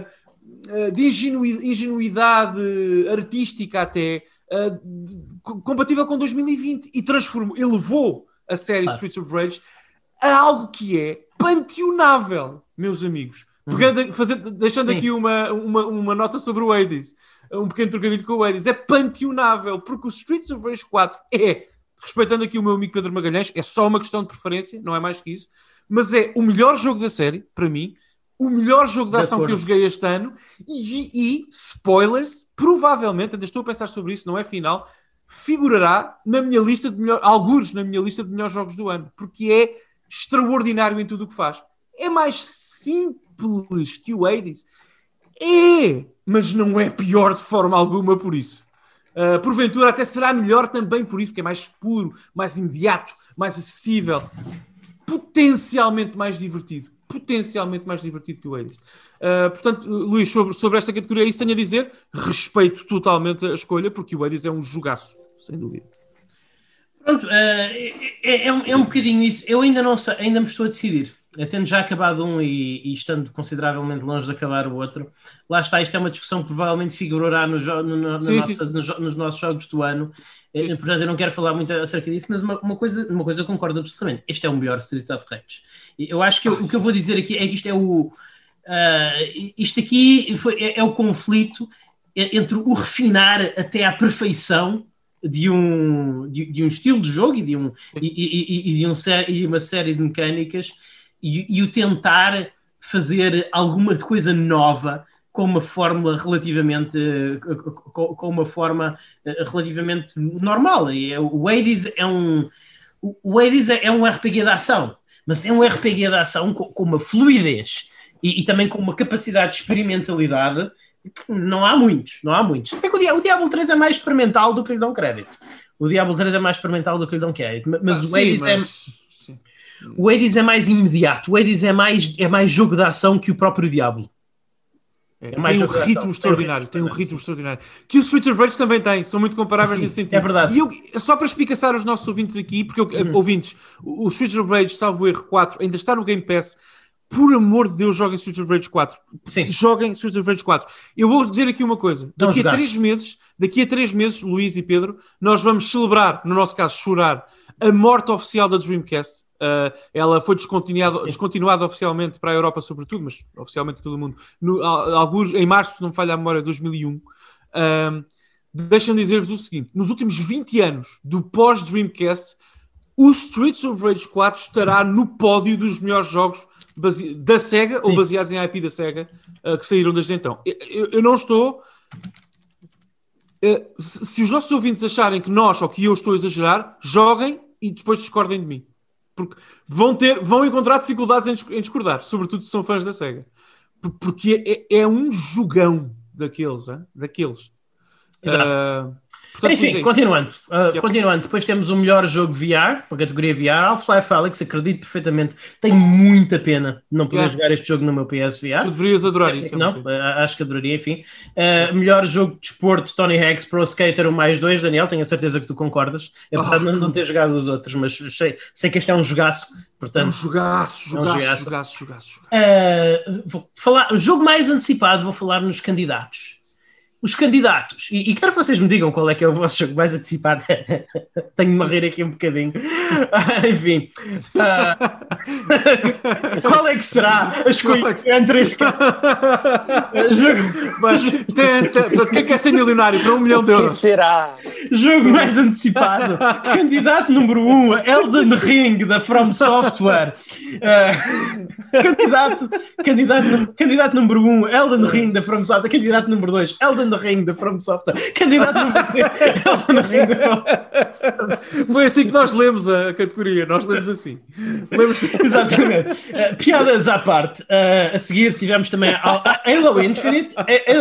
ingenuidade artística até, compatível com 2020, e elevou a série Streets of Rage a algo que é panteonável, meus amigos. Deixando aqui uma nota sobre o Hades, um pequeno trocadilho com o Hades, é panteonável, porque o Streets of Rage 4 respeitando aqui o meu amigo Pedro Magalhães, é só uma questão de preferência, não é mais que isso, mas é o melhor jogo da série, para mim, o melhor jogo de ação que eu joguei este ano, e spoilers, provavelmente, ainda estou a pensar sobre isso, não é final, figurará na minha lista algures na minha lista de melhores jogos do ano, porque é extraordinário em tudo o que faz. É mais simples que o Hades? Mas não é pior de forma alguma por isso. Porventura até será melhor também por isso, que é mais puro, mais imediato, mais acessível, potencialmente mais divertido. potencialmente mais divertido que o Hades. Portanto, Luís, sobre esta categoria, isso tenho a dizer, respeito totalmente a escolha, porque o Hades é um jogaço, sem dúvida. Pronto, é um bocadinho isso. Eu ainda não sei, ainda me estou a decidir. Tendo já acabado um e estando consideravelmente longe de acabar o outro, lá está, isto é uma discussão que provavelmente figurará nos nossos jogos do ano. Portanto, eu não quero falar muito acerca disso, mas uma coisa eu concordo absolutamente. Este é o melhor Streets of Rage. Eu acho que o que eu vou dizer aqui é que isto é isto aqui é o conflito entre o refinar até à perfeição de um estilo de jogo e de uma série de mecânicas e o tentar fazer alguma coisa nova com uma fórmula relativamente normal. O Hades é um RPG de ação, mas é um RPG de ação com uma fluidez e também com uma capacidade de experimentalidade que não há muitos. O Diablo 3 é mais experimental do que lhe dão crédito. Mas o Hades é mais imediato. O Hades é mais jogo de ação que o próprio Diablo. Tem um ritmo extraordinário. Que o Streets of Rage também tem. São muito comparáveis nesse sentido. É verdade. E só para explicar aos nossos ouvintes aqui, porque ouvintes, o Streets of Rage, salvo erro 4, ainda está no Game Pass. Por amor de Deus, joguem Streets of Rage 4. Sim. Joguem Streets of Rage 4. Eu vou dizer aqui uma coisa. Daqui a 3 meses, Luís e Pedro, nós vamos celebrar, no nosso caso, chorar, a morte oficial da Dreamcast. Ela foi descontinuada oficialmente para a Europa, sobretudo, mas oficialmente todo o mundo. Alguns, em março, se não me falha a memória, 2001. Deixem-me dizer-vos o seguinte. Nos últimos 20 anos do pós-Dreamcast, o Streets of Rage 4 estará no pódio dos melhores jogos da SEGA, ou baseados em IP da SEGA, que saíram desde então. Eu não estou... se os nossos ouvintes acharem que nós, ou que eu estou a exagerar, joguem e depois discordem de mim. Porque vão encontrar dificuldades em discordar, sobretudo se são fãs da SEGA. Porque é um jogão daqueles. Exato. Portanto, enfim, continuando, depois temos o melhor jogo VR, para a categoria VR, Half-Life Alyx, acredito perfeitamente, tem muita pena não poder jogar este jogo no meu PSVR. Tu deverias adorar isso. Não, acho que adoraria, enfim. Melhor jogo de desporto, Tony Hawk's Pro Skater 1+2, Daniel, tenho a certeza que tu concordas, apesar de não ter jogado os outros, mas sei que este é um jogaço. Portanto, é um jogaço. Vou falar, o jogo mais antecipado, vou falar nos candidatos. Os candidatos, e quero que vocês me digam qual é que é o vosso jogo mais antecipado. Tenho de morrer aqui um bocadinho. Enfim. Qual é que será a escolha entre os Mas quem quer ser milionário para 1 milhão de euros? Quem será? Jogo mais antecipado. Candidato número 1, Elden Ring, da From Software. Candidato número 1, Elden Ring, da From Software. Candidato número 2, Elden Ring, da From Software. Candidato número 3, Elden Ring, da From Software. Foi assim que nós lemos a categoria. Nós lemos assim. Exatamente. Piadas à parte. A seguir tivemos também Halo Infinite,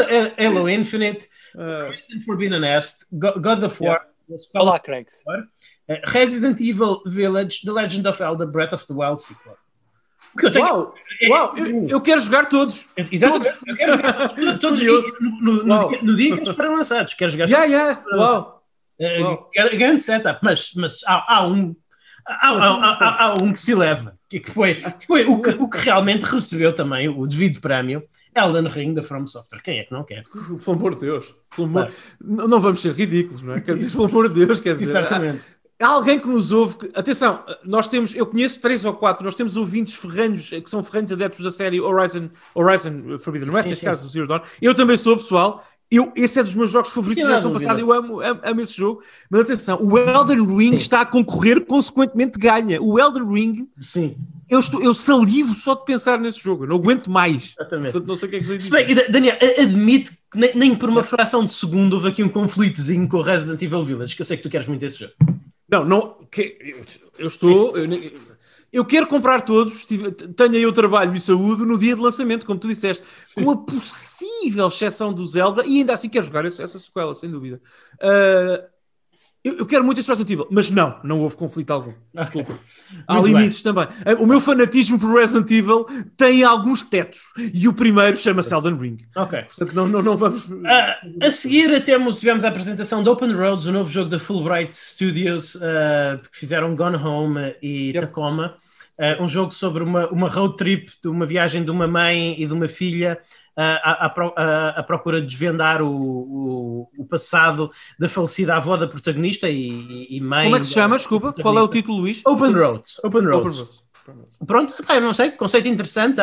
Horizon Forbidden West, God of War. Olá, Craig. Resident Evil Village, The Legend of Zelda, Breath of the Wild sequel. Uau! Eu quero jogar todos. Exatamente. Eu quero jogar todos no dia que eles forem lançados. Quero jogar Uau! Grande setup, mas há um que se leva, que foi o que realmente recebeu também o devido prémio, Elden Ring, da From Software. Quem é que não quer? Pelo amor de Deus. Não vamos ser ridículos, não é? Quer dizer, pelo amor de Deus, quer dizer... Exatamente. Há alguém que nos ouve... Atenção, eu conheço 3 ou 4, nós temos ouvintes ferranhos, que são ferranhos adeptos da série Horizon Forbidden West, neste caso o Zero Dawn. Eu também sou, pessoal. Esse é dos meus jogos favoritos da geração passada. Eu amo esse jogo. Mas atenção, o Elden Ring está a concorrer, consequentemente ganha. O Elden Ring... Sim. Eu salivo só de pensar nesse jogo. Eu não aguento mais. Exatamente. Portanto, não sei o que é que eu dizer. Bem, Daniel, admito que nem por uma fração de segundo houve aqui um conflitozinho com o Resident Evil Village, que eu sei que tu queres muito esse jogo. Eu quero comprar todos, tenho aí o trabalho e saúde no dia de lançamento, como tu disseste, com a possível exceção do Zelda, e ainda assim quero jogar essa sequela, sem dúvida. Eu quero muito esse Resident Evil, mas não houve conflito algum. Desculpa. Há limites também. O meu fanatismo por Resident Evil tem alguns tetos. E o primeiro chama-se Elden Ring. Ok. Portanto, não vamos... A seguir tivemos a apresentação de Open Roads, o novo jogo da Fulbright Studios, que fizeram Gone Home e Tacoma. Um jogo sobre uma road trip, de uma viagem de uma mãe e de uma filha à procura de desvendar o passado da falecida avó da protagonista e mãe. Como é que se chama? Desculpa, qual é o título, Luís? Open Roads. Pronto, eu não sei, conceito interessante.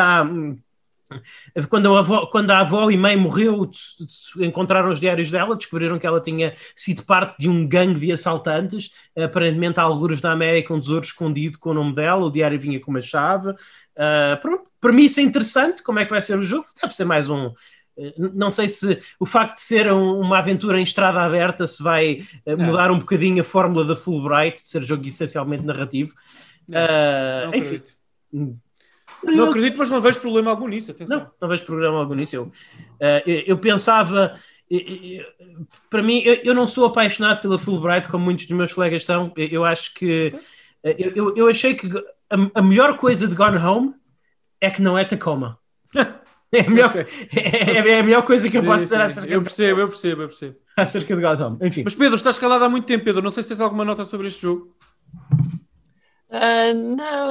Quando a avó e mãe morreu, encontraram os diários dela, descobriram que ela tinha sido parte de um gangue de assaltantes, aparentemente há algures da América, um tesouro escondido com o nome dela, o diário vinha com uma chave. Pronto, premissa interessante. Como é que vai ser o jogo? Deve ser mais um... Não sei se o facto de ser uma aventura em estrada aberta se vai mudar um bocadinho a fórmula da Fulbright, de ser jogo essencialmente narrativo. Não enfim. Não acredito, mas não vejo problema algum nisso. Atenção. Não vejo problema algum nisso. Eu pensava... para mim, eu não sou apaixonado pela Fulbright como muitos dos meus colegas são. Eu acho que... Eu achei que a melhor coisa de Gone Home é que não é Tacoma. É a melhor coisa que eu posso dizer acerca eu percebo. Acerca de Gone Home. Enfim. Mas Pedro, estás calado há muito tempo, Pedro. Não sei se tens alguma nota sobre este jogo. Não,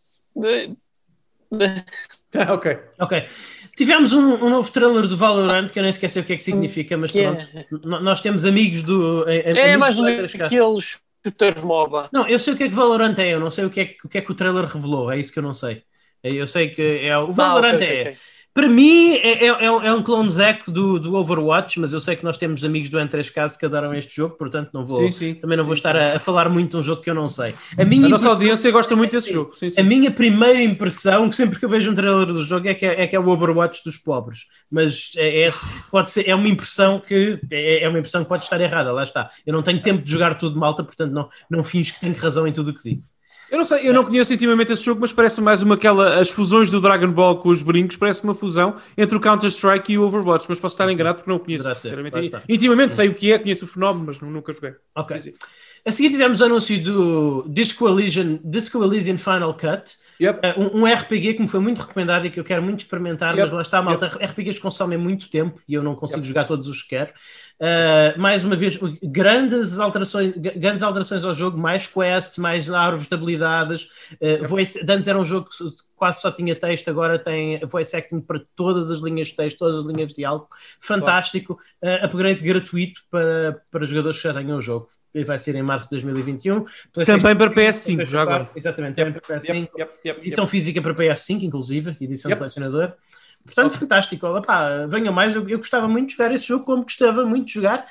Ok. Tivemos um novo trailer do Valorant, que eu nem esqueci o que é que significa, mas pronto. Nós temos amigos do... mais aqueles shooters MOBA. Não, eu sei o que é que Valorant é, eu não sei o que é que o trailer revelou, é isso que eu não sei. Eu sei que o Valorant okay. Para mim é um clonezeco do Overwatch, mas eu sei que nós temos amigos do N3Cast que adoram este jogo, portanto não vou estar a falar muito de um jogo que eu não sei. A nossa audiência gosta muito desse jogo. Sim. A minha primeira impressão, sempre que eu vejo um trailer do jogo, é que é o Overwatch dos pobres. Mas pode ser, é uma impressão que pode estar errada, lá está. Eu não tenho tempo de jogar tudo, malta, portanto não finjo que tenho razão em tudo o que digo. Eu não sei, eu não conheço intimamente esse jogo, mas parece mais as fusões do Dragon Ball com os brincos, parece uma fusão entre o Counter-Strike e o Overwatch, mas posso estar enganado porque não o conheço, sinceramente. Intimamente sei o que é, conheço o fenómeno, mas nunca joguei. Ok. Sim. A seguir tivemos o anúncio do Disco Elysian Final Cut, um RPG que me foi muito recomendado e que eu quero muito experimentar, mas lá está, malta, RPGs consomem muito tempo e eu não consigo jogar todos os que quero. Mais uma vez, grandes alterações ao jogo, mais quests, mais árvores de habilidades. Antes era um jogo que quase só tinha texto, agora tem voice acting para todas as linhas de texto, todas as linhas de diálogo. Fantástico. Upgrade gratuito para jogadores que já tenham o jogo. Vai ser em março de 2021. Também para PS5, já agora. Exatamente, também para PS5. Edição física para PS5, inclusive, edição de colecionador. Portanto, fantástico. Olha, pá, venham mais. Eu gostava muito de jogar esse jogo, como gostava muito de jogar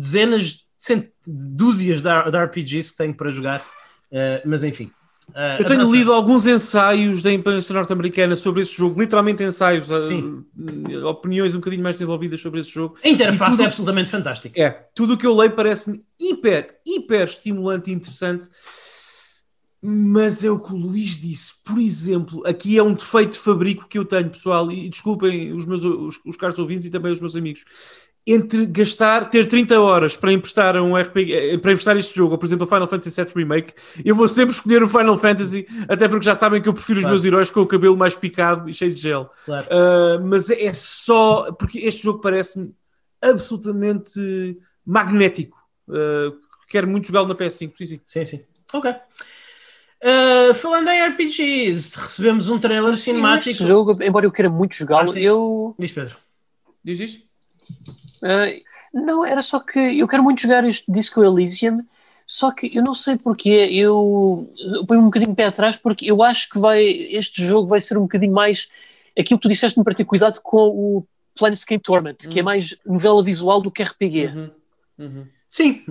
dúzias de RPGs que tenho para jogar. Mas enfim. Eu tenho lido alguns ensaios da imprensa norte-americana sobre esse jogo, literalmente ensaios, opiniões um bocadinho mais desenvolvidas sobre esse jogo. A interface é absolutamente fantástica. Tudo o que eu leio parece-me hiper estimulante e interessante. Mas é o que o Luís disse. Por exemplo, aqui é um defeito de fabrico que eu tenho, pessoal, e desculpem os caros ouvintes e também os meus amigos. Entre ter 30 horas para emprestar um RPG, para emprestar este jogo, ou por exemplo, o Final Fantasy VII Remake, eu vou sempre escolher o Final Fantasy, até porque já sabem que eu prefiro os meus heróis com o cabelo mais picado e cheio de gel. Claro. Mas é só porque este jogo parece-me absolutamente magnético. Quero muito jogá-lo na PS5. Sim. Ok. Falando em RPGs, recebemos um trailer cinemático. Este jogo, embora eu queira muito jogá-lo, Diz, Pedro. Diz isto? Não, era só que eu quero muito jogar este Disco Elysium, só que eu não sei porquê, eu ponho um bocadinho de pé atrás, porque eu acho que este jogo vai ser um bocadinho mais aquilo que tu disseste-me para ter cuidado com o Planescape Torment, que é mais novela visual do que RPG. Sim,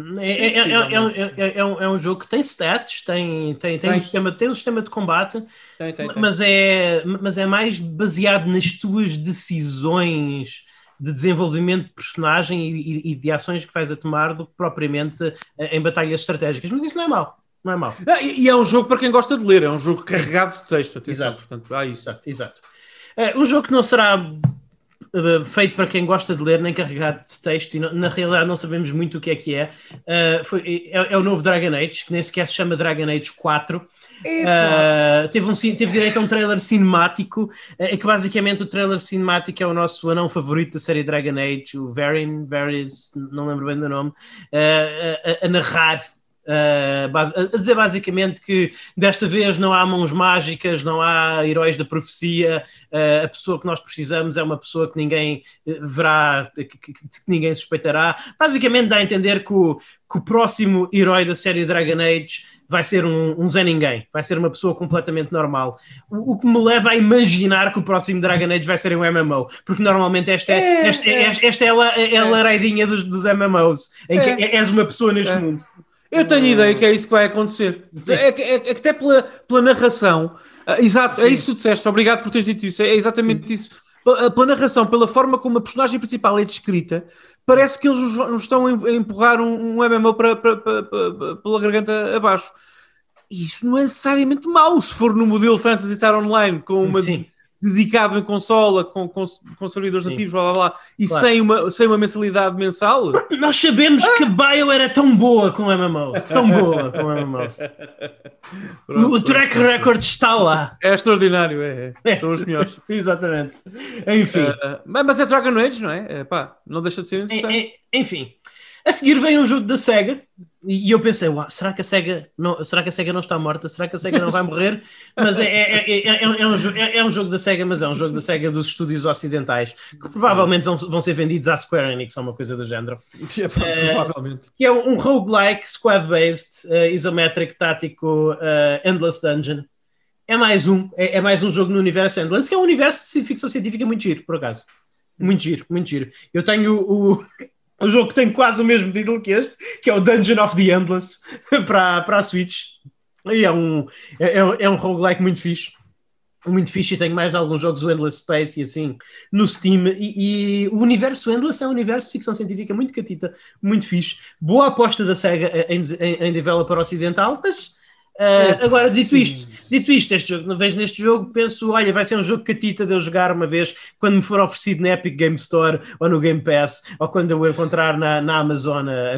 é um jogo que tem stats, tem um sistema de combate, mas é mais baseado nas tuas decisões de desenvolvimento de personagem e de ações que vais a tomar do que propriamente em batalhas estratégicas. Mas isso não é mau. E é um jogo para quem gosta de ler, é um jogo carregado de texto. Atenção, exato. Portanto, há isso. Exato. Um jogo que não será feito para quem gosta de ler, nem carregado de texto, e na realidade não sabemos muito o que é. É o novo Dragon Age, que nem sequer se chama Dragon Age 4. Teve direito a um trailer cinemático, que basicamente o trailer cinemático é o nosso anão favorito da série Dragon Age, o Varys, não lembro bem do nome, a narrar. A dizer basicamente que desta vez não há mãos mágicas, não há heróis da profecia, a pessoa que nós precisamos é uma pessoa que ninguém verá, que ninguém suspeitará. Basicamente dá a entender que o próximo herói da série Dragon Age vai ser um Zé Ninguém, vai ser uma pessoa completamente normal, o que me leva a imaginar que o próximo Dragon Age vai ser um MMO, porque normalmente esta é a lareidinha dos MMOs, em que és uma pessoa neste mundo. Eu tenho ideia que é isso que vai acontecer. É que até pela narração. Exato, é isso que tu disseste. Obrigado por teres dito isso. É exatamente isso. Pela narração, pela forma como a personagem principal é descrita, parece que eles nos estão a empurrar um MMO pela garganta abaixo. E isso não é necessariamente mau, se for no modelo Phantasy Star Online, com uma... dedicado em consola, com servidores nativos, blá blá blá, e claro, sem uma mensalidade mensal. Nós sabemos que Bio era tão boa com MMOs. Tão boa com MMOs. O track record está lá. É extraordinário, são os melhores. Exatamente. Enfim. Mas é Dragon Age, não é? Não deixa de ser interessante. Enfim. A seguir vem um jogo da SEGA e eu pensei, será que a SEGA não está morta? Será que a SEGA não vai morrer? Mas é um jogo da SEGA, mas é um jogo da SEGA dos estúdios ocidentais, que provavelmente vão ser vendidos à Square Enix ou uma coisa do género. Provavelmente. Que é um roguelike, squad-based, isométrico, tático, Endless Dungeon. É mais um jogo no universo Endless, que é um universo de ficção científica muito giro, por acaso. Muito giro, muito giro. Eu tenho o jogo que tem quase o mesmo título que este, que é o Dungeon of the Endless, para a Switch. E é um roguelike muito fixe. Muito fixe, e tenho mais alguns jogos, o Endless Space e assim, no Steam. E o universo Endless é um universo de ficção científica muito catita, muito fixe. Boa aposta da SEGA em developer ocidental, mas... agora, dito isto, este jogo, vejo neste jogo, penso, olha, vai ser um jogo catita de eu jogar uma vez quando me for oferecido na Epic Game Store ou no Game Pass, ou quando eu encontrar na Amazon a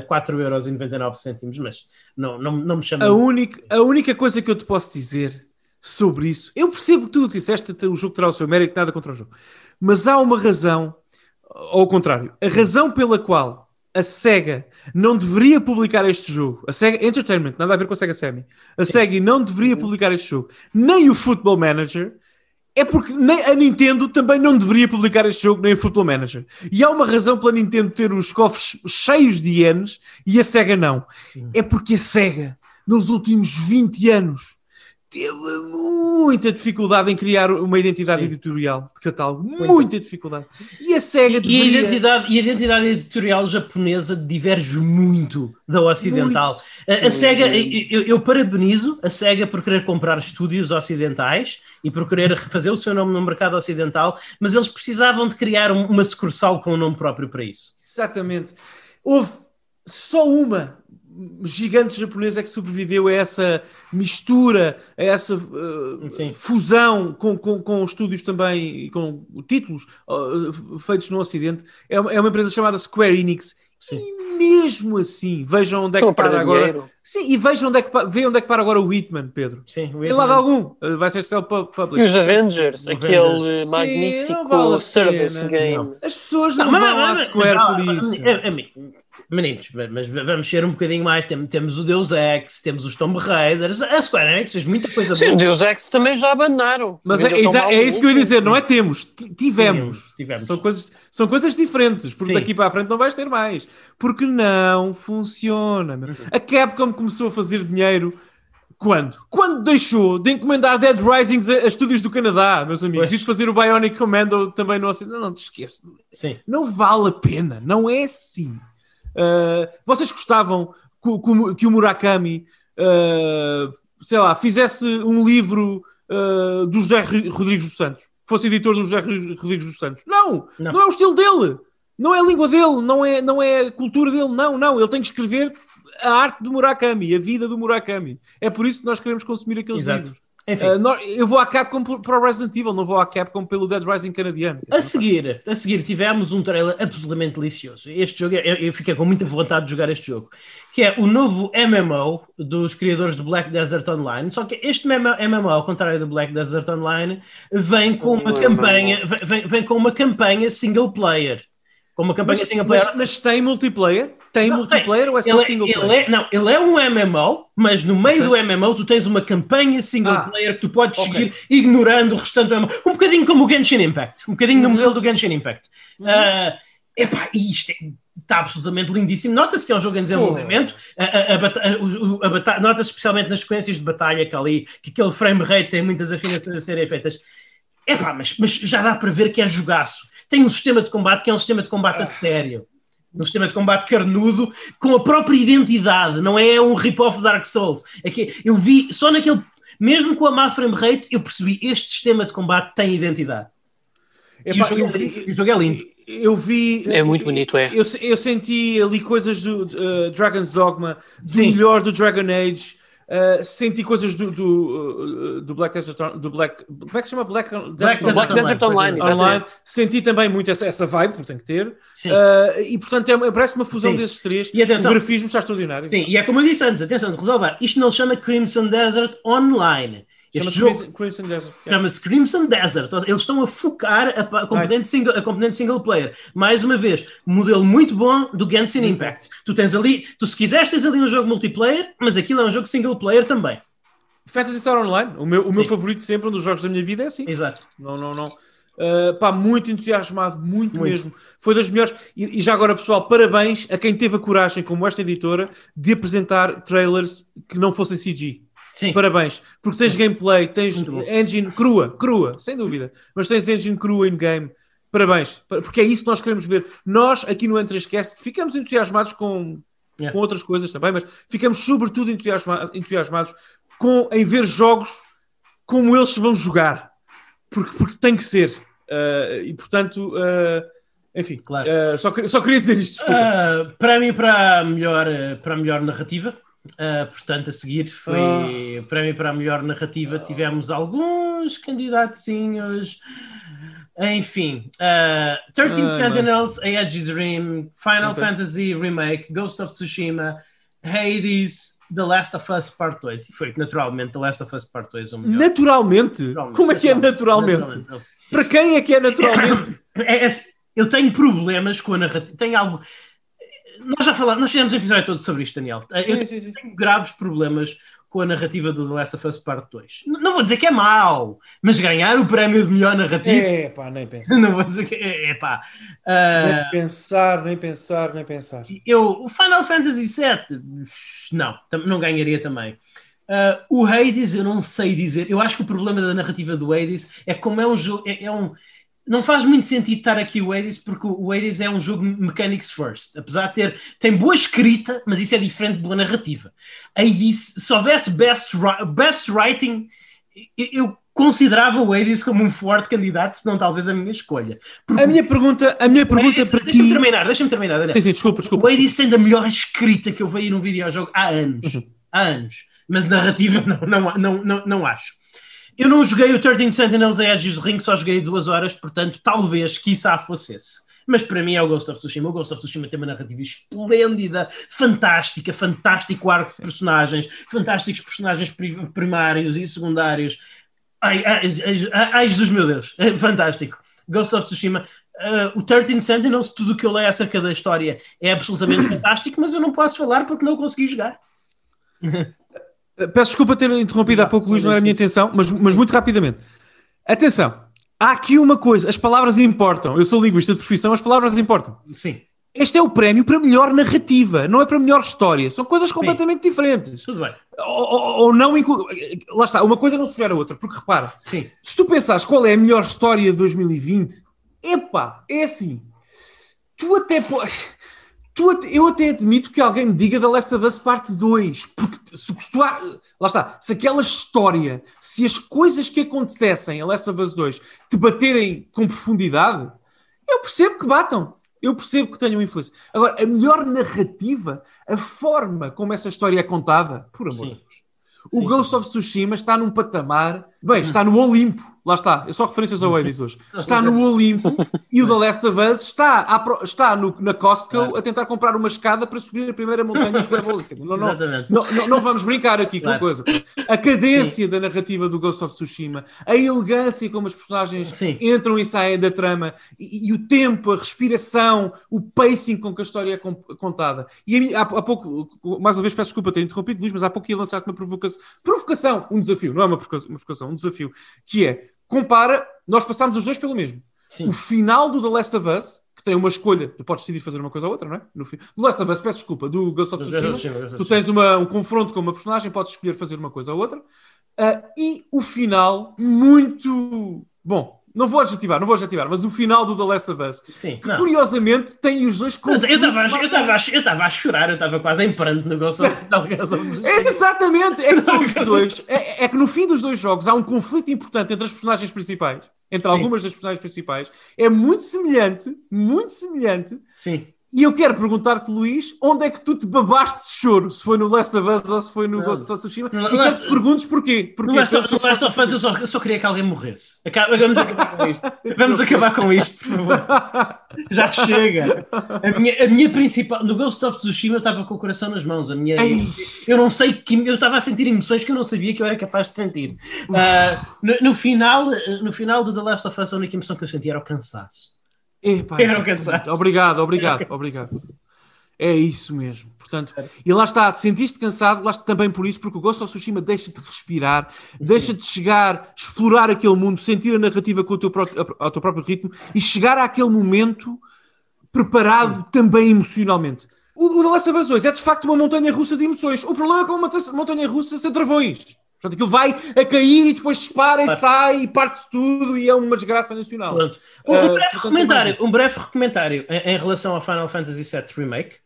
4,99€, mas não me chama. A única coisa que eu te posso dizer sobre isso, eu percebo que tudo o que disseste, o jogo terá o seu mérito, nada contra o jogo, mas há uma razão, ao contrário, a razão pela qual a SEGA não deveria publicar este jogo, a SEGA Entertainment, nada a ver com a SEGA Sammy, a SEGA não deveria publicar este jogo, nem o Football Manager, é porque nem a Nintendo também não deveria publicar este jogo, nem o Football Manager. E há uma razão pela Nintendo ter os cofres cheios de ienes e a SEGA não. É porque a SEGA, nos últimos 20 anos, teve muita dificuldade em criar uma identidade editorial de catálogo. Muita dificuldade. E a SEGA deveria... a identidade editorial japonesa diverge muito da ocidental. A SEGA, eu parabenizo a SEGA por querer comprar estúdios ocidentais e por querer fazer o seu nome no mercado ocidental, mas eles precisavam de criar uma sucursal com um nome próprio para isso. Exatamente. Houve só uma gigante japonesa que sobreviveu a essa mistura, a essa fusão com estúdios também, com títulos feitos no Ocidente. É uma empresa chamada Square Enix. Sim. E mesmo assim, vejam onde é que para agora. Dinheiro. Sim, e vejam onde é que para agora o Hitman, Pedro. Sim, tem lado algum. Vai ser self-published. E os Avengers, aquele magnífico service game. Não. As pessoas não vão à Square por isso. Meninos, mas vamos ser um bocadinho mais. Temos o Deus Ex, temos os Tomb Raiders. A Square Enix fez muita coisa boa. Sim, o Deus Ex também já abandonaram. Mas é isso que eu ia dizer, não é temos, tivemos. São coisas diferentes, porque daqui para a frente não vais ter mais. Porque não funciona. A Capcom começou a fazer dinheiro quando? Quando deixou de encomendar Dead Rising a estúdios do Canadá, meus amigos, e de fazer o Bionic Commando também no Ocidente. Não te esqueço. Sim. Não vale a pena, não é assim. Vocês gostavam que o Murakami sei lá, fizesse um livro do José Rodrigues dos Santos, fosse editor do José Rodrigues dos Santos? Não é o estilo dele, não é a língua dele, não é a cultura dele, não, ele tem que escrever a arte do Murakami, a vida do Murakami. É por isso que nós queremos consumir aqueles livros. Enfim. Eu vou à Capcom para o Resident Evil, não vou à Capcom pelo Dead Rising canadiano. A seguir tivemos um trailer absolutamente delicioso. Este jogo, eu fiquei com muita vontade de jogar este jogo, que é o novo MMO dos criadores do Black Desert Online. Só que este MMO, ao contrário do Black Desert Online, vem com uma campanha single player. Com uma campanha single player. Mas tem multiplayer? Tem multiplayer ou é só single player? Ele é um MMO, mas no meio do MMO tu tens uma campanha single player que tu podes seguir ignorando o restante do MMO. Um bocadinho como o Genshin Impact. Um bocadinho no modelo do Genshin Impact. Isto está absolutamente lindíssimo. Nota-se que é um jogo em desenvolvimento. Nota-se especialmente nas sequências de batalha que aquele frame rate tem muitas afinações a serem feitas. Mas já dá para ver que é jogaço. Tem um sistema de combate que é um sistema de combate a sério. Um sistema de combate carnudo com a própria identidade. Não é um rip-off Dark Souls. É que eu vi, só naquele... Mesmo com a má frame rate, eu percebi este sistema de combate tem identidade. O jogo é lindo. Eu vi... É muito bonito, é. Eu senti ali coisas do Dragon's Dogma, do melhor do Dragon Age... senti coisas do Black Desert, como é que se chama? Black Desert Online. Senti também muito essa vibe, porque tem que ter, e portanto parece uma fusão desses três. E atenção, o grafismo está extraordinário. Sim, e é como eu disse antes, atenção de resolver, isto não se chama Crimson Desert Online. Este jogo Crimson Desert. Chama-se Crimson Desert. Eles estão a focar a componente single player. Mais uma vez, um modelo muito bom do Genshin Impact. Tu tens ali, se quiseres, tens ali um jogo multiplayer, mas aquilo é um jogo single player também. Phantasy Star Online, o meu favorito sempre, um dos jogos da minha vida é assim. Exato. Não. Muito entusiasmado, muito mesmo. Foi das melhores. E já agora, pessoal, parabéns a quem teve a coragem, como esta editora, de apresentar trailers que não fossem CG. Sim. Parabéns, porque tens gameplay, tens engine crua, sem dúvida, mas tens engine crua in-game. Parabéns, porque é isso que nós queremos ver. Nós, aqui no N3Cast, ficamos entusiasmados com outras coisas também, mas ficamos sobretudo entusiasmados em ver jogos como eles se vão jogar, porque tem que ser. E, portanto, enfim, claro. Só queria dizer isto, desculpa. Para mim, para a melhor narrativa, portanto, a seguir foi prémio para a melhor narrativa. Tivemos alguns candidatinhos, enfim, 13 Sentinels, A Edge's Dream, Final Fantasy Remake, Ghost of Tsushima, Hades, The Last of Us Part 2. E foi naturalmente The Last of Us Part 2 o melhor. Naturalmente? Como é que é naturalmente? Para quem é que é naturalmente? Eu tenho problemas com a narrativa. Tenho algo... Nós fizemos um episódio todo sobre isto, Daniel. Eu tenho graves problemas com a narrativa do The Last of Us Part 2. Não vou dizer que é mau, mas ganhar o prémio de melhor narrativa... nem pensar. Não vou dizer que Nem pensar. O Final Fantasy VII, não ganharia também. O Hades, eu não sei dizer. Eu acho que o problema da narrativa do Hades é como é um jogo... Não faz muito sentido estar aqui o Hades, porque o Hades é um jogo mechanics first. Apesar de tem boa escrita, mas isso é diferente de boa narrativa. Hades, se houvesse best writing, eu considerava o Hades como um forte candidato, se não talvez a minha escolha. Porque a minha pergunta para ti... Deixa-me terminar. Daniel. Sim, desculpa. O Hades tem a melhor escrita que eu vejo num videojogo há anos. Mas narrativa não acho. Eu não joguei o 13 Sentinels a Edge's Ring, só joguei 2 horas, portanto, talvez, quiçá fosse esse. Mas para mim é o Ghost of Tsushima. O Ghost of Tsushima tem uma narrativa esplêndida, fantástico arco de personagens, fantásticos personagens primários e secundários. Ai dos meus Deus, é fantástico. Ghost of Tsushima. O 13 Sentinels, tudo o que eu leio acerca da história é absolutamente fantástico, mas eu não posso falar porque não consegui jogar. Peço desculpa ter interrompido há pouco, Luís, não era a minha intenção, mas muito rapidamente. Atenção, há aqui uma coisa, as palavras importam. Eu sou linguista de profissão, as palavras importam. Sim. Este é o prémio para melhor narrativa, não é para melhor história. São coisas completamente diferentes. Tudo bem. Ou não lá está, uma coisa não sugere a outra, porque repara, se tu pensares qual é a melhor história de 2020, é assim, eu até admito que alguém me diga The Last of Us Parte 2, porque se aquela história, se as coisas que acontecem a Last of Us 2 te baterem com profundidade, eu percebo que batam, eu percebo que tenham influência. Agora, a melhor narrativa, a forma como essa história é contada, por amor de Deus, O Ghost of Tsushima está num patamar... Bem, está no Olimpo. Lá está. É só referências ao Hades hoje. Está no Olimpo e o The Last of Us está na Costco a tentar comprar uma escada para subir a primeira montanha que leva ao Olimpo. Não vamos brincar aqui com a coisa. A cadência da narrativa do Ghost of Tsushima, a elegância como as personagens entram e saem da trama e o tempo, a respiração, o pacing com que a história é contada. E há pouco, mais uma vez peço desculpa ter interrompido, Luís, mas há pouco ia lançar-te uma provocação, um desafio, não é uma provocação, um desafio, que é, compara, nós passámos os dois pelo mesmo. O final do The Last of Us, que tem uma escolha, tu podes decidir fazer uma coisa ou outra, não é? Do Last of Us, peço desculpa, do Ghost of Tsushima, tu tens um confronto com uma personagem, podes escolher fazer uma coisa ou outra, e o final, muito bom. Não vou adjetivar, mas o final do The Last of Us, curiosamente tem os dois conflitos. Eu estava a chorar, eu estava quase em pranto no Ghost of Tsushima. Exatamente, é que são os dois. É que no fim dos dois jogos há um conflito importante entre as personagens principais, entre algumas das personagens principais. É muito semelhante. Sim. E eu quero perguntar-te, Luís, onde é que tu te babaste de choro? Se foi no Last of Us ou se foi no Ghost of Tsushima? E quero te perguntes porquê. No Last of Us eu só queria que alguém morresse. Vamos acabar com isto. Vamos acabar com isto, por favor. Já chega. A minha principal... No Ghost of Tsushima eu estava com o coração nas mãos. Eu não sei que... Eu estava a sentir emoções que eu não sabia que eu era capaz de sentir. No final do The Last of Us a única emoção que eu senti era o cansaço. Obrigado. É isso mesmo. Portanto, e lá está, te sentiste cansado, lá está também por isso, porque o Ghost of Tsushima deixa-te respirar, deixa-te chegar, explorar aquele mundo, sentir a narrativa com ao teu próprio ritmo e chegar àquele momento preparado também emocionalmente. O The Last of Us 2 é de facto uma montanha-russa de emoções. O problema é que é uma montanha-russa sem travões. Portanto, aquilo vai a cair e depois dispara e sai e parte-se tudo e é uma desgraça nacional. Um breve comentário em relação ao Final Fantasy VII Remake.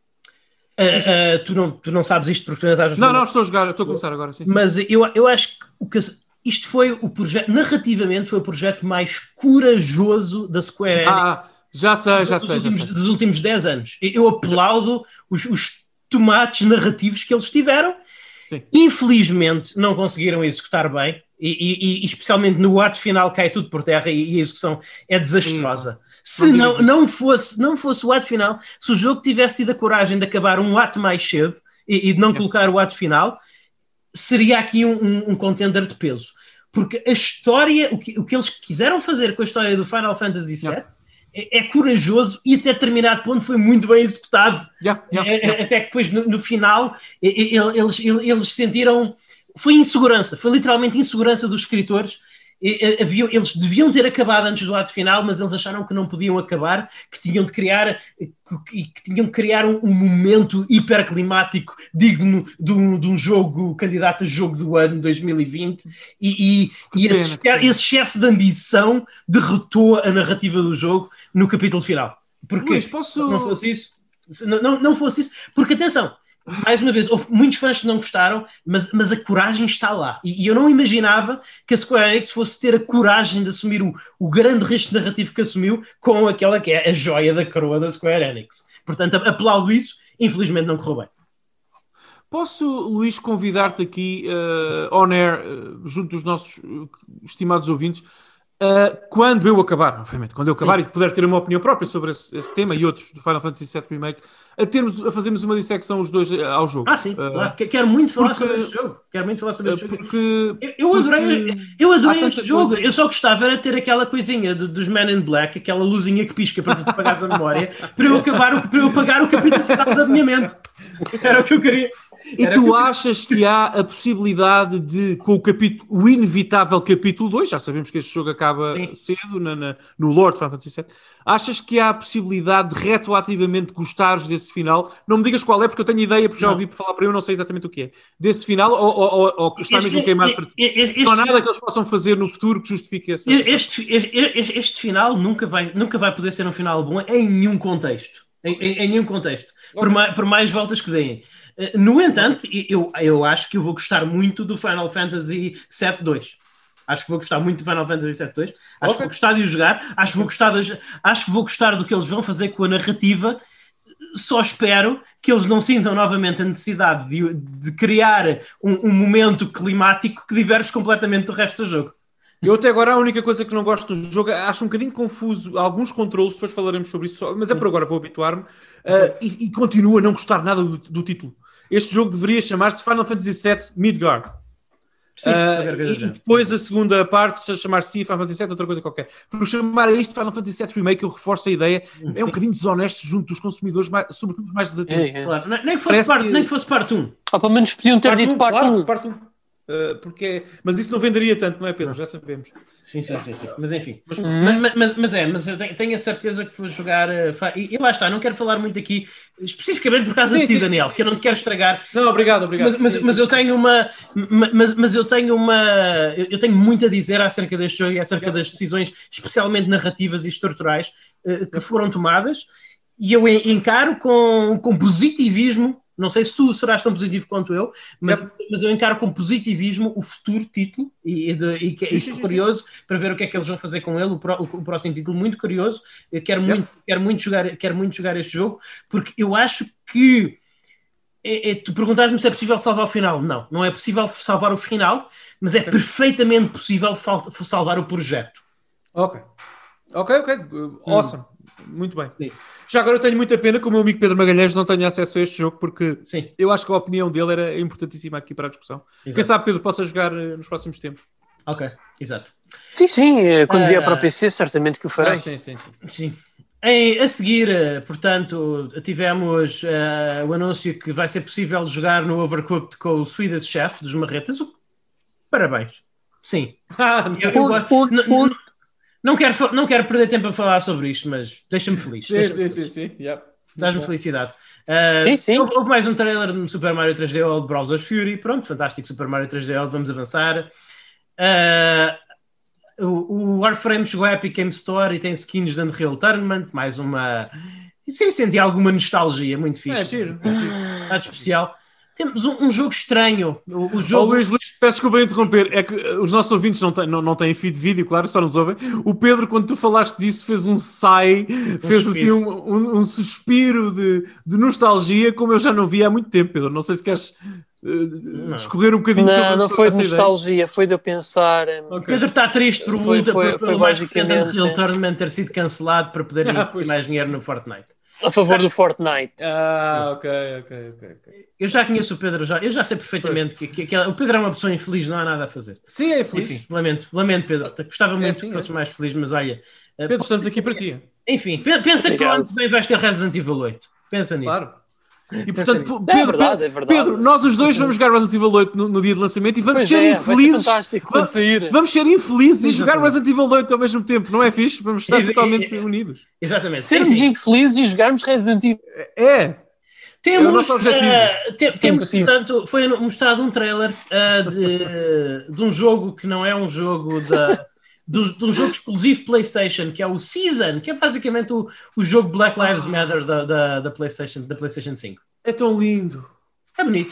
Tu não sabes isto porque tu estás a jogar. Não, estou a jogar, estou a começar agora. Sim. Mas eu acho que isto foi o projeto, narrativamente foi o projeto mais corajoso da Square Enix. Já sei. Dos últimos 10 anos. Eu aplaudo os tomates narrativos que eles tiveram. Sim. Infelizmente não conseguiram executar bem e especialmente no ato final cai tudo por terra e a execução é desastrosa. Se não fosse o ato final, se o jogo tivesse tido a coragem de acabar um ato mais cedo e de não colocar o ato final, seria aqui um contender de peso. Porque a história, o que eles quiseram fazer com a história do Final Fantasy VII é corajoso e até determinado ponto foi muito bem executado. Até que depois no final eles sentiram... Foi insegurança, foi literalmente insegurança dos escritores. Eles deviam ter acabado antes do ato final, mas eles acharam que não podiam acabar, que tinham de criar um momento hiperclimático digno de um jogo, candidato a jogo do ano 2020 e esse excesso de ambição derrotou a narrativa do jogo no capítulo final. Porque Luís, não fosse isso, porque atenção, mais uma vez, houve muitos fãs que não gostaram, mas a coragem está lá. E eu não imaginava que a Square Enix fosse ter a coragem de assumir o grande risco narrativo que assumiu com aquela que é a joia da coroa da Square Enix. Portanto, aplaudo isso. Infelizmente não correu bem. Posso, Luís, convidar-te aqui on air, junto dos nossos estimados ouvintes, quando eu acabar, obviamente, e puder ter uma opinião própria sobre esse tema e outros do Final Fantasy VII Remake, a fazermos uma dissecção os dois ao jogo. Sim, claro. Quero muito falar sobre este jogo. Eu adorei este jogo. Eu só gostava era de ter aquela coisinha dos Men in Black, aquela luzinha que pisca para tu te apagares a memória, para eu apagar o capítulo final da minha mente. Era o que eu queria. E tu achas que há a possibilidade de, com o inevitável capítulo 2, já sabemos que este jogo acaba cedo no Lord Final Fantasy VII, achas que há a possibilidade de retroativamente gostares desse final? Não me digas qual é, porque eu tenho ideia, porque já ouvi falar para eu, não sei exatamente o que é. Desse final, ou está mesmo queimado para ti? Não há nada que eles possam fazer no futuro que justifique essa... Este final nunca vai poder ser um final bom em nenhum contexto. Em nenhum contexto. Por mais voltas que deem. No entanto, eu acho que eu vou gostar muito do Final Fantasy VII 2. Acho que vou gostar muito do Final Fantasy VII 2. Acho que vou gostar de o jogar. Acho que vou gostar do que eles vão fazer com a narrativa. só espero que eles não sintam novamente a necessidade de criar um momento climático que diverge completamente do resto do jogo. Eu até agora a única coisa que não gosto do jogo, acho um bocadinho confuso alguns controles, depois falaremos sobre isso, mas é por agora, vou habituar-me, e continuo a não gostar nada do título. Este jogo deveria chamar-se Final Fantasy VII Midgard. Sim, e depois a segunda parte chamar-se Final Fantasy VII outra coisa qualquer. Por chamar isto Final Fantasy VII Remake, eu reforço a ideia, é um bocadinho desonesto junto dos consumidores, sobretudo os mais desatentos. Claro. Nem que fosse parte 1. Pelo menos podiam ter dito parte 1. Parte 1. Mas isso não venderia tanto, não é, Pedro? Já sabemos. Sim. Mas enfim. Mas eu tenho a certeza que vou jogar. E lá está, não quero falar muito aqui, especificamente por causa de ti, Daniel, que eu não te quero estragar. Não, obrigado. Mas eu tenho uma. Eu tenho muito a dizer acerca deste jogo e acerca das decisões, especialmente narrativas e estruturais, que foram tomadas, e eu encaro com positivismo. Não sei se tu serás tão positivo quanto eu, mas eu encaro com positivismo o futuro título e estou curioso para ver o que é que eles vão fazer com ele, o próximo título, muito curioso. Eu quero muito jogar este jogo, porque eu acho que tu perguntaste-me se é possível salvar o final. Não é possível salvar o final, mas é perfeitamente possível salvar o projeto. Ok. Awesome. Muito bem. Sim. Já agora eu tenho muita pena que o meu amigo Pedro Magalhães não tenha acesso a este jogo, porque eu acho que a opinião dele era importantíssima aqui para a discussão. Exato. Quem sabe, Pedro, possa jogar nos próximos tempos. Ok, exato. Sim, quando vier para o PC, certamente que o farei. Sim. A seguir, portanto, tivemos o anúncio que vai ser possível jogar no Overcooked com o Swedish Chef dos Marretas. Parabéns. Sim. Não quero perder tempo a falar sobre isto, mas deixa-me feliz. Sim. Dás-me felicidade. Sim. Houve mais um trailer no Super Mario 3D World Bowser's Fury. Pronto, fantástico Super Mario 3D World. Vamos avançar. O Warframe chegou à Epic Games Store e tem skins de Unreal Tournament. Mais uma... Sim, senti alguma nostalgia. Muito fixe. É giro. Nada especial. Temos um jogo estranho. O jogo... Luís, peço desculpa interromper. É que os nossos ouvintes não têm feed de vídeo, claro, só nos ouvem. O Pedro, quando tu falaste disso, fez um sigh, fez assim um suspiro de nostalgia, como eu já não vi há muito tempo, Pedro. Não sei se queres escorrer um bocadinho sobre não foi nostalgia, ideia. Foi de eu pensar... Pedro está triste por o mais recente Unreal Tournament ter sido cancelado para poder ter mais dinheiro no Fortnite. A favor do Fortnite. Ok. Eu já conheço o Pedro, eu já sei perfeitamente que o Pedro é uma pessoa infeliz, não há nada a fazer. Sim, é infeliz. Enfim, lamento, Pedro. Gostava muito que fosse mais feliz, mas olha... Pedro, estamos aqui para ti. Enfim, pensa que para o ano que vem vais ter Resident Evil 8. Pensa nisso. Claro. E portanto, Pedro, é verdade. Pedro, nós os dois vamos jogar Resident Evil 8 no dia de lançamento e vamos ser infelizes. Vamos ser infelizes e jogar Resident Evil 8 ao mesmo tempo, não é fixe? Vamos estar totalmente unidos. Exatamente. Sermos infelizes e jogarmos Resident Evil. Temos, portanto, foi mostrado um trailer de um jogo que não é um jogo de um jogo exclusivo PlayStation, que é o Season, que é basicamente o jogo Black Lives Matter da PlayStation 5. É tão lindo. É bonito.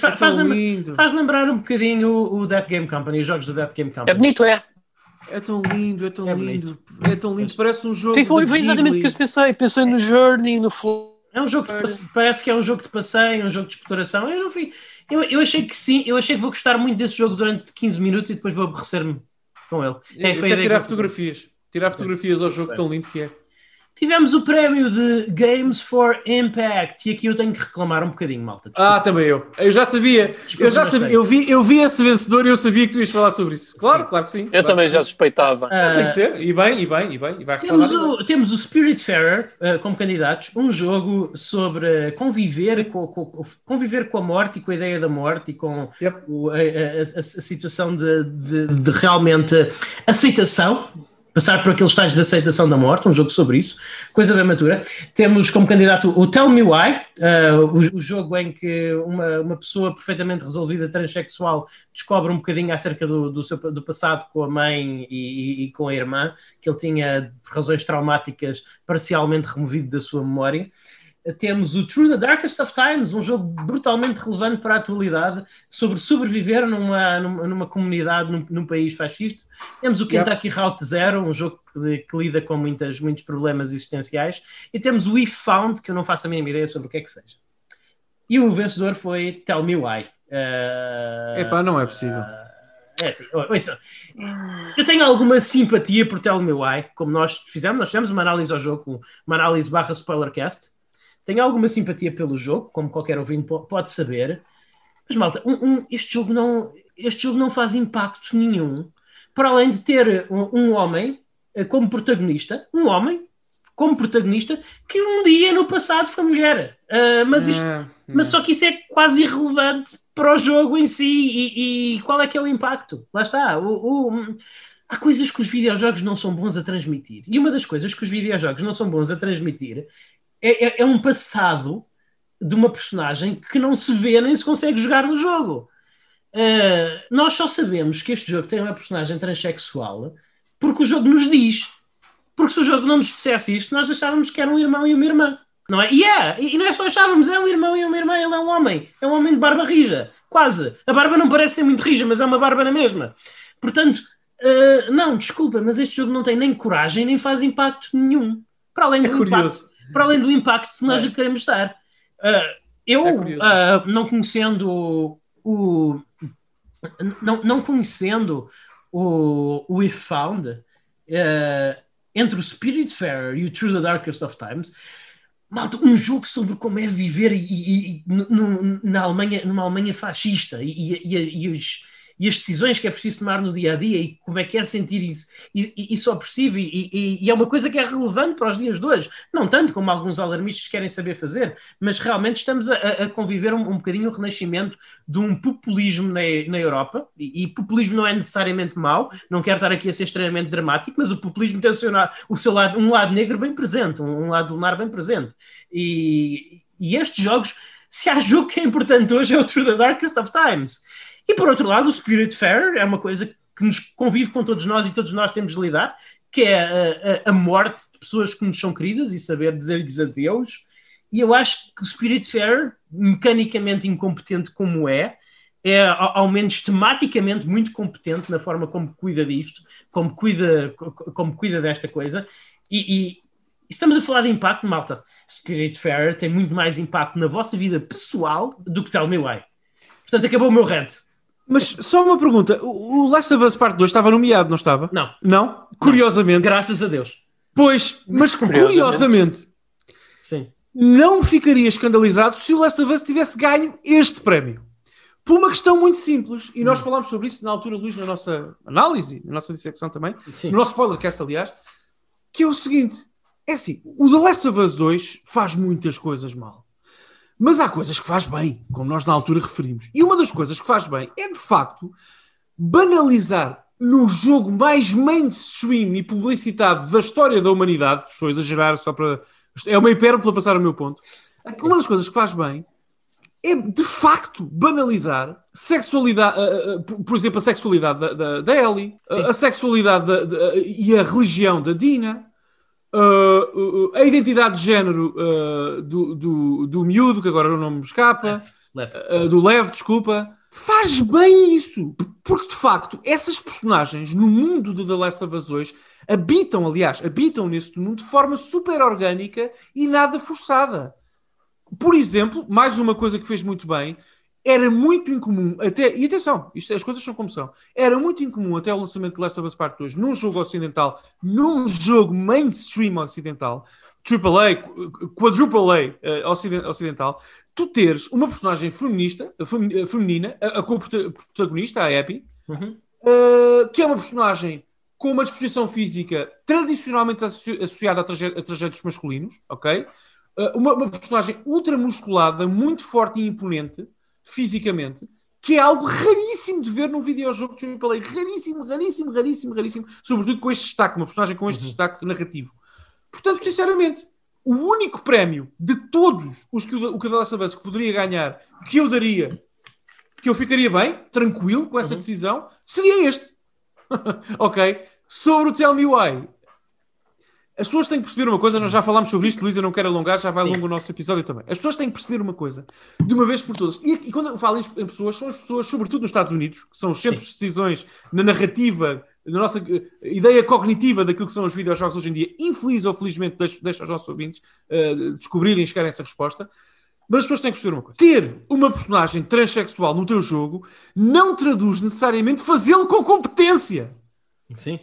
Faz lembrar um bocadinho o That Game Company, os jogos do That Game Company. É bonito, é. É tão lindo. É tão lindo. Parece um jogo. Sim, foi exatamente o que eu pensei. Pensei no Journey, no Flow. É um jogo parece que é um jogo de passeio, um jogo de exploração. Eu não vi. Eu achei que sim, eu achei que vou gostar muito desse jogo durante 15 minutos e depois vou aborrecer-me com ele. Quero tirar fotografias. Tirar fotografias ao jogo tão lindo que é. Tivemos o prémio de Games for Impact e aqui eu tenho que reclamar um bocadinho, malta. Desculpa. Também eu. Eu já sabia. Eu vi esse vencedor e eu sabia que tu ias falar sobre isso. Claro que sim. Eu também já suspeitava. Tem que ser. E bem. Vai temos o Spiritfarer como candidatos, um jogo sobre conviver com a morte e com a ideia da morte e com a situação de realmente aceitação. Passar por aqueles estágios de aceitação da morte, um jogo sobre isso, coisa bem matura. Temos como candidato o Tell Me Why, o jogo em que uma pessoa perfeitamente resolvida transexual descobre um bocadinho acerca do passado com a mãe e com a irmã, que ele tinha, por razões traumáticas, parcialmente removido da sua memória. Temos o Through the Darkest of Times, um jogo brutalmente relevante para a atualidade, sobre sobreviver numa comunidade, num país fascista. Temos o Kentucky Route Zero, um jogo que lida com muitos problemas existenciais. E temos o If Found, que eu não faço a mínima ideia sobre o que é que seja. E o vencedor foi Tell Me Why. Epá, não é possível. É assim, eu tenho alguma simpatia por Tell Me Why, como nós fizemos uma análise ao jogo, uma análise / spoilercast. Tenho alguma simpatia pelo jogo, como qualquer ouvinte pode saber, mas malta, este jogo não faz impacto nenhum, para além de ter um homem como protagonista, que um dia no passado foi mulher. Mas só que isso é quase irrelevante para o jogo em si. E qual é que é o impacto? Lá está. Há coisas que os videojogos não são bons a transmitir. E uma das coisas que os videojogos não são bons a transmitir é um passado de uma personagem que não se vê nem se consegue jogar no jogo. Nós só sabemos que este jogo tem uma personagem transexual porque o jogo nos diz. Porque se o jogo não nos dissesse isto, nós achávamos que era um irmão e uma irmã. Não é? E não é só achávamos, é um irmão e uma irmã, ele é um homem. É um homem de barba rija. Quase. A barba não parece ser muito rija, mas é uma barba na mesma. Portanto, não, desculpa, mas este jogo não tem nem coragem, nem faz impacto nenhum. Para além do impacto que nós lhe queremos dar. Não conhecendo o If Found, entre o Spiritfarer e o Through the Darkest of Times, malta, um jogo sobre como é viver numa Alemanha fascista e as decisões que é preciso tomar no dia a dia e como é que é sentir isso opressivo e é uma coisa que é relevante para os dias de hoje, não tanto como alguns alarmistas querem saber fazer, mas realmente estamos a conviver um bocadinho o renascimento de um populismo na Europa, e populismo não é necessariamente mau, não quero estar aqui a ser extremamente dramático, mas o populismo tem um lado negro bem presente, um lado lunar bem presente, e estes jogos, se há jogo que é importante hoje é o Through the Darkest of Times. E por outro lado, o Spiritfarer é uma coisa que nos convive com todos nós e todos nós temos de lidar, que é a morte de pessoas que nos são queridas e saber dizer-lhes adeus. E eu acho que o Spiritfarer, mecanicamente incompetente como é ao menos tematicamente muito competente na forma como cuida disto, como cuida desta coisa. E estamos a falar de impacto, malta. Spiritfarer tem muito mais impacto na vossa vida pessoal do que Tell Me Why. Portanto, acabou o meu rant. Mas só uma pergunta, o Last of Us Part 2 estava nomeado, não estava? Não. Não? Curiosamente. Graças a Deus. Pois, mas curiosamente, sim, não ficaria escandalizado se o Last of Us tivesse ganho este prémio. Por uma questão muito simples, e nós falámos sobre isso na altura, Luís, na nossa análise, na nossa dissecção também, no nosso spoilercast, aliás, que é o seguinte, é assim, o The Last of Us 2 faz muitas coisas mal. Mas há coisas que faz bem, como nós na altura referimos. E uma das coisas que faz bem é, de facto, banalizar no jogo mais mainstream e publicitado da história da humanidade, estou a exagerar só para... É uma hipérbole para passar o meu ponto. Uma das coisas que faz bem é, de facto, banalizar sexualidade, por exemplo, a sexualidade da Ellie, a sexualidade e a religião da Dina, a identidade de género do miúdo, que agora o nome me escapa, do Lev, desculpa. Faz bem isso, porque de facto essas personagens no mundo de The Last of Us 2 habitam nesse mundo de forma super orgânica e nada forçada. Por exemplo, mais uma coisa que fez muito bem, era muito incomum, e atenção, as coisas são como são, era muito incomum até o lançamento de Last of Us Part 2 num jogo ocidental, num jogo mainstream ocidental, AAA, quadruple A ocidental, tu teres uma personagem feminina, a co-protagonista, a Abby, que é uma personagem com uma disposição física tradicionalmente associada a trajeitos masculinos, ok? Uma personagem ultramusculada, muito forte e imponente, fisicamente, que é algo raríssimo de ver num videojogo de AAA. Raríssimo, sobretudo com este destaque, uma personagem com este destaque narrativo. Portanto, sinceramente, o único prémio de todos os que o The Last of Us poderia ganhar, que eu daria, que eu ficaria bem, tranquilo com essa decisão, seria este. Ok? Sobre o Tell Me Why. As pessoas têm que perceber uma coisa, nós já falámos sobre isto, Luís, eu não quero alongar, já vai longo o nosso episódio também. As pessoas têm que perceber uma coisa, de uma vez por todas. E quando eu falo em pessoas, são as pessoas, sobretudo nos Estados Unidos, que são os centros de decisões na narrativa, na nossa ideia cognitiva daquilo que são os videojogos hoje em dia. Infeliz ou felizmente, deixo aos nossos ouvintes descobrirem e chegarem a essa resposta. Mas as pessoas têm que perceber uma coisa. Ter uma personagem transexual no teu jogo não traduz necessariamente fazê-lo com competência. Sim.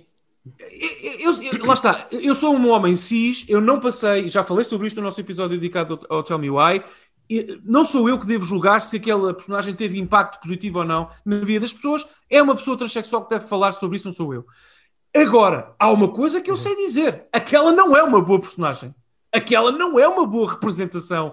Lá está, eu sou um homem cis, eu não passei, já falei sobre isto no nosso episódio dedicado ao Tell Me Why, não sou eu que devo julgar se aquela personagem teve impacto positivo ou não na vida das pessoas, é uma pessoa transexual que deve falar sobre isso, não sou eu. Agora, há uma coisa que eu sei dizer, aquela não é uma boa personagem. Aquela não é uma boa representação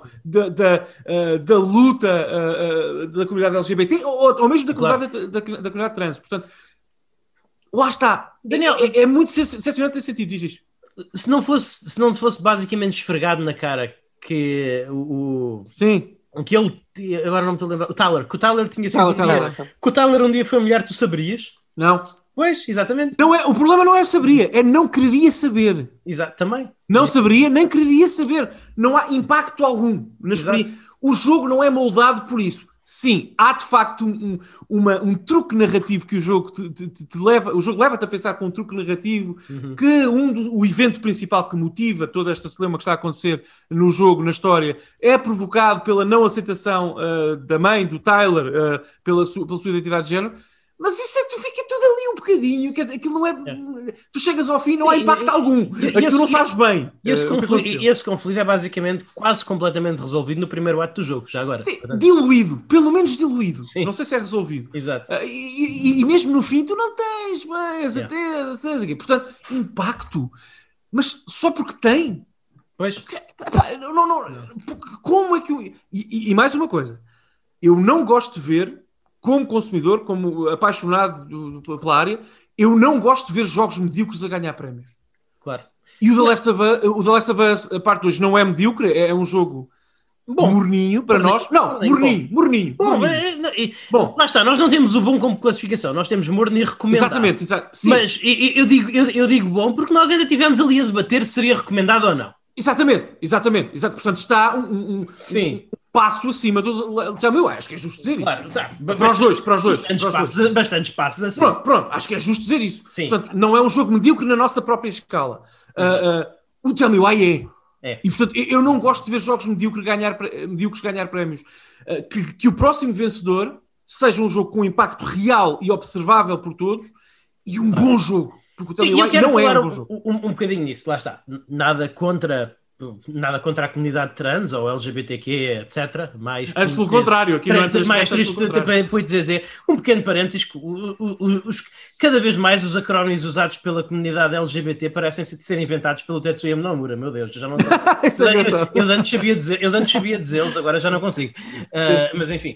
da luta da comunidade LGBT ou mesmo da comunidade, da comunidade trans. Portanto, lá está. Daniel, é muito decepcionante nesse sentido, diz isto. Se não fosse basicamente esfregado na cara que Sim. Que ele, agora não me estou a lembrar, o Tyler tinha sido que o Tyler um dia foi mulher, tu saberias? Não. Pois, exatamente. Não é, o problema não é saberia, é não quereria saber. Exato, também. Não saberia, nem quereria saber. Não há impacto algum. O jogo não é moldado por isso. Sim, há de facto um truque narrativo que o jogo te leva. O jogo leva-te a pensar com um truque narrativo que o evento principal que motiva toda esta celeuma que está a acontecer no jogo, na história, é provocado pela não aceitação da mãe, do Tyler, pela sua identidade de género. Mas isso é que tu fica tudo ali um bocadinho, quer dizer, aquilo não é... Tu chegas ao fim e não há impacto algum, tu não sabes bem. Esse conflito é basicamente quase completamente resolvido no primeiro ato do jogo, já agora. Sim, diluído, pelo menos diluído. Sim. Não sei se é resolvido. Exato. E mesmo no fim tu não tens, mas até... Portanto, impacto. Mas só porque tem. Pois. Como é que... E mais uma coisa. Eu não gosto de ver... Como consumidor, como apaixonado pela área, eu não gosto de ver jogos medíocres a ganhar prémios. Claro. E o The Last of Us, a parte 2, não é medíocre, é um jogo morninho para nós. Não, morninho. Bom, lá está, nós não temos o bom como classificação, nós temos morno e recomendado. Exatamente. Sim. Mas eu digo bom porque nós ainda estivemos ali a debater se seria recomendado ou não. Exatamente. Portanto, está um passo acima do... Eu acho que é justo dizer isso. Claro, para os dois. Bastante espaços assim. Pronto, acho que é justo dizer isso. Sim. Portanto, não é um jogo medíocre na nossa própria escala. O Tell Me Why é. E, portanto, eu não gosto de ver jogos medíocres ganhar prémios. Que o próximo vencedor seja um jogo com impacto real e observável por todos e um bom jogo. Porque o Tell Me Why não é um bom jogo. Um bocadinho nisso, lá está. Nada contra a comunidade trans ou LGBTQ, etc. Antes pelo contrário, aqui não é mais triste também depois dizer um pequeno parênteses, cada vez mais os acrónimos usados pela comunidade LGBT parecem ser inventados pelo Tetsuya Nomura, meu Deus, já não eu antes sabia dizê-los, agora já não consigo. Mas enfim,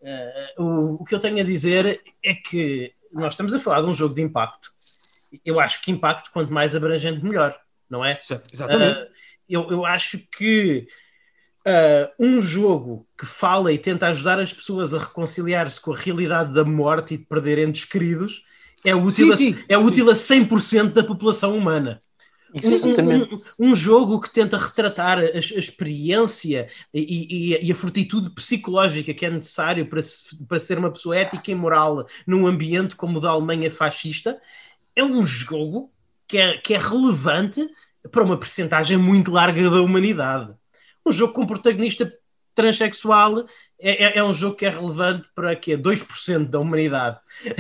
o que eu tenho a dizer é que nós estamos a falar de um jogo de impacto. Eu acho que impacto, quanto mais abrangente, melhor, não é? Exatamente. Eu acho que um jogo que fala e tenta ajudar as pessoas a reconciliar-se com a realidade da morte e de perder entes queridos é útil a 100% da população humana. Um jogo que tenta retratar a experiência e a fortitude psicológica que é necessário para ser uma pessoa ética e moral num ambiente como o da Alemanha fascista é um jogo que é relevante para uma percentagem muito larga da humanidade. Um jogo com protagonista transexual é um jogo que é relevante para 2% da humanidade.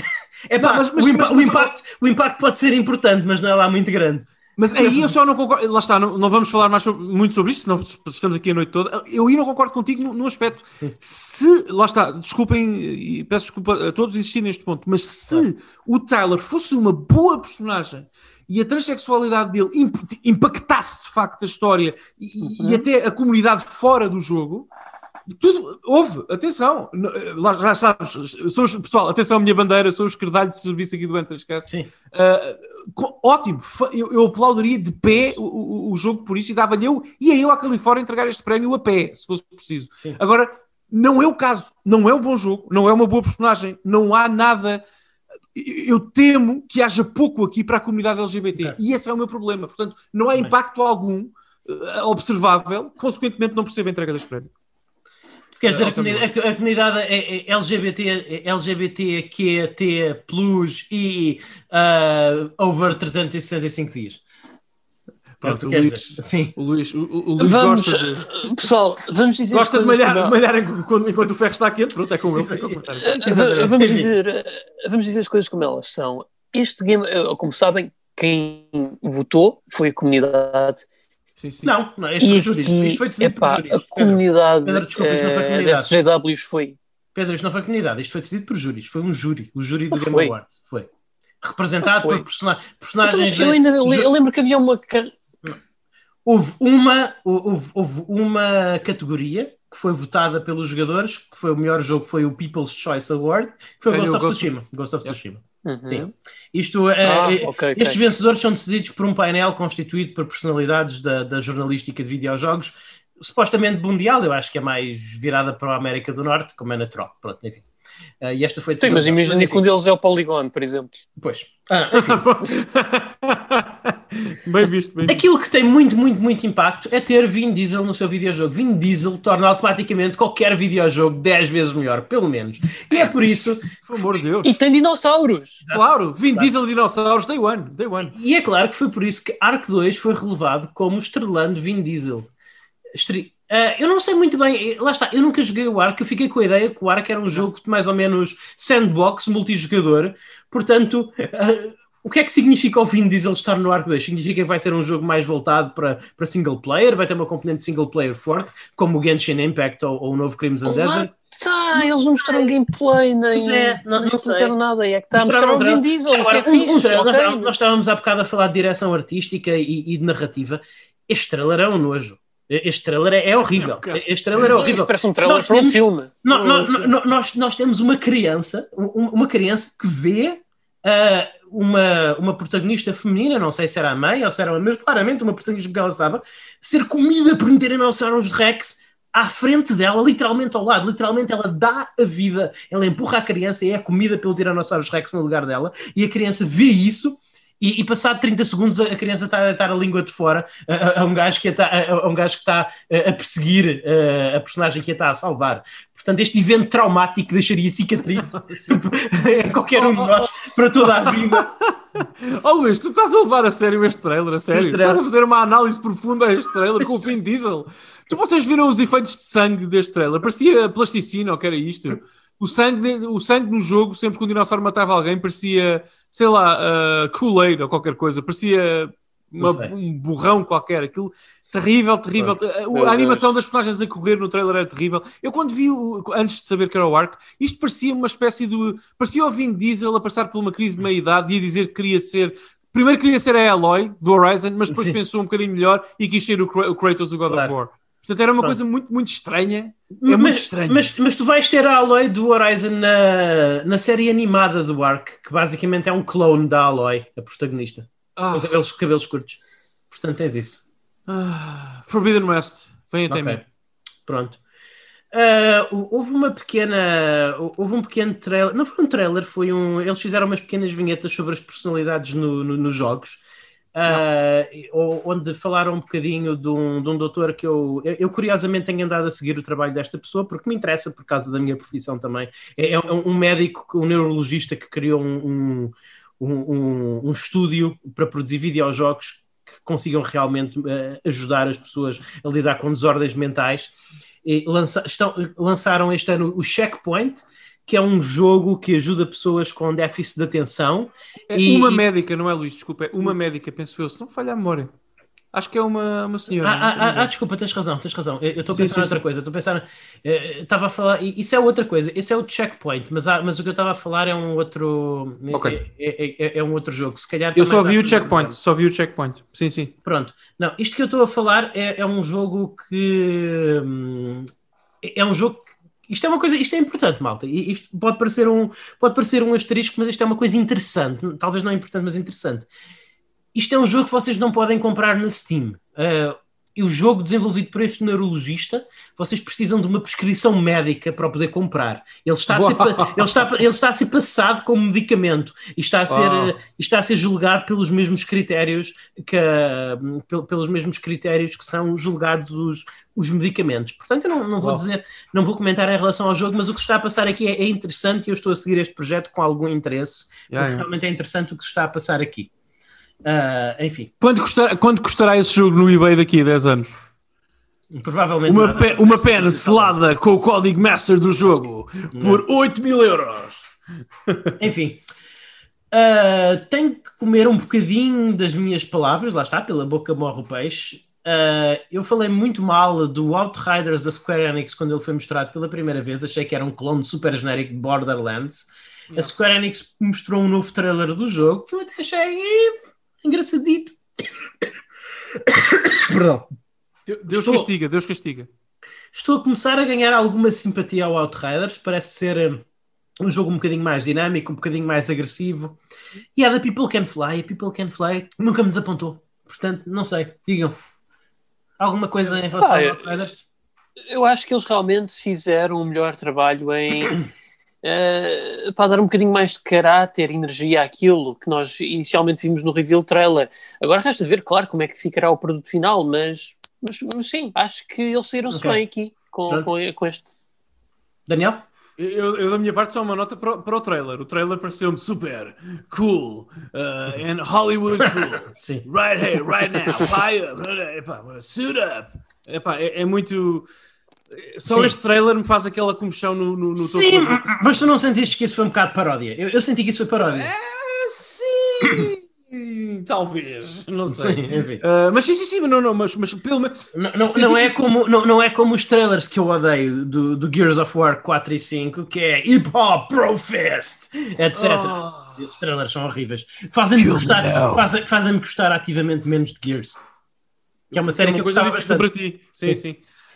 O impacto pode ser importante, mas não é lá muito grande. Mas aí eu só não concordo. Lá está, não vamos falar muito sobre isso, senão estamos aqui a noite toda. Eu aí não concordo contigo no aspecto. Sim. Lá está, desculpem e peço desculpa a todos insistir neste ponto, mas se o Tyler fosse uma boa personagem e a transexualidade dele impactasse de facto a história e até a comunidade fora do jogo, houve, atenção, já sabes, pessoal, atenção à minha bandeira, sou o esquerdalho de serviço aqui do Entrascast. Ótimo, eu aplaudiria de pé o jogo por isso e dava-lhe eu à Califórnia entregar este prémio a pé, se fosse preciso. Agora, não é o caso, não é um bom jogo, não é uma boa personagem, não há nada eu temo que haja pouco aqui para a comunidade LGBT. Okay. E esse é o meu problema. Portanto, não há impacto algum observável, consequentemente não percebo a entrega deste prémio. Quer dizer, a comunidade LGBTQT plus e over 365 dias. Pronto, o Luís gosta de... Pessoal, vamos dizer... Gosta de malhar enquanto o ferro está quente. Pronto, é com ele. Vamos dizer as coisas como elas são. Este game, como sabem, quem votou foi a comunidade. Sim. Não, isto foi júris. Isto foi decidido por júris. A comunidade Pedro, desculpa, isto não foi comunidade. da SJWs foi... Pedro, isto não foi comunidade. Isto foi decidido por júris. Foi um júri. O júri do Game Awards. Foi. Representado por personagens... Então, eu lembro que havia uma... Houve uma categoria que foi votada pelos jogadores, que foi o melhor jogo, foi o People's Choice Award, que foi o Ghost of Tsushima. Uhum. Sim. Estes vencedores são decididos por um painel constituído por personalidades da jornalística de videojogos, supostamente mundial, eu acho que é mais virada para a América do Norte, como é natural. Pronto, enfim. E esta foi Sim, mas imagina que um deles é o Polygon, por exemplo. Pois. Bem visto. Aquilo que tem muito impacto é ter Vin Diesel no seu videojogo. Vin Diesel torna automaticamente qualquer videojogo 10 vezes melhor, pelo menos. E é por isso... Por amor de Deus. E tem dinossauros. Exato. Claro, Vin Diesel e dinossauros, day one. E é claro que foi por isso que Ark 2 foi relevado como estrelando Vin Diesel. Eu não sei muito bem, lá está, eu nunca joguei o Ark, eu fiquei com a ideia que o Ark era um jogo de mais ou menos sandbox, multijogador, portanto, o que é que significa o Vin Diesel estar no Ark 2? Significa que vai ser um jogo mais voltado para single player, vai ter uma componente single player forte, como o Genshin Impact ou o novo Crimson Desert? Eles não mostraram gameplay, nem não explicaram nada, é que está a mostrar o Vin Diesel, o que é fixe. Nós estávamos há bocado a falar de direção artística e de narrativa, este trailer é um nojo. Este trailer é horrível. Este trailer é horrível. Isto parece um trailer para um filme. Nós temos uma criança que vê uma protagonista feminina, não sei se era a mãe ou se era a mãe, mas claramente uma protagonista que ela estava, ser comida por um Tiranossauro Rex à frente dela, literalmente ao lado. Literalmente ela dá a vida, ela empurra a criança e é comida pelo Tiranossauro Rex no lugar dela, e a criança vê isso. E passado 30 segundos a criança está a estar a língua de fora a um gajo que está a perseguir a personagem que a está a salvar. Portanto, este evento traumático deixaria cicatriz em qualquer um de nós para toda a vida. Luís, tu estás a levar a sério este trailer, a sério? Estás a fazer uma análise profunda a este trailer com o Vin Diesel. Vocês viram os efeitos de sangue deste trailer? Parecia plasticina, ou que era isto? O sangue no jogo, sempre que um dinossauro matava alguém, parecia, sei lá, Kool-Aid ou qualquer coisa. Parecia um borrão qualquer. Aquilo, terrível. A animação das personagens a correr no trailer era terrível. Eu quando vi, antes de saber que era o Ark, isto parecia uma espécie de... Parecia o Vin Diesel a passar por uma crise de meia-idade e a dizer que queria ser... Primeiro queria ser a Aloy, do Horizon, mas depois pensou um bocadinho melhor e quis ser o Kratos do God of War. Portanto, era uma coisa muito estranha. Muito estranho. Mas tu vais ter a Aloy do Horizon na série animada do Ark, que basicamente é um clone da Aloy, a protagonista. Com cabelos curtos. Portanto, tens isso. Forbidden West. Vem até mim. Pronto. Houve um pequeno trailer. Não foi um trailer, eles fizeram umas pequenas vinhetas sobre as personalidades nos jogos. Onde falaram um bocadinho de um doutor que eu curiosamente tenho andado a seguir o trabalho desta pessoa porque me interessa por causa da minha profissão também. É um médico, um neurologista que criou um estúdio para produzir videojogos que consigam realmente ajudar as pessoas a lidar com desordens mentais. E lançaram este ano o Checkpoint, que é um jogo que ajuda pessoas com déficit de atenção. Médica, não é, Luís? Desculpa, é uma médica, penso eu, se não falha a memória. Acho que é uma senhora. Desculpa, tens razão. Eu estou a pensar noutra coisa. Estou a pensar... Estava a falar... Isso é outra coisa. Esse é o Checkpoint, mas o que eu estava a falar é um outro... Okay. É um outro jogo. Se calhar eu só vi o Checkpoint. Sim. Pronto. Não, isto que eu estou a falar é um jogo que... É um jogo... Isto é importante, malta. Isto pode parecer um asterisco, mas isto é uma coisa interessante. Talvez não importante, mas interessante. Isto é um jogo que vocês não podem comprar na Steam. e o jogo desenvolvido por este neurologista, vocês precisam de uma prescrição médica para o poder comprar. Ele está a ser passado como medicamento e está a ser julgado pelos mesmos critérios que são julgados os medicamentos. Portanto, eu não vou comentar em relação ao jogo, mas o que se está a passar aqui é interessante e eu estou a seguir este projeto com algum interesse, porque realmente é interessante o que se está a passar aqui. Enfim. Quanto custará esse jogo no eBay daqui a 10 anos? Provavelmente uma pena selada com o código master do jogo por 8.000 euros. Enfim, tenho que comer um bocadinho das minhas palavras, lá está, pela boca morre o peixe. Eu falei muito mal do Outriders da Square Enix quando ele foi mostrado pela primeira vez. Achei que era um clone super genérico de Borderlands. A Square Enix mostrou um novo trailer do jogo que eu até achei engraçadito. Perdão. Deus castiga. Estou a começar a ganhar alguma simpatia ao Outriders. Parece ser um jogo um bocadinho mais dinâmico, um bocadinho mais agressivo. E a People Can Fly. A People Can Fly nunca me desapontou. Portanto, não sei. Digam. Alguma coisa em relação ao Outriders? Eu acho que eles realmente fizeram um melhor trabalho em... para dar um bocadinho mais de caráter, energia àquilo que nós inicialmente vimos no reveal trailer. Agora resta ver, claro, como é que ficará o produto final, mas sim, acho que eles saíram-se bem aqui com este. Daniel? Eu da minha parte só uma nota para o trailer. O trailer pareceu-me super cool and Hollywood cool. Sim. Right here, right now. Suit up. É muito... Só Sim. Este trailer me faz aquela comoção no topo. Sim, mas tu não sentiste que isso foi um bocado paródia? Eu senti que isso foi paródia. Sim, talvez, não sei. Enfim. Mas sim, mas pelo menos... Não é como os trailers que eu odeio do Gears of War 4 e 5, que é Hip Hop, Pro Fest, etc. Esses trailers são horríveis. Fazem-me gostar ativamente menos de Gears. Que é uma série que eu gostava bastante. Para ti. Sim.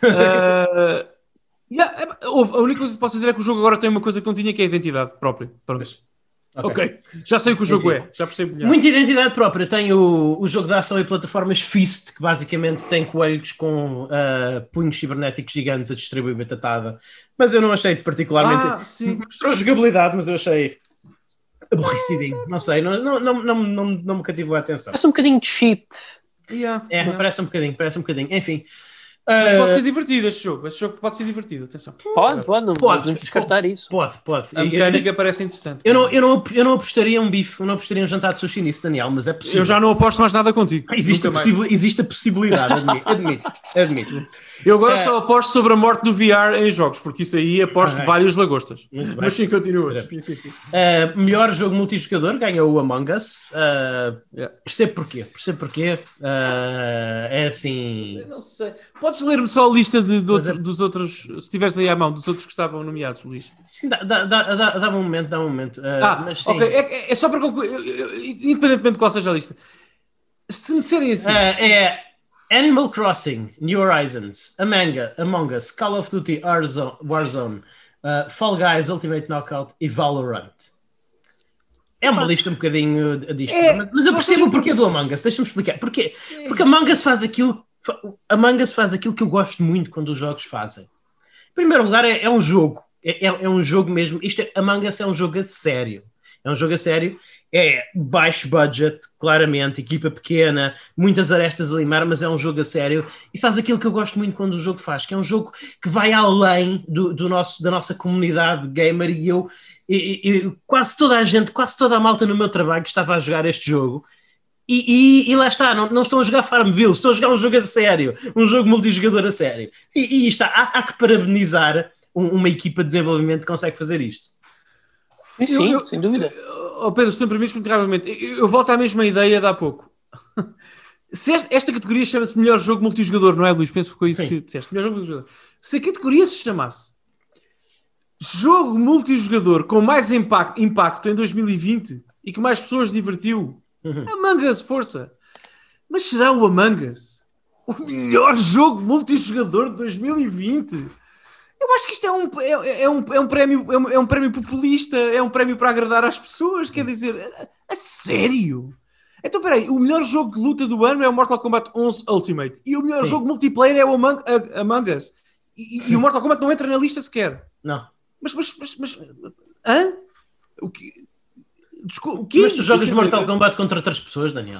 A única coisa que posso dizer é que o jogo agora tem uma coisa que não tinha, que é a identidade própria. Ok, já sei o que o jogo já percebo melhor. Muita identidade própria. Tem o jogo de ação e plataformas Fist, que basicamente tem coelhos com punhos cibernéticos gigantes a distribuir batatada. Mas eu não achei particularmente... Mostrou jogabilidade, mas eu achei aborrecidinho. Não sei, não me cativou a atenção. Parece um bocadinho cheap. Parece um bocadinho. Enfim... Mas pode ser divertido este jogo. Este jogo pode ser divertido, atenção. Pode, não podemos descartar isso. Pode. A mecânica parece interessante. Eu não apostaria um bife, eu não apostaria um jantar de sushi nisso, Daniel, mas é possível. Eu já não aposto mais nada contigo. Existe a possibilidade, admito. Eu agora só aposto sobre a morte do VR em jogos, porque isso aí aposto várias lagostas. Muito bem. Mas sim, continuas. Melhor jogo multijogador ganhou o Among Us. Percebo porquê. É assim... Não sei. Podes ler-me só a lista dos outros, se tiveres aí à mão, dos outros que estavam nomeados, Luís? Sim, dá-me um momento. Mas sim. Ok, é só para concluir, independentemente de qual seja a lista. Se me disserem assim... Animal Crossing, New Horizons, Among Us, Call of Duty Warzone, Fall Guys, Ultimate Knockout e Valorant. É uma lista um bocadinho disto, mas eu percebo o porquê do Among Us. Deixa-me explicar. Porquê? Sim. Porque Among Us faz aquilo que eu gosto muito quando os jogos fazem. Em primeiro lugar, é um jogo. É um jogo mesmo. Among Us é um jogo a sério. É baixo budget, claramente, equipa pequena, muitas arestas a limar, mas é um jogo a sério e faz aquilo que eu gosto muito quando o jogo faz, que é um jogo que vai além da nossa comunidade gamer. E quase toda a malta no meu trabalho estava a jogar este jogo. E lá está, não estão a jogar Farmville, estão a jogar um jogo a sério, um jogo multijogador a sério. E está, há que parabenizar uma equipa de desenvolvimento que consegue fazer isto. Sim, sem dúvida. Pedro, se me permites, muito rapidamente, eu volto à mesma ideia de há pouco. Se esta categoria chama-se melhor jogo multijogador, não é, Luís? Penso que foi isso que disseste, melhor jogo multijogador. Se a categoria se chamasse jogo multijogador com mais impacto em 2020 e que mais pessoas divertiu, Among Us, força. Mas será o Among Us o melhor jogo multijogador de 2020? Eu acho que isto é um prémio populista, é um prémio para agradar às pessoas, quer dizer, a sério? Então, peraí, o melhor jogo de luta do ano é o Mortal Kombat 11 Ultimate. E o melhor jogo multiplayer é o Among Us. E o Mortal Kombat não entra na lista sequer. Não. Mas hã? O quê? O quê? Mas tu jogas Mortal Kombat contra 3 pessoas, Daniel?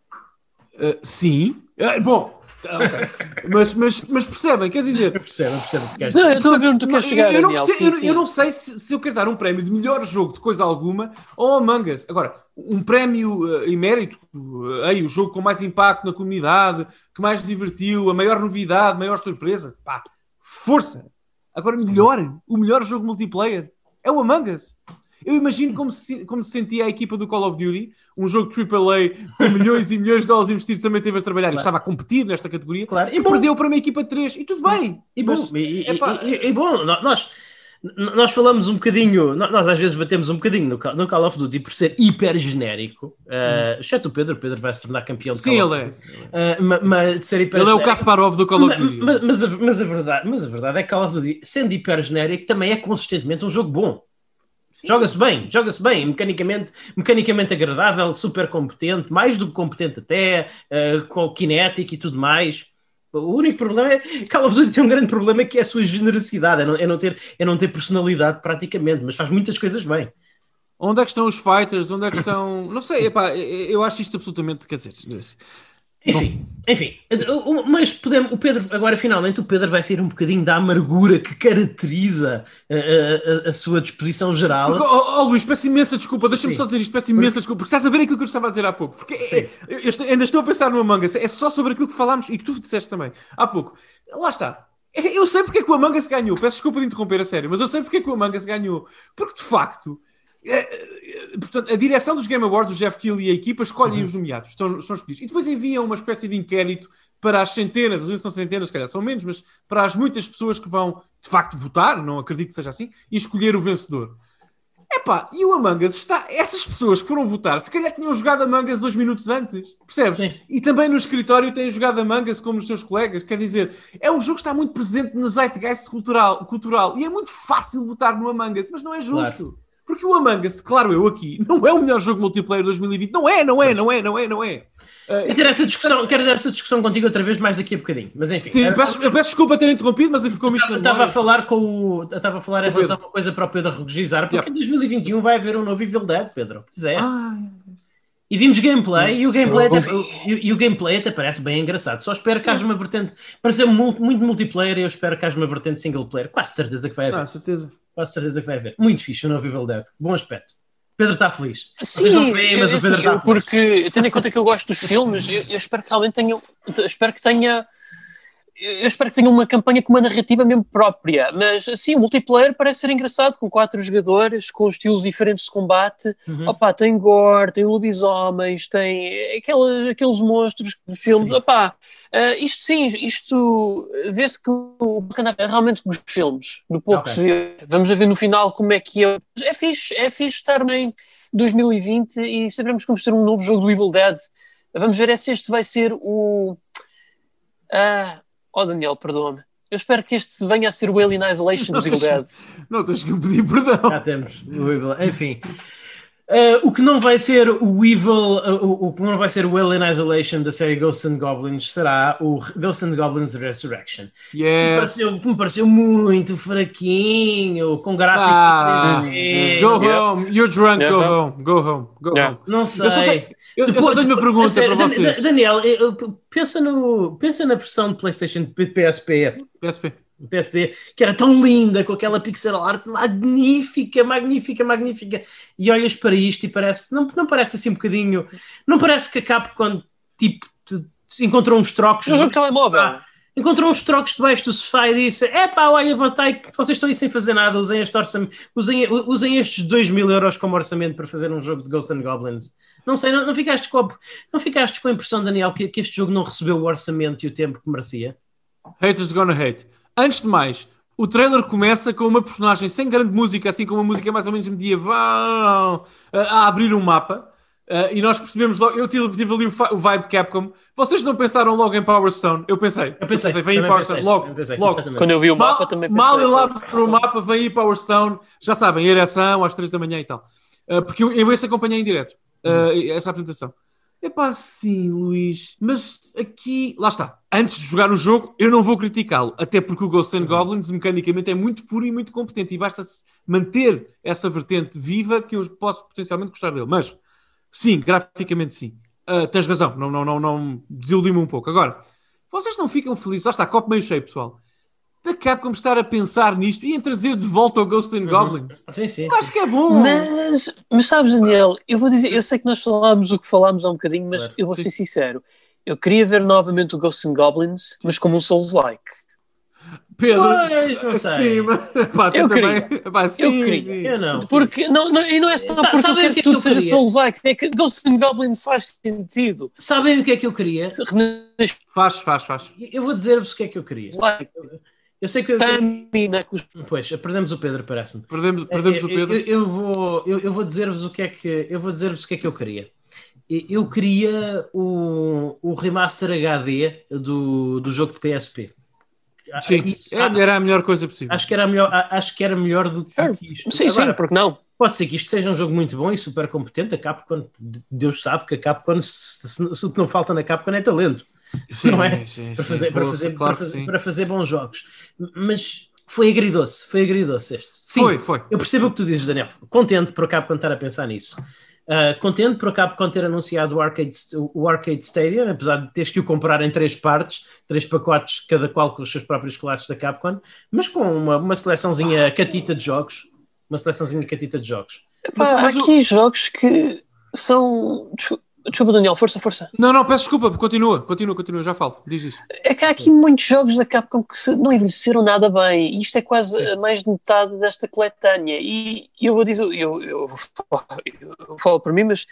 Sim. Bom, okay. mas percebem, quer dizer... Eu percebo o que queres dizer. Eu estou a ver onde tu queres chegar, Daniel. Eu não sei se eu quero dar um prémio de melhor jogo de coisa alguma ou Among Us. Agora, um prémio em mérito, o jogo com mais impacto na comunidade, que mais divertiu, a maior novidade, a maior surpresa, pá, força! Agora, o melhor jogo multiplayer é o Among Us. Eu imagino como se sentia a equipa do Call of Duty, um jogo AAA com milhões e milhões de dólares investidos, também teve a trabalhar e estava a competir nesta categoria, e perdeu para uma equipa de 3, e tudo bem. E bom, nós falamos um bocadinho, nós às vezes batemos um bocadinho no Call of Duty por ser hiper genérico, exceto o Pedro vai se tornar campeão de Call of Duty. Mas de ser hiper ele é o Kasparov do Call of Duty. Mas a verdade é que Call of Duty, sendo hiper genérico, também é consistentemente um jogo bom. Joga-se bem, mecanicamente agradável, super competente, mais do que competente até, com kinético e tudo mais. O único problema é que Call of Duty tem um grande problema, que é a sua generosidade, é não ter personalidade praticamente, mas faz muitas coisas bem. Onde é que estão os fighters? Onde é que estão... Não sei, eu acho isto absolutamente... Quer dizer... Enfim, mas o Pedro, agora finalmente o Pedro vai sair um bocadinho da amargura que caracteriza a sua disposição geral. Porque, Luís, peço imensa desculpa, deixa-me só dizer isto, peço imensa desculpa, porque estás a ver aquilo que eu estava a dizer há pouco, porque eu ainda estou a pensar no Among Us, é só sobre aquilo que falámos e que tu disseste também há pouco. Lá está. Eu sei porque é que o Among Us ganhou, peço desculpa de interromper a sério, mas eu sei porque é que o Among Us ganhou, porque de facto... Portanto, a direção dos Game Awards, o Jeff Keighley e a equipa escolhem os nomeados, estão escolhidos, e depois enviam uma espécie de inquérito para as centenas, às vezes são centenas, se calhar são menos, mas para as muitas pessoas que vão de facto votar, não acredito que seja assim, e escolher o vencedor. E o Among Us está... Essas pessoas que foram votar, se calhar tinham jogado Among Us 2 minutos antes, percebes? Sim. E também no escritório têm jogado Among Us como os seus colegas, quer dizer, é um jogo que está muito presente no zeitgeist cultural, e é muito fácil votar no Among Us, mas não é justo. Claro. Porque o Among Us, declaro eu aqui, não é o melhor jogo multiplayer de 2020. Não é. Quero ter essa discussão contigo outra vez mais daqui a bocadinho. Mas enfim. Sim, eu peço desculpa ter interrompido, mas ficou-me isto na memória. Estava a falar em relação a uma coisa para o Pedro registrar, porque em 2021 vai haver um novo Evil Dead, Pedro. Pois é. E vimos gameplay, e o gameplay até parece bem engraçado. Só espero que haja uma vertente... Pareceu muito multiplayer, e eu espero que haja uma vertente single player. Quase certeza que vai haver. Quase certeza que vai haver. Muito fixe o novo Evil Dead. Bom aspecto. Pedro está feliz. Sim, não veem, mas o Pedro está feliz. Porque, tendo em conta que eu gosto dos filmes, eu espero que realmente tenha... Eu espero que tenha uma campanha com uma narrativa mesmo própria, mas assim, o multiplayer parece ser engraçado, com 4 jogadores, com estilos diferentes de combate. Tem gore, tem lobisomens, tem aqueles monstros de filmes. Isto vê-se que o bacana é realmente dos filmes, do pouco que se vê. Vamos ver no final como é que é. É fixe estar em 2020 e sabermos que vamos ter um novo jogo do Evil Dead. Vamos ver se este vai ser o... Daniel, perdoa-me. Eu espero que este venha a ser o Alien Isolation dos Evil Dead. Não tens que me pedir perdão. Já temos o Evil. Enfim. O que não vai ser o Evil, o que não vai ser o Alien Isolation da série Ghosts and Goblins será o Ghosts and Goblins Resurrection. Yes. Que me pareceu muito fraquinho, com gráficos 3D. Go home, you're drunk, go home. Não sei. Eu só tenho uma pergunta para vocês. Daniel, pensa na versão de PlayStation de PSP, que era tão linda, com aquela pixel art magnífica, e olhas para isto e parece, não parece assim um bocadinho, não parece que a Capcom tipo encontrou uns trocos no jogo de telemóvel. Encontrou uns trocos debaixo do sofá e disse: olha, vocês estão aí sem fazer nada, usem estes 2 mil euros como orçamento para fazer um jogo de Ghosts and Goblins. Não sei, não ficaste com a impressão, Daniel, que este jogo não recebeu o orçamento e o tempo que merecia? Haters gonna hate. Antes de mais, o trailer começa com uma personagem sem grande música, assim com uma música mais ou menos medieval, a abrir um mapa. E nós percebemos logo, eu tive ali o vibe Capcom. Vocês não pensaram logo em Power Stone? Eu pensei, vem em Power Stone, logo. Quando eu vi o mapa também pensei. Mal lá para o mapa, vem aí Power Stone, já sabem, ereção às 3 da manhã e tal. Porque eu esse acompanhei em direto, essa apresentação. Epá, sim, Luís, mas aqui, lá está. Antes de jogar o jogo, eu não vou criticá-lo, até porque o Ghosts and Goblins mecanicamente é muito puro e muito competente e basta manter essa vertente viva que eu posso potencialmente gostar dele. Mas, sim, graficamente sim. Tens razão, não desiludiu-me um pouco. Agora, vocês não ficam felizes, lá está, copo meio cheio, pessoal, da Capcom estar a pensar nisto e em trazer de volta o Ghosts and Goblins. Sim. Acho que é bom. Mas sabes, Daniel, eu vou dizer, eu sei que nós falámos o que falámos há um bocadinho, mas Claro. eu vou ser sincero. Eu queria ver novamente o Ghosts and Goblins, mas como um Souls-like. Pedro, Pois, não sei. sim, mas, pá, Eu também, queria. pá, sim, Eu queria. sim. Eu não. Porque, e não é só porque eu Sabem quero o que que é que tudo eu seja queria? Souls-like, é que Ghosts and Goblins faz sentido. Sabem o que é que eu queria? Faz. Eu vou dizer-vos o que é que eu queria. Eu sei que eu... Pois, perdemos o Pedro, parece-me. Perdemos o Pedro. Eu vou dizer-vos o que é que eu queria. Eu queria o remaster HD do jogo de PSP. Sim, era a melhor coisa possível. Acho que era melhor do que isto. Sim, porque não? Pode ser que isto seja um jogo muito bom e super competente. A Capcom, Deus sabe que a Capcom, se o que não falta na Capcom é talento, sim, não é? Sim, para fazer bons jogos. Mas foi agridoce este. Sim, foi. Eu percebo o que tu dizes, Daniel. Contente por a Capcom estar a pensar nisso. Contente por a Capcom ter anunciado o Arcade Stadium, apesar de teres que o comprar em 3 partes, 3 pacotes, cada qual com os seus próprios classes da Capcom, mas com uma seleçãozinha catita de jogos. Há aqui jogos que são... Desculpa, Daniel, força. Não, peço desculpa, continua, já falo, diz isso. É que há aqui muitos jogos da Capcom que não envelheceram nada bem, e isto é quase mais de metade desta coletânea, e eu vou dizer, eu vou falar por mim, mas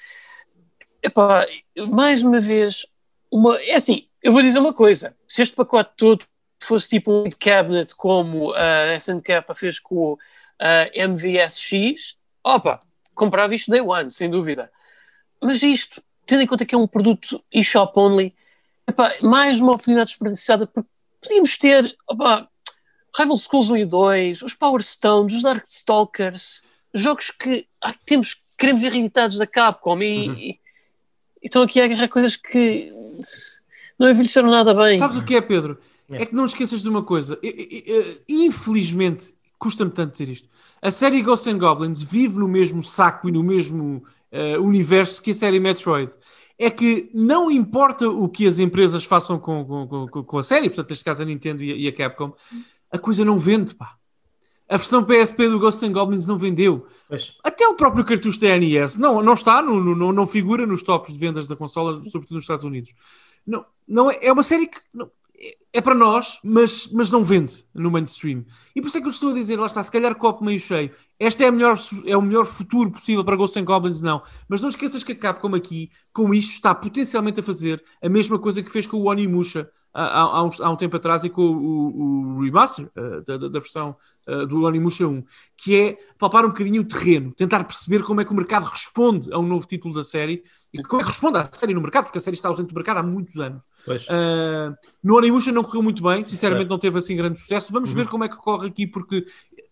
mais uma vez, é assim, eu vou dizer uma coisa, se este pacote todo fosse tipo um cabinet como a SNK fez com a MVSX, comprava isto day one, sem dúvida. Mas isto, tendo em conta que é um produto eShop only, mais uma oportunidade desperdiçada, porque podíamos ter Rival Schools 1 e 2, os Power Stones, os Darkstalkers, jogos que queremos ver reeditados da Capcom e estão aqui a agarrar coisas que não envelheceram nada bem. Sabes o que é, Pedro? É que não esqueças de uma coisa. Infelizmente, custa-me tanto dizer isto. A série Ghosts and Goblins vive no mesmo saco e no mesmo universo que a série Metroid. É que não importa o que as empresas façam com a série, portanto, neste caso a Nintendo e a Capcom, a coisa não vende, pá. A versão PSP do Ghosts and Goblins não vendeu. Pois. Até o próprio cartucho da NES não está, não figura nos tops de vendas da consola, sobretudo nos Estados Unidos. Não é uma série que é para nós, mas não vende no mainstream. E por isso é que eu estou a dizer, lá está, se calhar copo meio cheio. Este é o melhor futuro possível para Ghosts and Goblins, não. Mas não esqueças que a Capcom aqui, com isto, está potencialmente a fazer a mesma coisa que fez com o Onimusha há um tempo atrás e com o remaster da versão do Onimusha 1, que é palpar um bocadinho o terreno, tentar perceber como é que o mercado responde a um novo título da série e como é que responde à série no mercado, porque a série está ausente do mercado há muitos anos. No Onimusha não correu muito bem, sinceramente não teve assim grande sucesso. Vamos ver como é que corre aqui, porque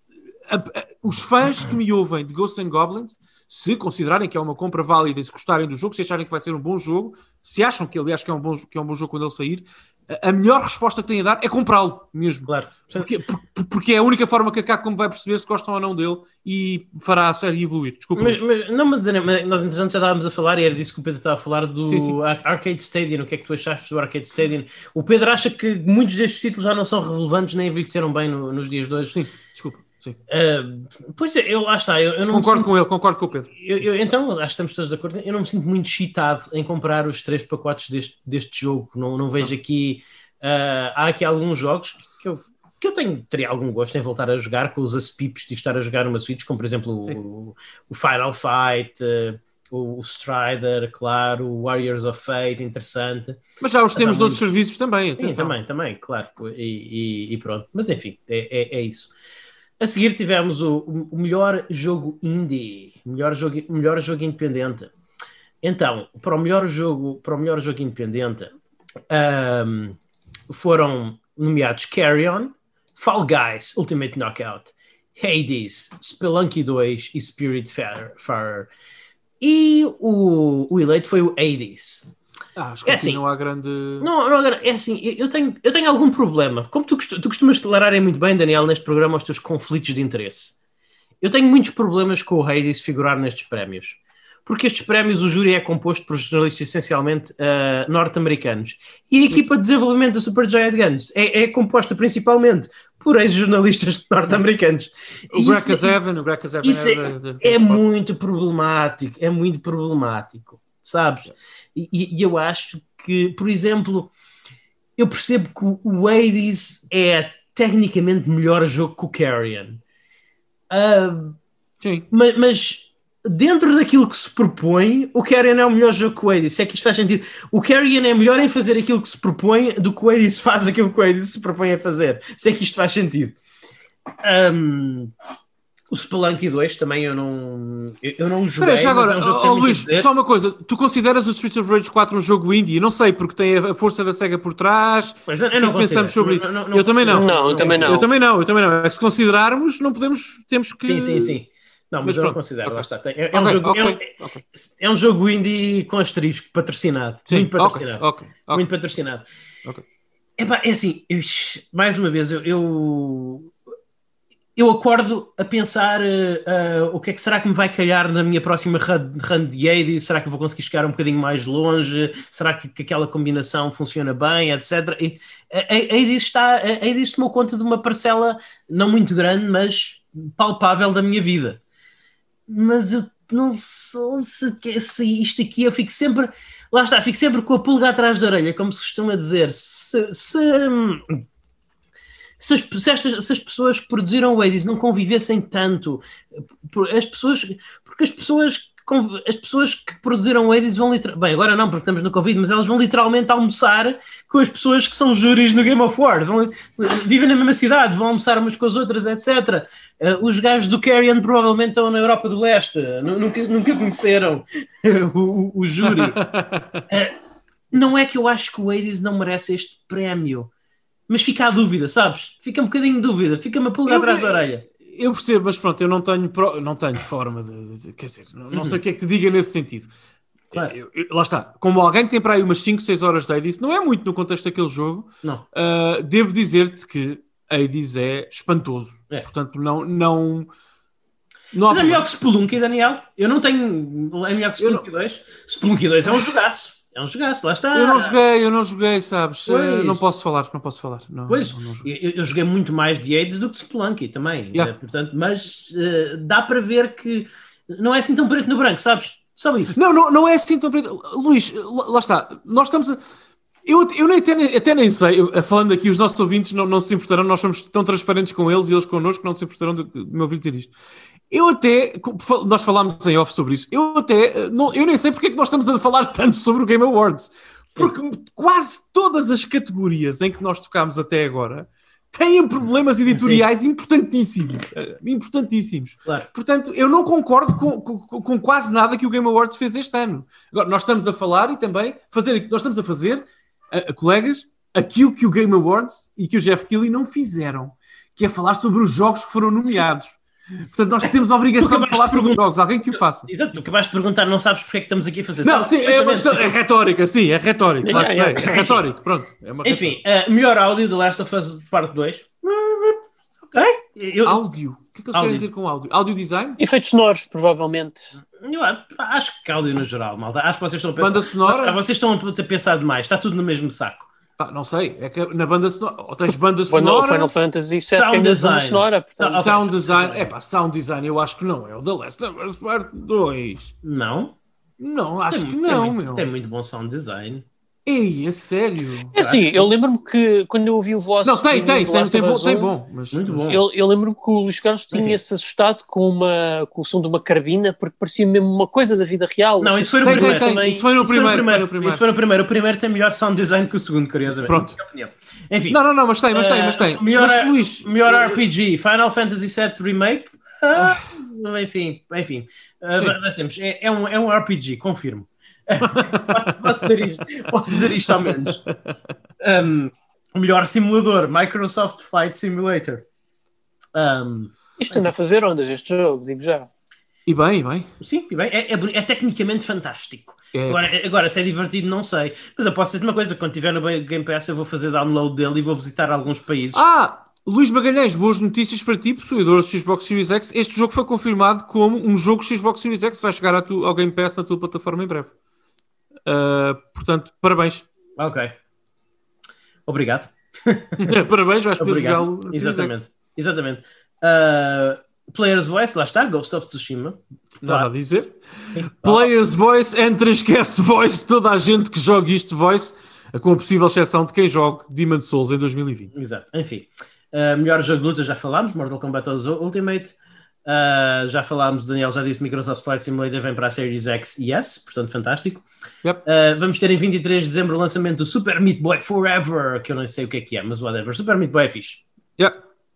os fãs que me ouvem de Ghosts and Goblins, se considerarem que é uma compra válida e se gostarem do jogo, se acharem que vai ser um bom jogo, se acham que aliás que é um bom jogo quando ele sair, a melhor resposta que têm a dar é comprá-lo mesmo. Claro. Porque é a única forma que a Capcom vai perceber se gostam ou não dele e fará a série evoluir. Desculpa. Mas nós entretanto já estávamos a falar, e era disso que o Pedro estava a falar, do Arcade Stadium. O que é que tu achaste do Arcade Stadium? O Pedro acha que muitos destes títulos já não são relevantes nem envelheceram bem nos dias de hoje. Sim, desculpa. Sim. Pois lá está, eu não concordo com ele, concordo com o Pedro. Então, acho que estamos todos de acordo. Eu não me sinto muito excitado em comprar os 3 pacotes deste jogo. Não vejo aqui. Há aqui alguns jogos que eu teria algum gosto em voltar a jogar com os aspipos de estar a jogar uma Switch, como por exemplo o Final Fight, o Strider, claro, o Warriors of Fate, interessante. Mas já os temos de outros serviços também. Sim, também, claro. E pronto. Mas enfim, é isso. A seguir tivemos o melhor jogo indie, melhor jogo independente. Então, para o melhor jogo independente, foram nomeados Carry On, Fall Guys, Ultimate Knockout, Hades, Spelunky 2 e Spiritfarer. E o eleito foi o Hades. Acho que assim, não há grande... Não, é assim, eu tenho algum problema. Como tu costumas declarar muito bem, Daniel, neste programa, os teus conflitos de interesse. Eu tenho muitos problemas com o Hades figurar nestes prémios. Porque estes prémios, o júri é composto por jornalistas essencialmente norte-americanos. E a equipa de desenvolvimento da Supergiant Games é composta principalmente por ex-jornalistas norte-americanos. O Greg Kazevan é muito problemático, sabes? E eu acho que, por exemplo, eu percebo que o Hades é tecnicamente melhor jogo que o Carrion. Sim. Mas dentro daquilo que se propõe, o Carrion é o melhor jogo que o Hades. Se é que isto faz sentido. O Carrion é melhor em fazer aquilo que se propõe do que o Hades faz aquilo que o Hades se propõe a fazer. Se é que isto faz sentido. O Spelunky 2 também eu não joguei. Já agora, Luís, só uma coisa. Tu consideras o Streets of Rage 4 um jogo indie? Não sei, porque tem a força da SEGA por trás. Pois eu não pensamos sobre isso. Eu também não. Eu também não. É que se considerarmos, não podemos... Temos que... Sim. Não, mas eu não considero. Okay. Lá está. É um jogo indie com asterisco, patrocinado. Sim, muito patrocinado. Okay. Muito patrocinado. Okay. É assim, mais uma vez, eu acordo a pensar o que é que será que me vai calhar na minha próxima run de Hades. Será que eu vou conseguir chegar um bocadinho mais longe? Será que aquela combinação funciona bem, etc. E a Hades tomou conta de uma parcela não muito grande, mas palpável da minha vida. Mas eu não sei se isto aqui eu fico sempre... Lá está, fico sempre com a pulga atrás da orelha, como se costuma dizer. Se as pessoas que produziram o Hades não convivessem tanto, porque as pessoas que produziram o Hades vão literalmente... Bem, agora não, porque estamos no Covid, mas elas vão literalmente almoçar com as pessoas que são júris no Game of Wars. Vivem na mesma cidade, vão almoçar umas com as outras, etc. Os gajos do Carrion provavelmente estão na Europa do Leste. Nunca conheceram o júri. Não é que eu acho que o Hades não merece este prémio. Mas fica a dúvida, sabes? Fica um bocadinho de dúvida. Fica-me a pulgar atrás da orelha. Eu percebo, mas pronto, eu não tenho forma de quer dizer, não sei o que é que te diga nesse sentido. Claro. Lá está. Como alguém que tem para aí umas 5, 6 horas de Hades, não é muito no contexto daquele jogo. Não. Devo dizer-te que Hades é espantoso. Portanto, não mas é melhor que Spelunky, Daniel. Eu não tenho... É melhor que Spelunky 2. Spelunky 2 é um jogaço. É um jogaço, lá está. Eu não joguei, sabes? Não posso falar. Eu joguei muito mais de Hades do que de Spelunky também. Portanto, mas dá para ver que não é assim tão preto no branco, sabes? Só isso. Não é assim tão preto. Luís, lá está. Nós estamos a... Eu até nem sei, falando aqui, os nossos ouvintes não se importarão, nós somos tão transparentes com eles e eles connosco, não se importarão de me ouvir dizer isto. Nós falámos em off sobre isso, eu nem sei porque é que nós estamos a falar tanto sobre o Game Awards, porque quase todas as categorias em que nós tocámos até agora têm problemas editoriais importantíssimos. Claro. Portanto, eu não concordo com quase nada que o Game Awards fez este ano. Agora, nós estamos a falar e também nós estamos a fazer, colegas, aquilo que o Game Awards e que o Jeff Keighley não fizeram, que é falar sobre os jogos que foram nomeados. Portanto, nós temos a obrigação de falar sobre os jogos. Alguém que o faça. Exato, tu acabaste de perguntar, não sabes porque é que estamos aqui a fazer. Não, sim, é uma questão, é retórica, claro que sei. É retórico, pronto. Enfim, melhor áudio de Last of Us Parte 2. Ok? Áudio? O que é que eles querem dizer com áudio? Áudio design? Efeitos sonoros, provavelmente. Eu acho que áudio no geral, malta. Acho que vocês estão a pensar... Banda sonora? Vocês estão a pensar demais. Está tudo no mesmo saco. Não sei, é que na banda sonora, ou tens banda sonora... Final Fantasy VII Sound design. Banda sonora. Portanto... Sound design, sound design eu acho que não é o The Last of Us Part 2. Não? Não, acho que não, meu. Tem muito bom sound design. Ei, é sério? É assim, eu lembro-me que quando eu ouvi o vosso... Não, tem bom. Mas, muito bom. Eu lembro-me que o Luís Carlos tinha-se assustado com o som de uma carbina, porque parecia mesmo uma coisa da vida real. Não, isso foi no primeiro. Isso foi no primeiro. Isso foi no primeiro. O primeiro tem melhor sound design que o segundo, curiosamente. Pronto. Enfim. Não, mas tem. Melhor RPG, Final Fantasy VII Remake. Enfim. É um RPG, confirmo. Posso dizer isto ao menos. O melhor simulador, Microsoft Flight Simulator. Isto anda a fazer ondas este jogo, digo já. E bem, e bem. Sim, e bem. É tecnicamente fantástico. Agora, se é divertido, não sei. Mas eu posso dizer uma coisa: quando estiver no Game Pass, eu vou fazer download dele e vou visitar alguns países. Luís Magalhães, boas notícias para ti, possuidor do Xbox Series X. Este jogo foi confirmado como um jogo Xbox Series X. Vai chegar ao Game Pass na tua plataforma em breve. Portanto, parabéns. Ok. Obrigado. Parabéns, vais poder jogá-lo na Series X. Exatamente. Player's Voice, lá está, Ghost of Tsushima. Nada a dizer. Sim. Player's Voice, Entrance Voice, toda a gente que joga isto Voice, com a possível exceção de quem joga Demon's Souls em 2020. Exato, enfim. Melhor jogo de luta já falámos, Mortal Kombat Ultimate. Já falámos, Daniel já disse, Microsoft Flight Simulator vem para a Series X e S, portanto fantástico. Yep. Vamos ter em 23 de dezembro o lançamento do Super Meat Boy Forever, que eu não sei o que é, mas whatever. Super Meat Boy é fixe. Yep.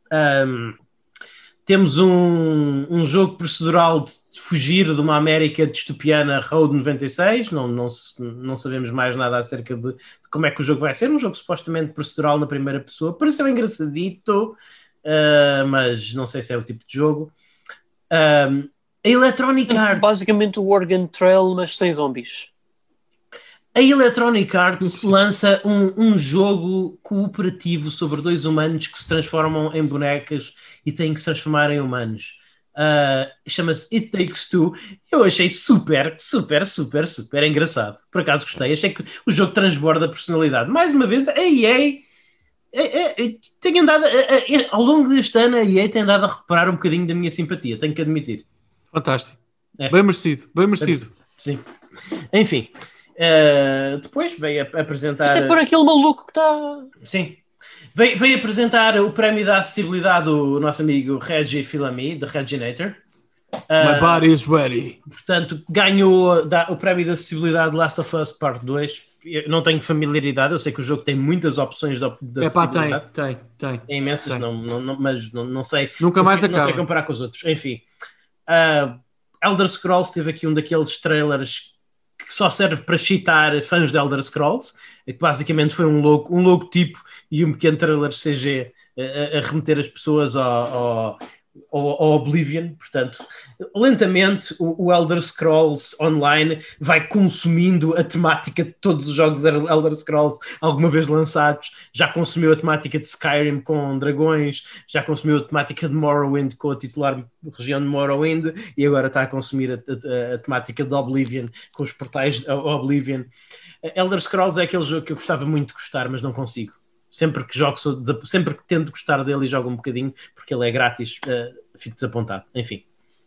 Temos um jogo procedural de fugir de uma América distopiana, Road 96. Não sabemos mais nada acerca de como é que o jogo vai ser. Um jogo supostamente procedural na primeira pessoa. Pareceu engraçadito, mas não sei se é o tipo de jogo. A Electronic Arts... Basicamente o Oregon Trail, mas sem zombies. A Electronic Arts lança um jogo cooperativo sobre dois humanos que se transformam em bonecas e têm que se transformar em humanos. Chama-se It Takes Two. Eu achei super engraçado. Por acaso gostei. Achei que o jogo transborda a personalidade. Mais uma vez, a EA tem andado... ao longo deste ano, a EA tem andado a recuperar um bocadinho da minha simpatia. Tenho que admitir. Fantástico. Bem merecido. Bem merecido. Sim. Enfim... depois veio apresentar... Isto é por aquele maluco que está... Sim. Veio apresentar o prémio da acessibilidade do nosso amigo Reggie Fils-Aimé, de Reginator. My body is ready. Portanto, ganhou o prémio da acessibilidade de Last of Us Part 2. Eu não tenho familiaridade, eu sei que o jogo tem muitas opções de acessibilidade. Tem. É imensas, mas não sei. Nunca mais acaba. Não sei comparar com os outros. Enfim. Elder Scrolls teve aqui um daqueles trailers que só serve para cheatar fãs de Elder Scrolls, que basicamente foi um logotipo e um pequeno trailer CG a remeter as pessoas ao Oblivion. Portanto, lentamente o Elder Scrolls Online vai consumindo a temática de todos os jogos Elder Scrolls alguma vez lançados. Já consumiu a temática de Skyrim com dragões, já consumiu a temática de Morrowind com a titular região de Morrowind e agora está a consumir a temática de Oblivion com os portais Oblivion. Elder Scrolls é aquele jogo que eu gostava muito de gostar, mas não consigo. Sempre que tento gostar dele e jogo um bocadinho, porque ele é grátis, fico desapontado. Enfim.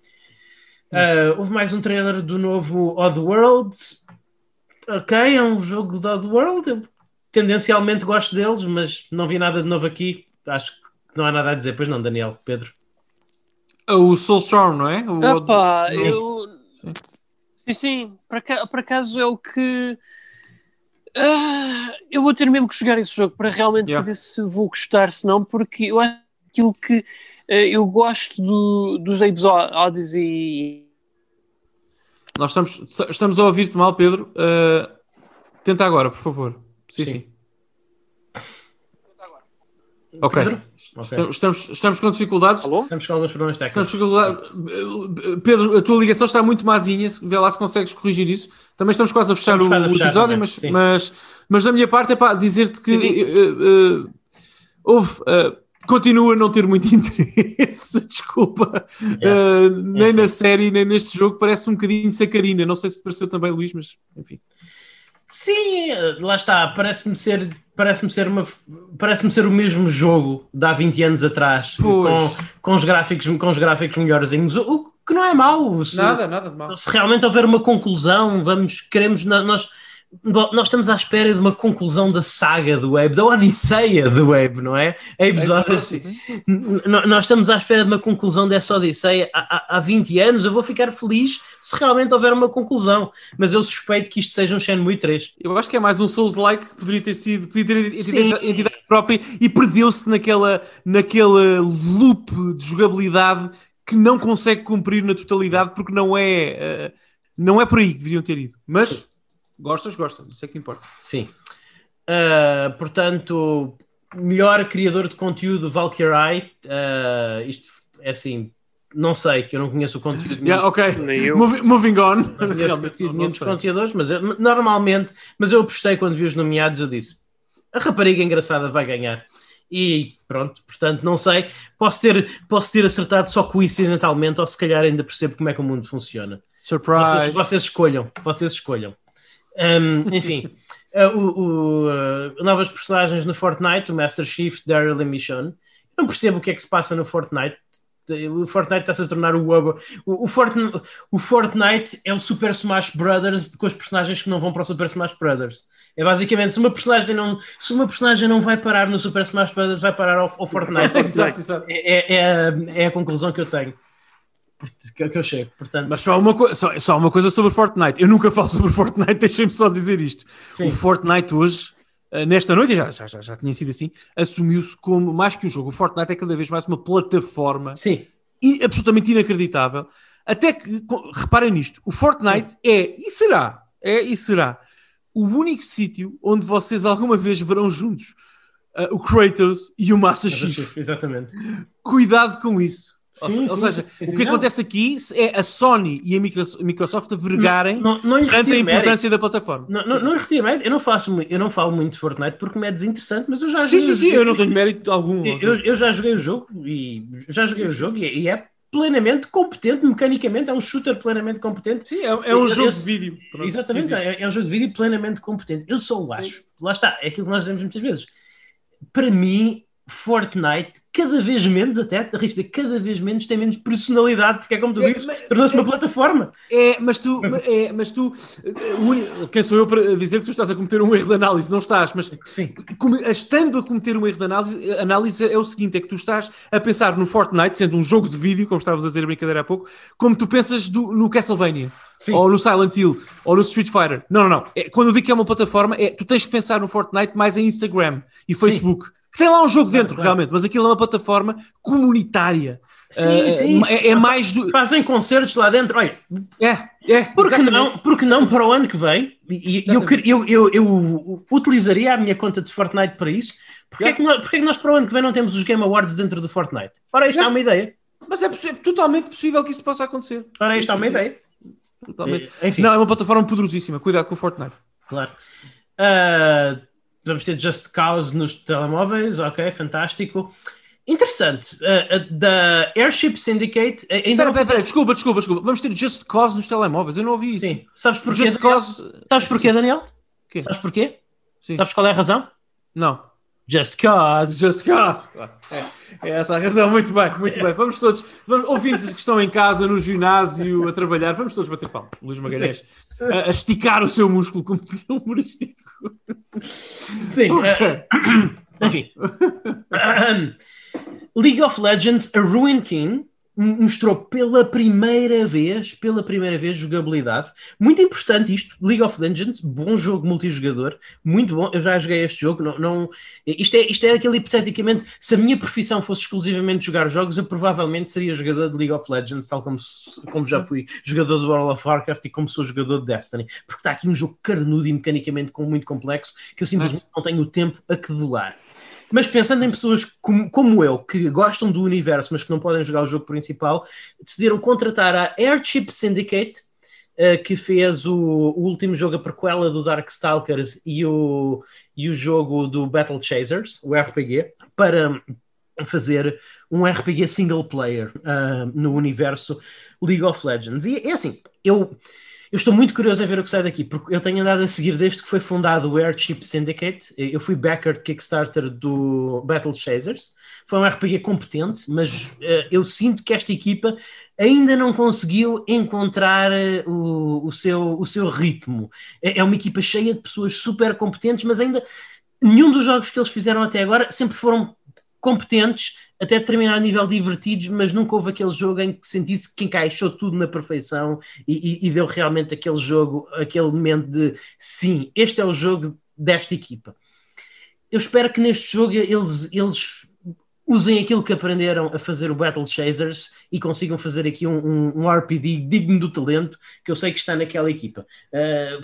Houve mais um trailer do novo Oddworld. Ok, é um jogo de Oddworld. Eu tendencialmente gosto deles, mas não vi nada de novo aqui. Acho que não há nada a dizer. Pois não, Daniel, Pedro? O Soulstorm, não é? Sim. Por acaso é o que... eu vou ter mesmo que jogar esse jogo para realmente saber se vou gostar, se não, porque eu acho aquilo que eu gosto dos Apes Odyssey. Nós estamos a ouvir-te mal, Pedro. Tenta agora, por favor. Sim. Ok. Estamos com dificuldades. Alô? Estamos com alguns problemas técnicos. Pedro, a tua ligação está muito mazinha. Vê lá se consegues corrigir isso. Também estamos quase a fechar o episódio, mas da minha parte é para dizer-te que continua a não ter muito interesse, desculpa, nem na série, nem neste jogo. Parece um bocadinho sacarina. Não sei se te pareceu também, Luís, mas enfim. Sim, lá está. Parece-me ser o mesmo jogo de há 20 anos atrás, com os gráficos melhorzinhos, o que não é mau. Nada de mau. Se realmente houver uma conclusão, nós estamos à espera de uma conclusão da saga do Abe, da Odisseia do Abe, não é? Abe's Odyssey. Nós estamos à espera de uma conclusão dessa Odisseia há 20 anos. Eu vou ficar feliz se realmente houver uma conclusão, mas eu suspeito que isto seja um Shenmue 3. Eu acho que é mais um Souls-like que podia ter entidade própria e perdeu-se naquele loop de jogabilidade que não consegue cumprir na totalidade, porque não é por aí que deveriam ter ido. Mas... Sim. Gostas, isso é que importa. Sim. Portanto, melhor criador de conteúdo, Valkyrie. Isto é assim, não sei, que eu não conheço o conteúdo. Ok, Nem eu. Moving on. Não conheço o conteúdo dos conteúdores, mas normalmente, mas eu apostei quando vi os nomeados, eu disse, a rapariga engraçada vai ganhar. E pronto, portanto, não sei, posso ter acertado só coincidentalmente, ou se calhar ainda percebo como é que o mundo funciona. Surprise! Vocês escolham. Enfim, novas personagens no Fortnite, o Master Chief, Daryl e Michonne. Não percebo o que é que se passa no Fortnite. O Fortnite está-se a tornar o Fortnite é o Super Smash Brothers com os personagens que não vão para o Super Smash Brothers. É basicamente, se uma personagem não vai parar no Super Smash Brothers, vai parar ao Fortnite. Exato. É a conclusão que eu tenho. Que eu chego, portanto... Mas só uma coisa sobre Fortnite. Eu nunca falo sobre Fortnite, deixem-me só dizer isto. Sim. O Fortnite hoje, nesta noite, já tinha sido assim, assumiu-se como, mais que um jogo, o Fortnite é cada vez mais uma plataforma. Sim. Absolutamente inacreditável. Até que, reparem nisto, o Fortnite é e será o único sítio onde vocês alguma vez verão juntos o Kratos e o Master Chief. Exatamente. Cuidado com isso. Sim, ou seja, o que acontece aqui é a Sony e a Microsoft a vergarem ante a importância da plataforma. Não lhe retiro mérito. Eu não falo muito de Fortnite porque me é desinteressante, mas eu já joguei. Sim, eu não tenho mérito algum. Eu já joguei o jogo e é plenamente competente mecanicamente, é um shooter plenamente competente. Sim, é um jogo de vídeo. Pronto, exatamente, é um jogo de vídeo plenamente competente. Eu só o acho. Lá está, é aquilo que nós dizemos muitas vezes. Para mim, Fortnite, cada vez menos, cada vez menos tem menos personalidade, porque é como tu dizes, tornou-se uma plataforma. Mas tu, quem sou eu para dizer que tu estás a cometer um erro de análise? Não estás, mas sim. Estando a cometer um erro de análise é o seguinte, é que tu estás a pensar no Fortnite, sendo um jogo de vídeo, como estávamos a dizer a brincadeira há pouco, como tu pensas no Castlevania. Sim. Ou no Silent Hill, ou no Street Fighter. Não. Quando eu digo que é uma plataforma, tu tens que pensar no Fortnite mais em Instagram e Facebook. Sim. Que tem lá um jogo dentro, realmente, mas aquilo é uma plataforma comunitária. Sim. É mais do... Fazem concertos lá dentro. Olha, porque não para o ano que vem? Eu utilizaria a minha conta de Fortnite para isso. Porque é que nós para o ano que vem não temos os Game Awards dentro do Fortnite? Ora, isto é uma ideia. Mas é totalmente possível que isso possa acontecer. Ora, isto é uma ideia. Totalmente. Enfim. Não, é uma plataforma poderosíssima. Cuidado com o Fortnite. Claro. Vamos ter Just Cause nos telemóveis. Ok, fantástico. Interessante. Da Airship Syndicate... Espera, desculpa. Vamos ter Just Cause nos telemóveis. Eu não ouvi isso. Sim. Sabes porquê, Sabes porquê, Daniel? Quê? Sabes porquê? Sim. Sabes qual é a razão? Não. Just Cause. Claro. É essa a razão. Muito bem. Vamos todos, ouvintes que estão em casa, no ginásio, a trabalhar, vamos todos bater palmas. Luís Magalhães a esticar o seu músculo como humorístico. Sim. Enfim. League of Legends, a Ruin King mostrou pela primeira vez jogabilidade. Muito importante isto, League of Legends, bom jogo multijogador, muito bom, eu já joguei este jogo, isto é aquele hipoteticamente, se a minha profissão fosse exclusivamente jogar jogos, eu provavelmente seria jogador de League of Legends, tal como já fui jogador do World of Warcraft e como sou jogador de Destiny, porque está aqui um jogo carnudo e mecanicamente muito complexo, que eu simplesmente não tenho o tempo a que doar. Mas pensando em pessoas como eu, que gostam do universo, mas que não podem jogar o jogo principal, decidiram contratar a Airship Syndicate, que fez o último jogo, a prequela do Darkstalkers e o jogo do Battle Chasers, o RPG, para fazer um RPG single player no universo League of Legends. E é assim, eu estou muito curioso a ver o que sai daqui, porque eu tenho andado a seguir desde que foi fundado o Airship Syndicate. Eu fui backer de Kickstarter do Battle Chasers. Foi um RPG competente, mas eu sinto que esta equipa ainda não conseguiu encontrar o seu ritmo. É uma equipa cheia de pessoas super competentes, mas ainda nenhum dos jogos que eles fizeram até agora sempre foram competentes, até determinado nível divertidos, mas nunca houve aquele jogo em que sentisse que encaixou tudo na perfeição e deu realmente aquele jogo, aquele momento de sim, este é o jogo desta equipa. Eu espero que neste jogo eles usem aquilo que aprenderam a fazer o Battle Chasers e consigam fazer aqui um RPD digno do talento que eu sei que está naquela equipa.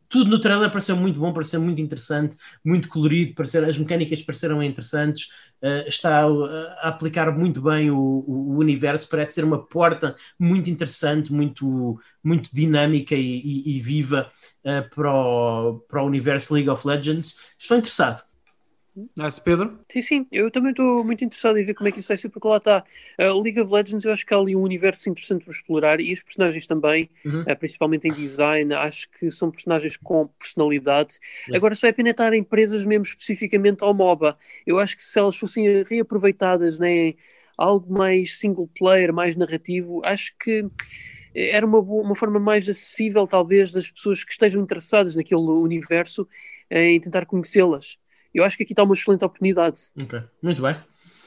tudo no trailer pareceu muito bom, pareceu muito interessante, muito colorido, as mecânicas pareceram interessantes, está a aplicar muito bem o universo, parece ser uma porta muito interessante, muito, muito dinâmica e viva para o universo League of Legends. Estou interessado. Pedro? Sim, eu também estou muito interessado em ver como é que isso vai ser, porque lá está. O League of Legends, eu acho que há ali um universo interessante para explorar e os personagens também, principalmente em design, acho que são personagens com personalidade. Agora só é pena estar em presas mesmo especificamente ao MOBA. Eu acho que se elas fossem reaproveitadas, né, algo mais single player, mais narrativo, acho que era uma forma mais acessível, talvez, das pessoas que estejam interessadas naquele universo em tentar conhecê-las. Eu acho que aqui está uma excelente oportunidade. Ok, muito bem.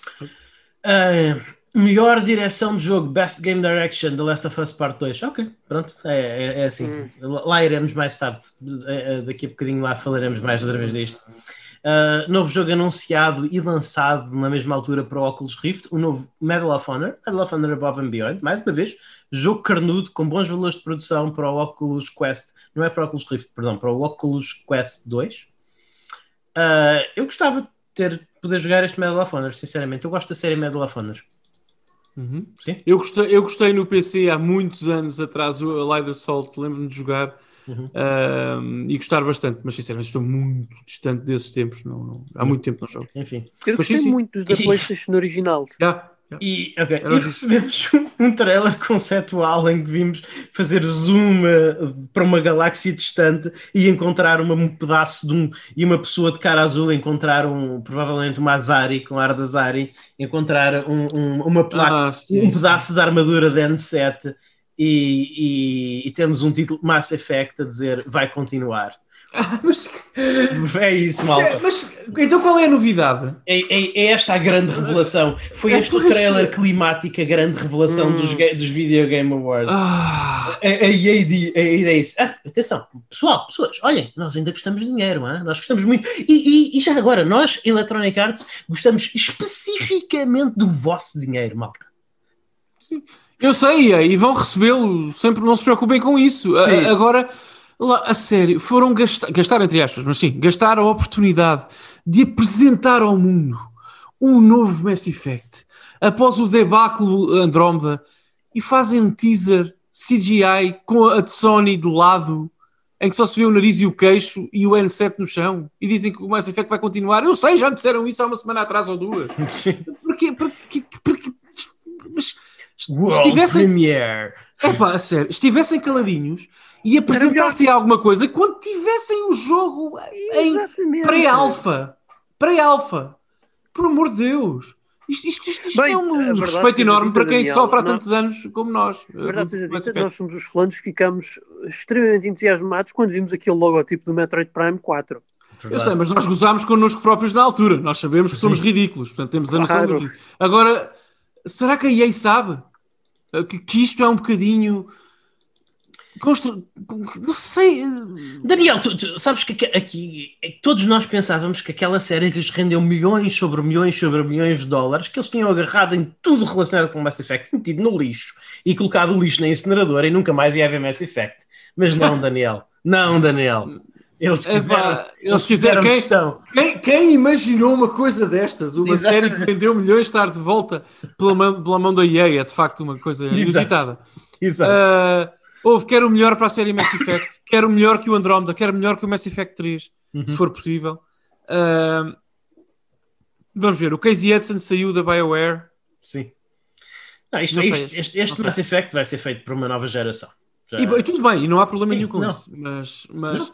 Melhor direção de jogo, Best Game Direction, The Last of Us Part 2. Ok, pronto, é assim. Lá iremos mais tarde. Daqui a bocadinho lá falaremos mais outra vez disto. Novo jogo anunciado e lançado na mesma altura para o Oculus Rift, o novo Medal of Honor Above and Beyond, mais uma vez, jogo carnudo com bons valores de produção para o Oculus Quest, não é para o Oculus Rift, perdão, para o Oculus Quest 2. Eu gostava de poder jogar este Medal of Honor, sinceramente. Eu gosto da série Medal of Honor. Sim? Eu gostei no PC há muitos anos atrás, o Allied Assault, lembro-me de jogar e gostar bastante, mas sinceramente estou muito distante desses tempos. Há muito tempo não jogo. Enfim. Eu gostei muito da PlayStation original. E recebemos um trailer conceptual em que vimos fazer zoom para uma galáxia distante e encontrar um pedaço e uma pessoa de cara azul encontrar provavelmente uma Azari com ar de Azari, encontrar uma placa, um pedaço da armadura de N7 e temos um título Mass Effect a dizer vai continuar. É isso, malta. Mas então qual é a novidade? É esta a grande revelação. Foi este o trailer climático, a grande revelação dos Video Game Awards. A EA disse: atenção, pessoas, olhem, nós ainda gostamos de dinheiro, nós gostamos muito. E já agora, nós, Electronic Arts, gostamos especificamente do vosso dinheiro, malta. Sim. Eu sei, e vão recebê-lo, sempre, não se preocupem com isso. Agora. Lá, a sério, foram gastar entre aspas, mas sim, gastar a oportunidade de apresentar ao mundo um novo Mass Effect após o debacle Andrómeda e fazem um teaser CGI com a de Sony de lado em que só se vê o nariz e o queixo e o N7 no chão e dizem que o Mass Effect vai continuar. Eu sei, já me disseram isso há uma semana atrás ou duas. Porquê? Mas se tivessem... a sério, estivessem caladinhos e apresentassem alguma coisa quando tivessem o jogo em pré-alfa. Por amor de Deus. Isto é um respeito enorme para quem sofre há tantos anos como nós. Verdade seja dita, nós somos os fãs que ficamos extremamente entusiasmados quando vimos aquele logotipo do Metroid Prime 4. Eu sei, mas nós gozámos connosco próprios na altura. Nós sabemos que somos ridículos, portanto temos a noção do ridículo. Agora, será que a EA sabe que isto é um bocadinho... Não sei... Daniel, tu sabes que aqui todos nós pensávamos que aquela série lhes rendeu milhões sobre milhões sobre milhões de dólares, que eles tinham agarrado em tudo relacionado com Mass Effect, metido no lixo e colocado o lixo na incineradora e nunca mais ia haver Mass Effect. Mas não, Daniel. Não, Daniel. Eles fizeram questão. Quem imaginou uma coisa destas? Uma série que vendeu milhões estar de volta pela mão da EA? É de facto uma coisa inusitada. Exato. Quero o melhor para a série Mass Effect, quero o melhor que o Andrómeda, quero o melhor que o Mass Effect 3, se for possível. Vamos ver, o Casey Hudson saiu da BioWare. Sim. Este Mass Effect vai ser feito por uma nova geração. E tudo bem, e não há problema nenhum com isso. Mas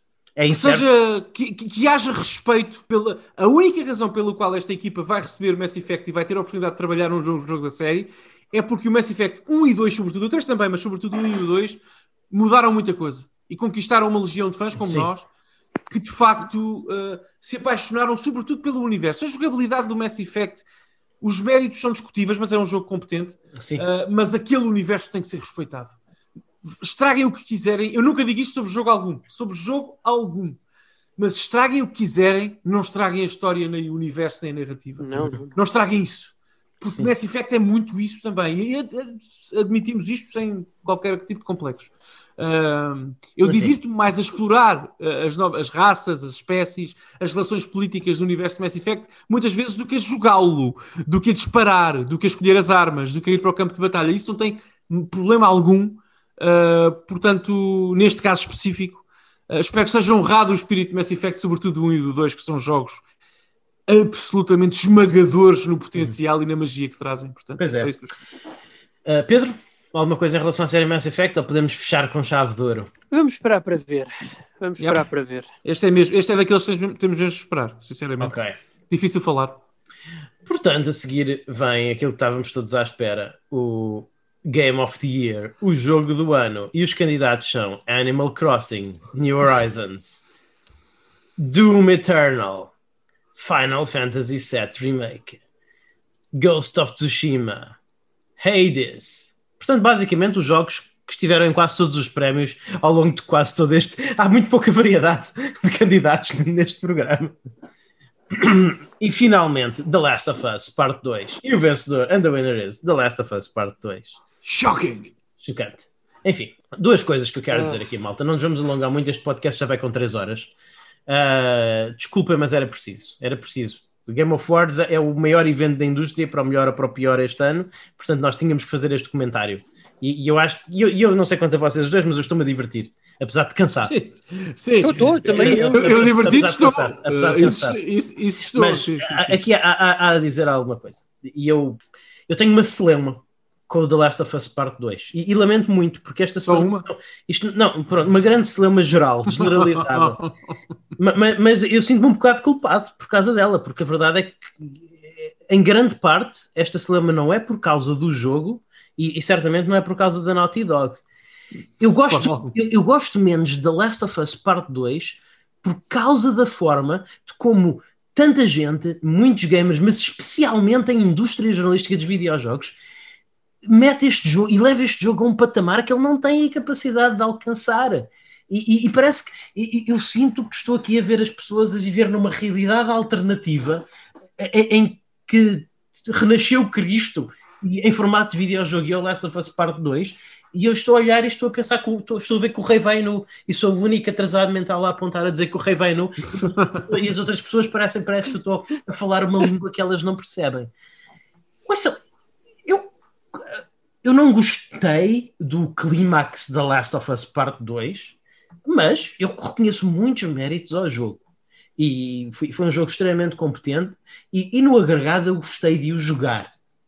que haja respeito pela... A única razão pela qual esta equipa vai receber o Mass Effect e vai ter a oportunidade de trabalhar num jogo da série é porque o Mass Effect 1 e 2, sobretudo o 3 também, mas sobretudo o 1 e o 2, mudaram muita coisa e conquistaram uma legião de fãs como nós, que de facto se apaixonaram sobretudo pelo universo. A jogabilidade do Mass Effect, os méritos são discutíveis, mas é um jogo competente, mas aquele universo tem que ser respeitado. Estraguem o que quiserem, eu nunca digo isto sobre jogo algum, mas estraguem o que quiserem, não estraguem a história, nem o universo, nem a narrativa. Não estraguem isso. Porque Mass Effect é muito isso também. E admitimos isto sem qualquer tipo de complexo. Eu divirto-me mais a explorar as raças, as espécies, as relações políticas do universo de Mass Effect, muitas vezes do que a jogá-lo, do que a disparar, do que a escolher as armas, do que a ir para o campo de batalha. Isso não tem problema algum. Portanto, neste caso específico, espero que seja honrado o espírito de Mass Effect, sobretudo do 1 e do 2, que são jogos absolutamente esmagadores no potencial e na magia que trazem. Portanto, pois é. Só isso que Pedro, alguma coisa em relação à série Mass Effect ou podemos fechar com chave de ouro? Vamos esperar para ver. Esperar para ver. Este é daqueles que temos mesmo de esperar, sinceramente. Ok. Difícil falar. Portanto, a seguir vem aquilo que estávamos todos à espera, o Game of the Year, o jogo do ano, e os candidatos são Animal Crossing, New Horizons, Doom Eternal, Final Fantasy VII Remake, Ghost of Tsushima, Hades. Portanto, basicamente os jogos que estiveram em quase todos os prémios ao longo de quase todo este... Há muito pouca variedade de candidatos neste programa. E finalmente, The Last of Us Parte 2. E o vencedor, and the winner is The Last of Us Parte 2. Shocking! Chocante. Enfim, duas coisas que eu quero dizer aqui, malta. Não nos vamos alongar muito, este podcast já vai com 3 horas. Desculpem, mas era preciso. Era preciso. O Game of Awards é o maior evento da indústria, para o melhor ou para o pior este ano. Portanto, nós tínhamos que fazer este comentário. E eu acho... eu não sei quanto a vocês dois, mas eu estou-me a divertir. Apesar de cansar. Sim. Estou também. Eu divertido estou. Apesar de cansar. Isso estou. Mas sim. aqui há a dizer alguma coisa. E eu tenho uma celeuma com o The Last of Us Parte 2. E lamento muito, porque esta celeuma... uma grande celeuma geral, generalizada. mas eu sinto-me um bocado culpado por causa dela, porque a verdade é que, em grande parte, esta celeuma não é por causa do jogo e certamente não é por causa da Naughty Dog. Eu gosto menos de The Last of Us Part 2 por causa da forma de como tanta gente, muitos gamers, mas especialmente a indústria jornalística dos videojogos, mete este jogo e leva este jogo a um patamar que ele não tem a capacidade de alcançar. E parece que eu sinto que estou aqui a ver as pessoas a viver numa realidade alternativa em que renasceu Cristo em formato de videojogo e o Last of Us Part 2, e eu estou a olhar e estou a pensar que estou a ver que o rei vem nu, e sou o único atrasado mental a apontar a dizer que o rei vem nu, e as outras pessoas parece que eu estou a falar uma língua que elas não percebem. Eu não gostei do clímax da Last of Us Part 2, mas eu reconheço muitos méritos ao jogo. E foi um jogo extremamente competente e no agregado eu gostei de o jogar.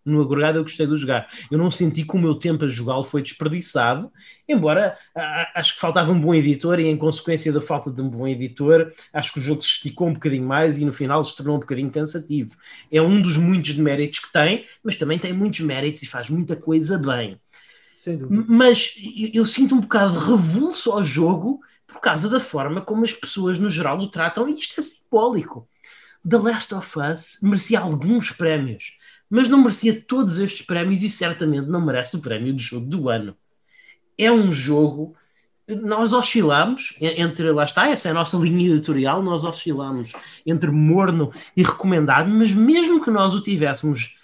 Eu não senti que o meu tempo a jogá-lo foi desperdiçado, embora acho que faltava um bom editor e em consequência da falta de um bom editor, acho que o jogo se esticou um bocadinho mais e no final se tornou um bocadinho cansativo. É um dos muitos deméritos que tem, mas também tem muitos méritos e faz muita coisa bem. Sem dúvida. Mas eu sinto um bocado de revulso ao jogo por causa da forma como as pessoas no geral o tratam, e isto é simbólico. The Last of Us merecia alguns prémios, mas não merecia todos estes prémios e certamente não merece o prémio de jogo do ano. É um jogo... Nós oscilamos entre... Lá está, essa é a nossa linha editorial. Nós oscilamos entre morno e recomendado, mas mesmo que nós o tivéssemos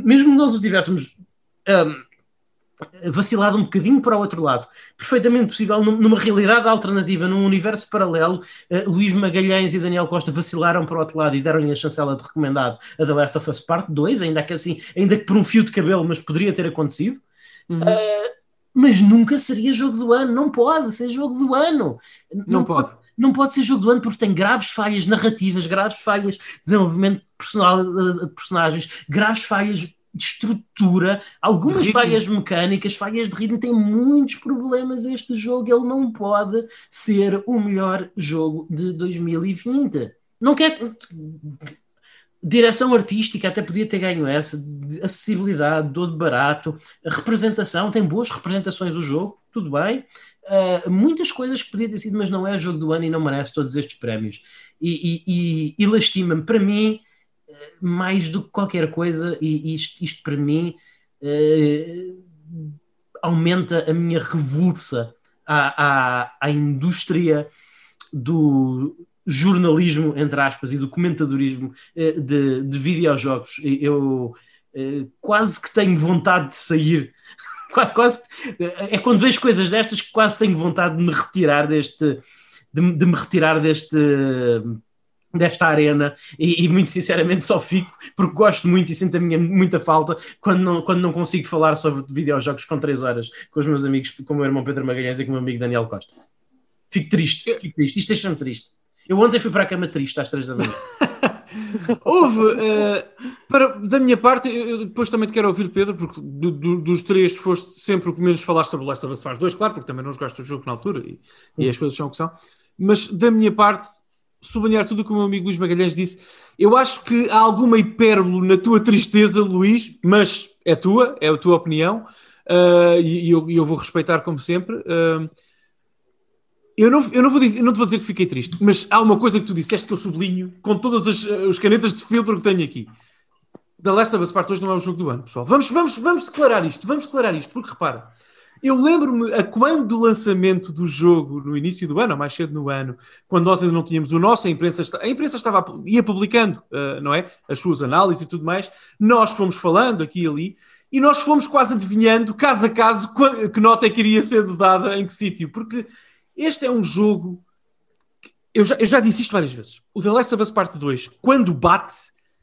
vacilado um bocadinho para o outro lado, perfeitamente possível, numa realidade alternativa, num universo paralelo, Luís Magalhães e Daniel Costa vacilaram para o outro lado e deram-lhe a chancela de recomendado a The Last of Us Part 2, ainda que por um fio de cabelo, mas poderia ter acontecido. Mas nunca seria jogo do ano. Não pode ser jogo do ano. Não pode ser jogo do ano, porque tem graves falhas narrativas, graves falhas de desenvolvimento de personagens, graves falhas de estrutura, algumas falhas mecânicas, falhas de ritmo. Tem muitos problemas este jogo. Ele não pode ser o melhor jogo de 2020. Não quer... Direção artística até podia ter ganho essa, de acessibilidade, dor de barato, a representação, tem boas representações do jogo, tudo bem, muitas coisas que podia ter sido, mas não é jogo do ano e não merece todos estes prémios. E lastima-me, para mim, mais do que qualquer coisa, e isto para mim aumenta a minha revulsa à indústria do jornalismo, entre aspas, e do comentadorismo de videojogos. Eu quase que tenho vontade de sair quase, é quando vejo coisas destas que quase tenho vontade de me retirar desta arena e muito sinceramente só fico porque gosto muito e sinto muita falta quando não consigo falar sobre videojogos com 3 horas com os meus amigos, com o meu irmão Pedro Magalhães e com o meu amigo Daniel Costa. Fico triste, isto deixa-me triste. Eu ontem fui para a cama triste às 3 da manhã. Da minha parte, eu depois também te quero ouvir, Pedro, porque dos 3 foste sempre o que menos falaste sobre Last of Us Part 2, claro, porque também não gosto do jogo na altura e as coisas são o que são, mas da minha parte, sublinhar tudo o que o meu amigo Luís Magalhães disse. Eu acho que há alguma hipérbole na tua tristeza, Luís, mas é a tua opinião, e eu vou respeitar como sempre. Eu não te vou dizer que fiquei triste, mas há uma coisa que tu disseste que eu sublinho com todas as canetas de filtro que tenho aqui. The Last of Us Part 2 não é o jogo do ano, pessoal. Vamos declarar isto, porque repara, eu lembro-me a quando do lançamento do jogo, no início do ano, ou mais cedo no ano, quando nós ainda não tínhamos o nosso, a imprensa ia publicando, não é? As suas análises e tudo mais, nós fomos falando aqui e ali, e nós fomos quase adivinhando, caso a caso, que nota é que iria ser dada em que sítio, porque este é um jogo, eu já disse isto várias vezes, o The Last of Us Part 2, quando bate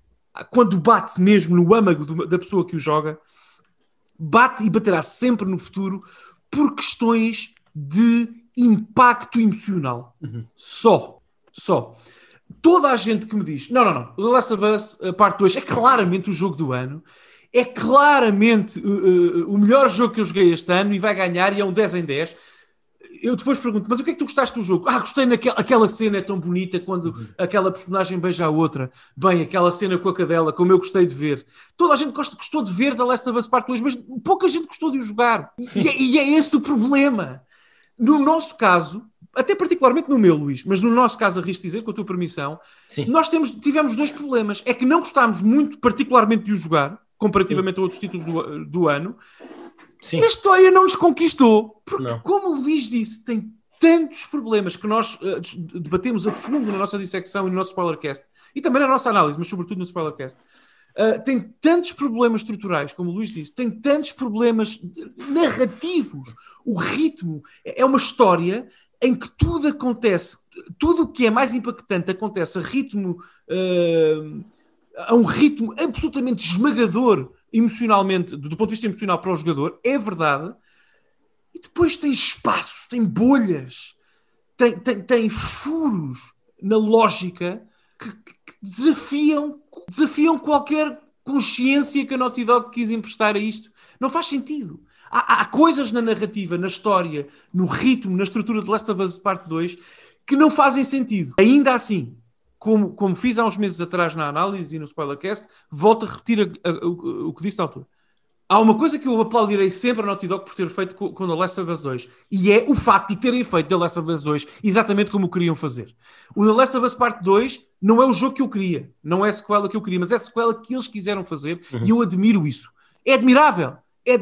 mesmo no âmago da pessoa que o joga, bate e baterá sempre no futuro por questões de impacto emocional. Só. Toda a gente que me diz, não, o The Last of Us Part 2 é claramente o jogo do ano, é claramente o melhor jogo que eu joguei este ano e vai ganhar e é um 10 em 10. Eu depois pergunto, mas o que é que tu gostaste do jogo? Gostei aquela cena é tão bonita quando aquela personagem beija a outra. Bem, aquela cena com a cadela, como eu gostei de ver. Toda a gente gostou de ver The Last of Us Part 2, mas pouca gente gostou de o jogar. E é esse o problema. No nosso caso, até particularmente no meu, Luís, mas no nosso caso, arrisco dizer, com a tua permissão, nós tivemos 2 problemas. É que não gostámos muito, particularmente, de o jogar, comparativamente a outros títulos do ano. Sim. A história não nos conquistou, porque, como o Luís disse, tem tantos problemas que nós debatemos a fundo na nossa dissecção e no nosso spoilercast, e também na nossa análise, mas sobretudo no spoilercast. Tem tantos problemas estruturais, como o Luís disse, tem tantos problemas narrativos. O ritmo é uma história em que tudo acontece, tudo o que é mais impactante acontece a um ritmo absolutamente esmagador emocionalmente, do ponto de vista emocional para o jogador, é verdade. E depois tem espaços, tem bolhas, tem furos na lógica que desafiam qualquer consciência que a Naughty Dog quis emprestar a isto. Não faz sentido. Há coisas na narrativa, na história, no ritmo, na estrutura de Last of Us Part 2 que não fazem sentido. Ainda assim, como fiz há uns meses atrás na análise e no spoilercast, volto a repetir o que disse na altura. Há uma coisa que eu aplaudirei sempre a Naughty Dog por ter feito com The Last of Us 2, e é o facto de terem feito The Last of Us 2 exatamente como o queriam fazer. O The Last of Us Part 2 não é o jogo que eu queria, não é a sequela que eu queria, mas é a sequela que eles quiseram fazer, e eu admiro isso. É admirável.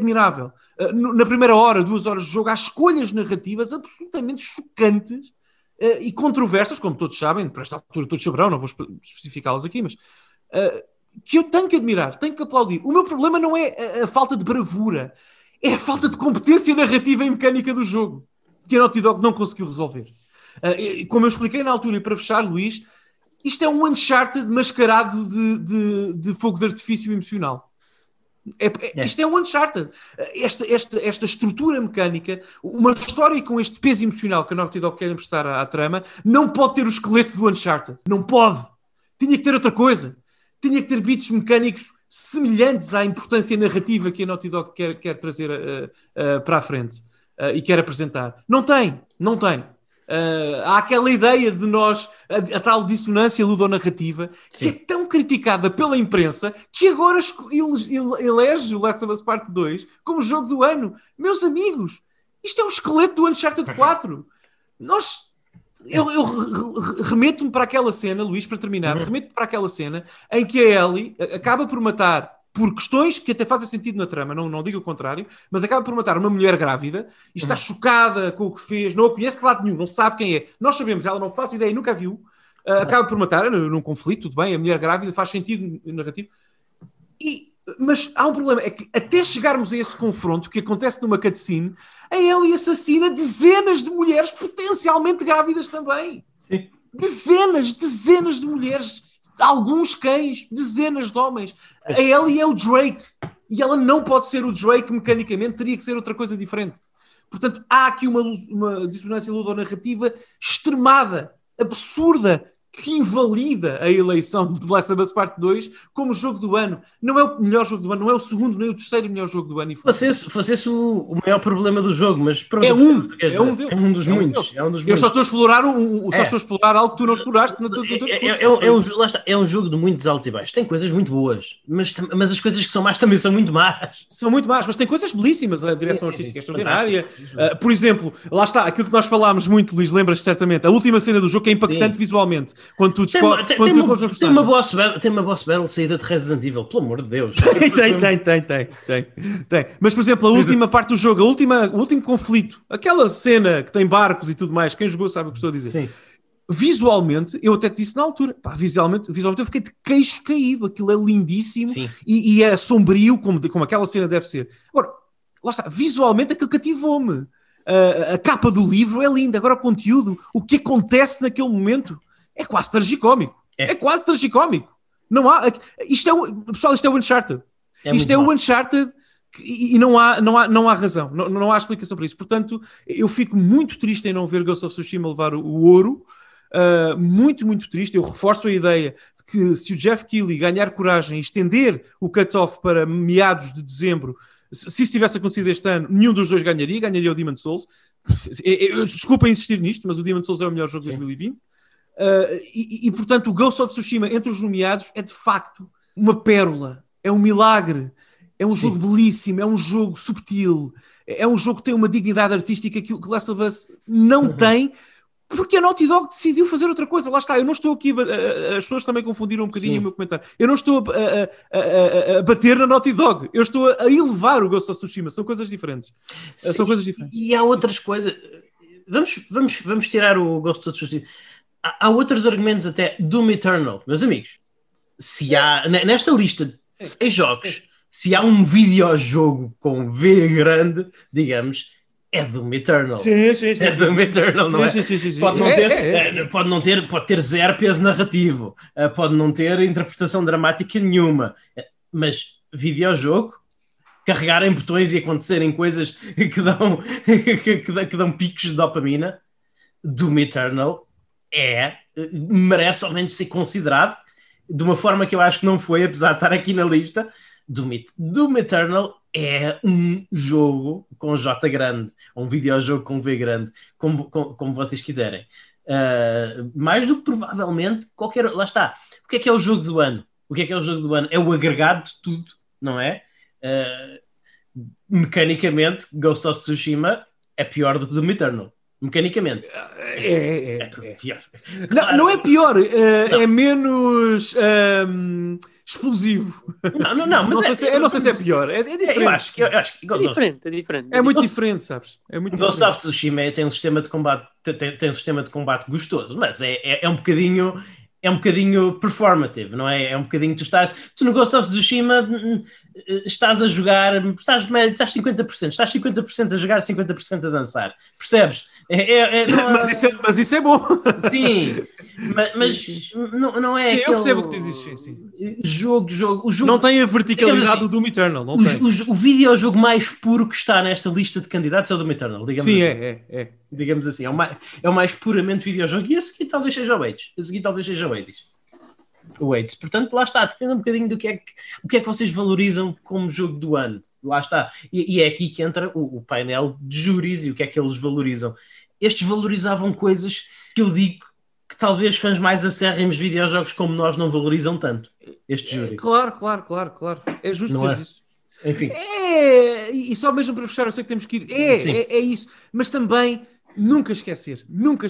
Na primeira hora, 2 horas de jogo, há escolhas narrativas absolutamente chocantes e controversas, como todos sabem, por esta altura todos saberão, não vou especificá-las aqui, mas que eu tenho que admirar, tenho que aplaudir. O meu problema não é a falta de bravura, é a falta de competência narrativa e mecânica do jogo, que a Naughty Dog não conseguiu resolver. Como eu expliquei na altura, e para fechar, Luís, isto é um Uncharted mascarado de fogo de artifício emocional. Isto é um Uncharted. Esta estrutura mecânica, uma história com este peso emocional que a Naughty Dog quer emprestar à trama, não pode ter o esqueleto do Uncharted. Não pode. Tinha que ter outra coisa. Tinha que ter bits mecânicos semelhantes à importância narrativa que a Naughty Dog quer trazer para a frente e quer apresentar. Não tem. Há aquela ideia de nós, a tal dissonância ludonarrativa, que é tão criticada pela imprensa, que agora elege o Last of Us Part 2 como jogo do ano. Meus amigos, isto é o esqueleto do Uncharted 4. Eu remeto-me para aquela cena, Luís, para terminar, remeto-me para aquela cena em que a Ellie acaba por matar, por questões que até fazem sentido na trama, não digo o contrário, mas acaba por matar uma mulher grávida e está chocada com o que fez, não a conhece de lado nenhum, não sabe quem é. Nós sabemos, ela não faz ideia, nunca viu. Acaba por matar num conflito, tudo bem, a mulher grávida faz sentido narrativo. E Mas há um problema, é que até chegarmos a esse confronto que acontece numa cutscene, a Ellie assassina dezenas de mulheres potencialmente grávidas também. Sim. Dezenas de mulheres, alguns cães, dezenas de homens. A Ellie é o Drake e ela não pode ser o Drake mecanicamente, teria que ser outra coisa diferente. Portanto, há aqui uma dissonância ludonarrativa extremada, absurda, que invalida a eleição de The Last of Us Part 2 como jogo do ano. Não é o melhor jogo do ano, não é o segundo nem o terceiro melhor jogo do ano. Fosse esse o maior problema do jogo, mas pronto, é um dos muitos. Eu só estou a explorar algo que tu não exploraste. É um jogo de muitos altos e baixos. Tem coisas muito boas, mas as coisas que são más também são muito más. São muito más, mas tem coisas belíssimas. A direção artística é extraordinária. Por exemplo, lá está, aquilo que nós falámos muito, Luís, lembras-te certamente, a última cena do jogo que é impactante visualmente. Quando tu tem uma boss battle saída de Resident Evil, pelo amor de Deus. Tem. Mas, por exemplo, a última parte do jogo, o último conflito, aquela cena que tem barcos e tudo mais, quem jogou sabe o que estou a dizer. Sim. Visualmente, eu até te disse na altura, visualmente eu fiquei de queixo caído, aquilo é lindíssimo e é sombrio, como aquela cena deve ser. Agora, lá está, visualmente aquilo cativou-me. A capa do livro é linda, agora o conteúdo, o que acontece naquele momento, é quase tragicómico. É quase tragicómico. Não há... Pessoal, isto é o Uncharted. Isto é o Uncharted e não há razão. Não há explicação para isso. Portanto, eu fico muito triste em não ver Ghost of Tsushima levar o ouro. Muito, muito triste. Eu reforço a ideia de que se o Jeff Keighley ganhar coragem e estender o cut-off para meados de dezembro, se isso tivesse acontecido este ano, nenhum dos dois ganharia o Demon's Souls. Desculpa insistir nisto, mas o Demon's Souls é o melhor jogo de 2020. Portanto, o Ghost of Tsushima entre os nomeados é de facto uma pérola, é um milagre, é um jogo belíssimo, é um jogo subtil, é um jogo que tem uma dignidade artística que o Last of Us não tem, porque a Naughty Dog decidiu fazer outra coisa. Lá está, eu não estou aqui, as pessoas também confundiram um bocadinho o meu comentário, eu não estou a bater na Naughty Dog, eu estou a elevar o Ghost of Tsushima, são coisas diferentes. São coisas diferentes. E há outras coisas, vamos tirar o Ghost of Tsushima. Há outros argumentos até. Doom Eternal, meus amigos, se há nesta lista de 6 jogos, se há um videojogo com V grande, digamos, é Doom Eternal. Sim. É Doom Eternal, não é? Sim. Pode ter zero peso narrativo, pode não ter interpretação dramática nenhuma, mas videojogo, carregar em botões e acontecerem coisas que dão picos de dopamina, Doom Eternal merece ao menos ser considerado de uma forma que eu acho que não foi, apesar de estar aqui na lista. Doom Eternal é um jogo com J grande, um videojogo com V grande, como vocês quiserem. Mais do que provavelmente qualquer... Lá está. O que é o jogo do ano? O que é o jogo do ano? É o agregado de tudo, não é? Mecanicamente, Ghost of Tsushima é pior do que Doom Eternal. Mecanicamente. É tudo pior. Claro. Não é pior, é menos explosivo. Não, mas não sei se é pior. É diferente. Eu acho que é diferente. É muito diferente, sabes? Ghost of Tsushima tem um sistema de combate, tem um sistema de combate gostoso, mas é um bocadinho performative, não é? É um bocadinho, tu no Ghost of Tsushima estás a jogar, estás 50%, estás 50% a jogar, 50% a dançar, percebes? Mas isso é bom. Sim, mas não é aquele... Eu percebo o que tu dizes, sim. O jogo não tem a verticalidade do Doom Eternal, não tem. O videojogo mais puro que está nesta lista de candidatos é o Doom Eternal, digamos assim. Sim, é. Digamos assim, é o mais puramente videojogo, e a seguir talvez seja o Hades. Portanto, lá está, depende um bocadinho do que é que vocês valorizam como jogo do ano. Lá está. E é aqui que entra o painel de júris e o que é que eles valorizam. Estes valorizavam coisas que eu digo que talvez fãs mais acérrimos de videojogos como nós não valorizam tanto. Este júri. Claro. É justo dizer isso. Enfim. E só mesmo para fechar, eu sei que temos que ir. É isso. Mas também nunca esquecer.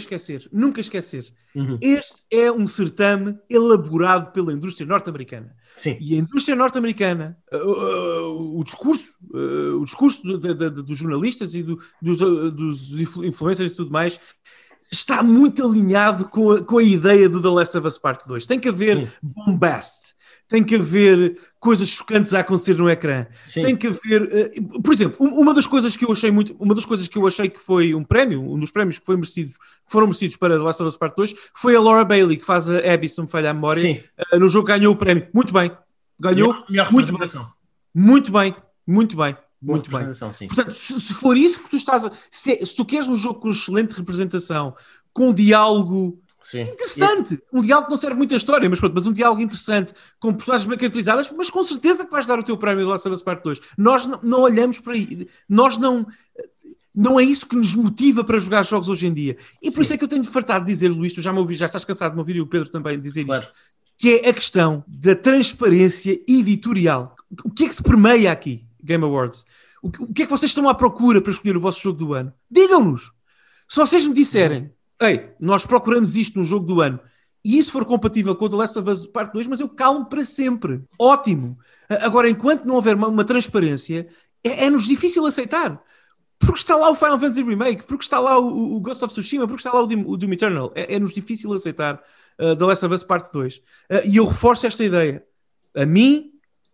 Uhum. Este é um certame elaborado pela indústria norte-americana. Sim. E a indústria norte-americana, o discurso dos jornalistas e dos influencers e tudo mais, está muito alinhado com a ideia do The Last of Us Part 2. Tem que haver bombast. tem que haver coisas chocantes a acontecer no ecrã. Sim. Tem que haver... por exemplo, uma das coisas que eu achei que foi um dos prémios que foram merecidos para The Last of Us Part 2, foi a Laura Bailey, que faz a Abby, se não me falha a memória. No jogo ganhou o prémio. Muito bem. Ganhou. Muito bem. Muito bem. Muito bem. Muito bem. Sim. Portanto, se for isso que tu estás... Se tu queres um jogo com excelente representação, com diálogo... Sim. Interessante, um diálogo que não serve muito a história, mas um diálogo interessante, com personagens bem caracterizadas, mas com certeza que vais dar o teu prémio de Last of Us Part 2. Nós não olhamos para aí, nós não é isso que nos motiva para jogar jogos hoje em dia. E por isso é que eu tenho de fartar de dizer, Luís, tu já me ouvi, já estás cansado de me ouvir, e o Pedro também dizer isto, que é a questão da transparência editorial. O que é que se permeia aqui, Game Awards? O que é que vocês estão à procura para escolher o vosso jogo do ano? Digam-nos! Se vocês me disserem, ei, nós procuramos isto no jogo do ano, e isso for compatível com o The Last of Us Part 2, mas eu calmo para sempre. Ótimo. Agora, enquanto não houver uma transparência, é-nos difícil aceitar. Porque está lá o Final Fantasy Remake, porque está lá o Ghost of Tsushima, porque está lá o Doom Eternal. É-nos difícil aceitar The Last of Us Part 2. E eu reforço esta ideia. A mim,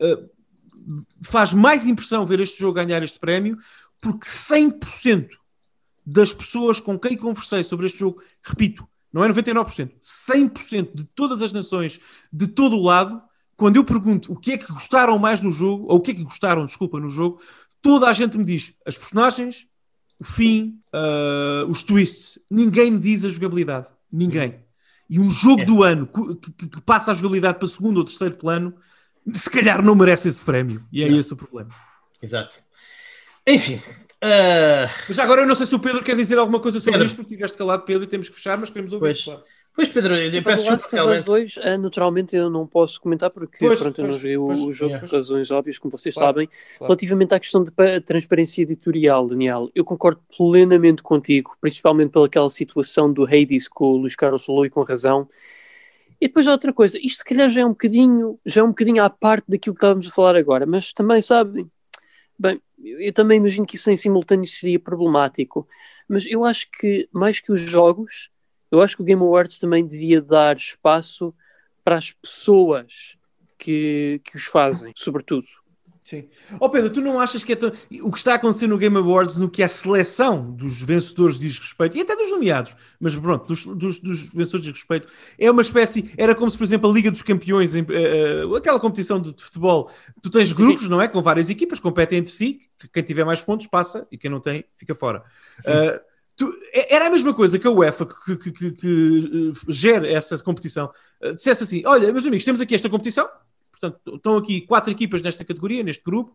faz mais impressão ver este jogo ganhar este prémio, porque 100% das pessoas com quem conversei sobre este jogo, repito, não é 99%, 100% de todas as nações, de todo o lado, quando eu pergunto o que é que gostaram mais no jogo, ou o que é que gostaram, desculpa, no jogo, toda a gente me diz as personagens, o fim, os twists. Ninguém me diz a jogabilidade. Ninguém. E um jogo do ano que passa a jogabilidade para segundo ou terceiro plano, se calhar não merece esse prémio. E é esse o problema. Exato. Enfim... Mas agora eu não sei se o Pedro quer dizer alguma coisa sobre isto, porque tiveste calado, Pedro, e temos que fechar, mas queremos ouvir. Pois Pedro, eu peço desculpa. Dois, naturalmente eu não posso comentar porque eu não joguei o jogo por razões óbvias, como vocês sabem. Relativamente à questão de transparência editorial, Daniel, eu concordo plenamente contigo, principalmente pelaquela situação do Hades que o Luís Carlos falou, e com razão. E depois outra coisa, isto se calhar já é um bocadinho à parte daquilo que estávamos a falar agora, mas também, sabem, bem, eu também imagino que isso em simultâneo seria problemático, mas eu acho que, mais que os jogos, eu acho que o Game Awards também devia dar espaço para as pessoas que os fazem, sobretudo. Sim. Pedro, tu não achas que o que está a acontecer no Game Awards, no que a seleção dos vencedores diz respeito, e até dos nomeados, mas pronto, dos vencedores diz respeito, é uma espécie, era como se, por exemplo, a Liga dos Campeões, aquela competição de futebol, tu tens grupos, não é? Com várias equipas, competem entre si, quem tiver mais pontos passa, e quem não tem, fica fora. Era a mesma coisa que a UEFA, que gera essa competição, dissesse assim, olha, meus amigos, temos aqui esta competição. Portanto, estão aqui 4 equipas nesta categoria, neste grupo,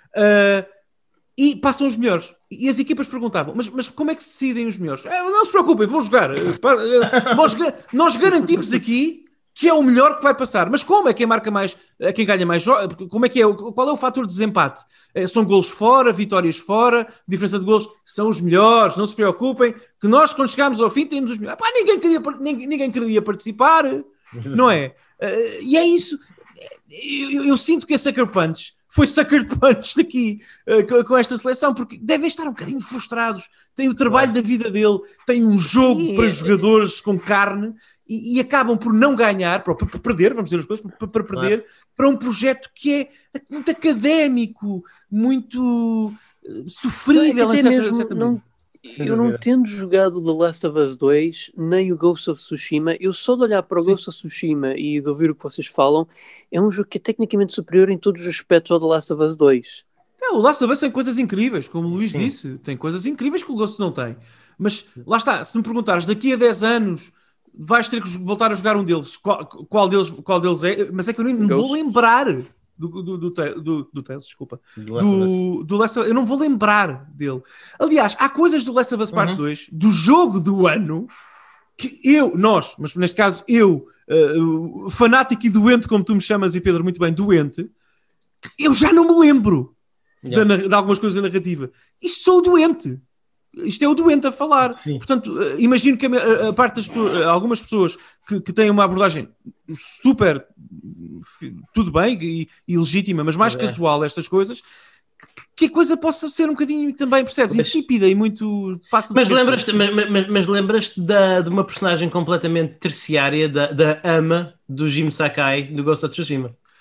e passam os melhores. E as equipas perguntavam, mas como é que se decidem os melhores? Não se preocupem, vou jogar. Nós garantimos aqui que é o melhor que vai passar. Mas como é quem marca mais, quem ganha mais jogos? Como é que é? Qual é o fator de desempate? São golos fora, vitórias fora, diferença de golos? São os melhores, não se preocupem, que nós, quando chegarmos ao fim, temos os melhores. Ninguém queria participar, não é? E é isso. Eu sinto que a Sucker Punch foi Sucker Punch daqui com esta seleção, porque devem estar um bocadinho frustrados. Tem o trabalho da vida dele, tem um jogo para jogadores com carne e acabam por não ganhar, para perder, vamos dizer as coisas, para perder, para um projeto que é muito académico, muito sofrível em certa medida. Eu não tendo jogado The Last of Us 2, nem o Ghost of Tsushima, eu só de olhar para o Ghost of Tsushima e de ouvir o que vocês falam, é um jogo que é tecnicamente superior em todos os aspectos ao The Last of Us 2. O Last of Us tem coisas incríveis, como o Luís disse, tem coisas incríveis que o Ghost não tem. Mas, lá está, se me perguntares, daqui a 10 anos vais ter que voltar a jogar um deles, qual deles é? Mas é que eu nem vou lembrar... Do Tales, desculpa. Do Last of Us. Eu não vou lembrar dele. Aliás, há coisas do Last of Us Part 2, do jogo do ano, que mas neste caso fanático e doente, como tu me chamas, e Pedro, muito bem, doente, eu já não me lembro de algumas coisas da narrativa. Isto sou o doente. Isto é o doente a falar. Sim. Portanto, imagino que a parte das pessoas, algumas pessoas que têm uma abordagem super, tudo bem e legítima, mas mais casual, estas coisas, que a coisa possa ser um bocadinho também, percebes, insípida e muito fácil de mas lembras-te de uma personagem completamente terciária da ama do Jim Sakai do Ghost of Tsushima?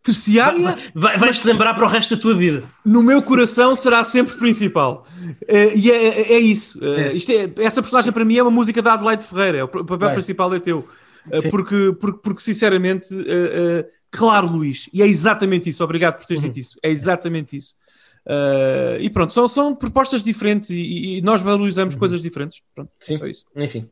terciária. Vais-te lembrar para o resto da tua vida. No meu coração será sempre principal. E é isso. Essa personagem para mim é uma música da Adelaide Ferreira. O papel principal é teu. Porque sinceramente, claro, Luís, e é exatamente isso. Obrigado por teres dito isso. É exatamente isso. E pronto, são propostas diferentes e nós valorizamos coisas diferentes. Pronto, sim. É só isso. Enfim.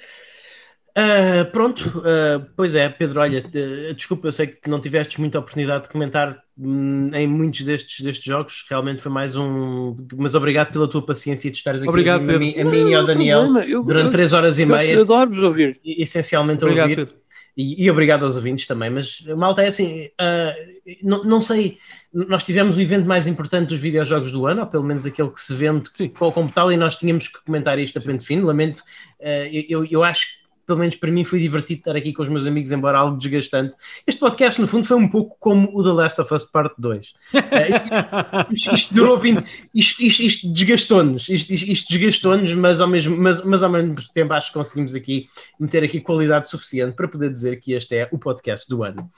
Pois é, Pedro, olha, desculpa, eu sei que não tiveste muita oportunidade de comentar em muitos destes jogos, realmente foi mais mas obrigado pela tua paciência de estares aqui obrigado, a mim e ao Daniel durante 3 horas e meia. Eu adoro-vos ouvir. Essencialmente obrigado, ouvir. E obrigado aos ouvintes também, mas malta, é assim, não sei, nós tivemos o evento mais importante dos videojogos do ano, ou pelo menos aquele que se vende como tal, e nós tínhamos que comentar isto a pente fino, lamento, eu acho que pelo menos para mim foi divertido estar aqui com os meus amigos, embora algo desgastante. Este podcast, no fundo, foi um pouco como o The Last of Us Part 2. Isto durou 20... Isto desgastou-nos. Isto desgastou-nos, mas ao mesmo tempo acho que conseguimos aqui meter aqui qualidade suficiente para poder dizer que este é o podcast do ano.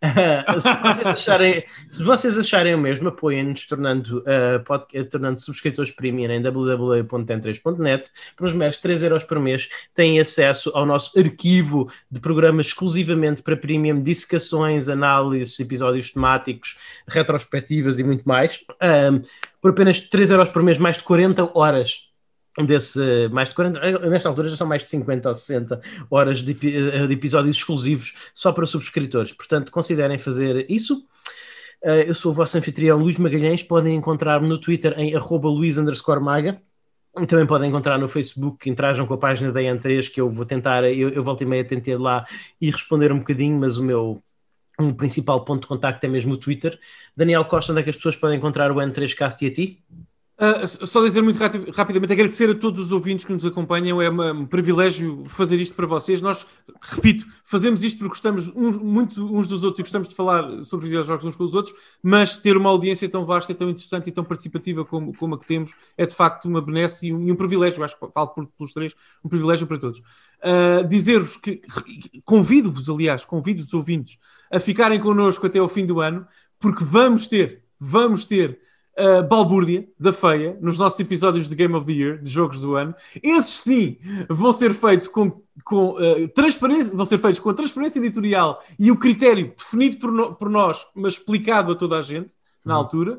Se vocês acharem o mesmo, apoiem-nos tornando subscritores premium em www.n3.net. Por uns meros 3€ por mês têm acesso ao nosso arquivo de programas exclusivamente para premium, dissecações, análises, episódios temáticos, retrospectivas e muito mais. Por apenas 3€ por mês, mais de 40 horas mais de 40, nesta altura já são mais de 50 ou 60 horas de episódios exclusivos só para subscritores. Portanto, considerem fazer isso. Eu sou o vosso anfitrião Luís Magalhães. Podem encontrar-me no Twitter em @Luís_Maga. E também podem encontrar no Facebook, interajam com a página da N3, que eu vou tentar, eu volto e meia tentar lá e responder um bocadinho, mas o principal ponto de contacto é mesmo o Twitter. Daniel Costa, onde é que as pessoas podem encontrar o N3Cast e a ti? Só dizer muito rapidamente, agradecer a todos os ouvintes que nos acompanham, é um privilégio fazer isto para vocês. Nós, repito, fazemos isto porque gostamos muito uns dos outros e gostamos de falar sobre videojogos uns com os outros, mas ter uma audiência tão vasta, tão interessante e tão participativa como a que temos é de facto uma benesse e um privilégio, acho que falo pelos três, um privilégio para todos. Dizer-vos que convido-vos, os ouvintes a ficarem connosco até ao fim do ano, porque vamos ter balbúrdia da feia nos nossos episódios de Game of the Year, de jogos do ano. Esses sim vão ser feitos com transparência, vão ser feitos com a transparência editorial e o critério definido por nós, mas explicado a toda a gente na altura.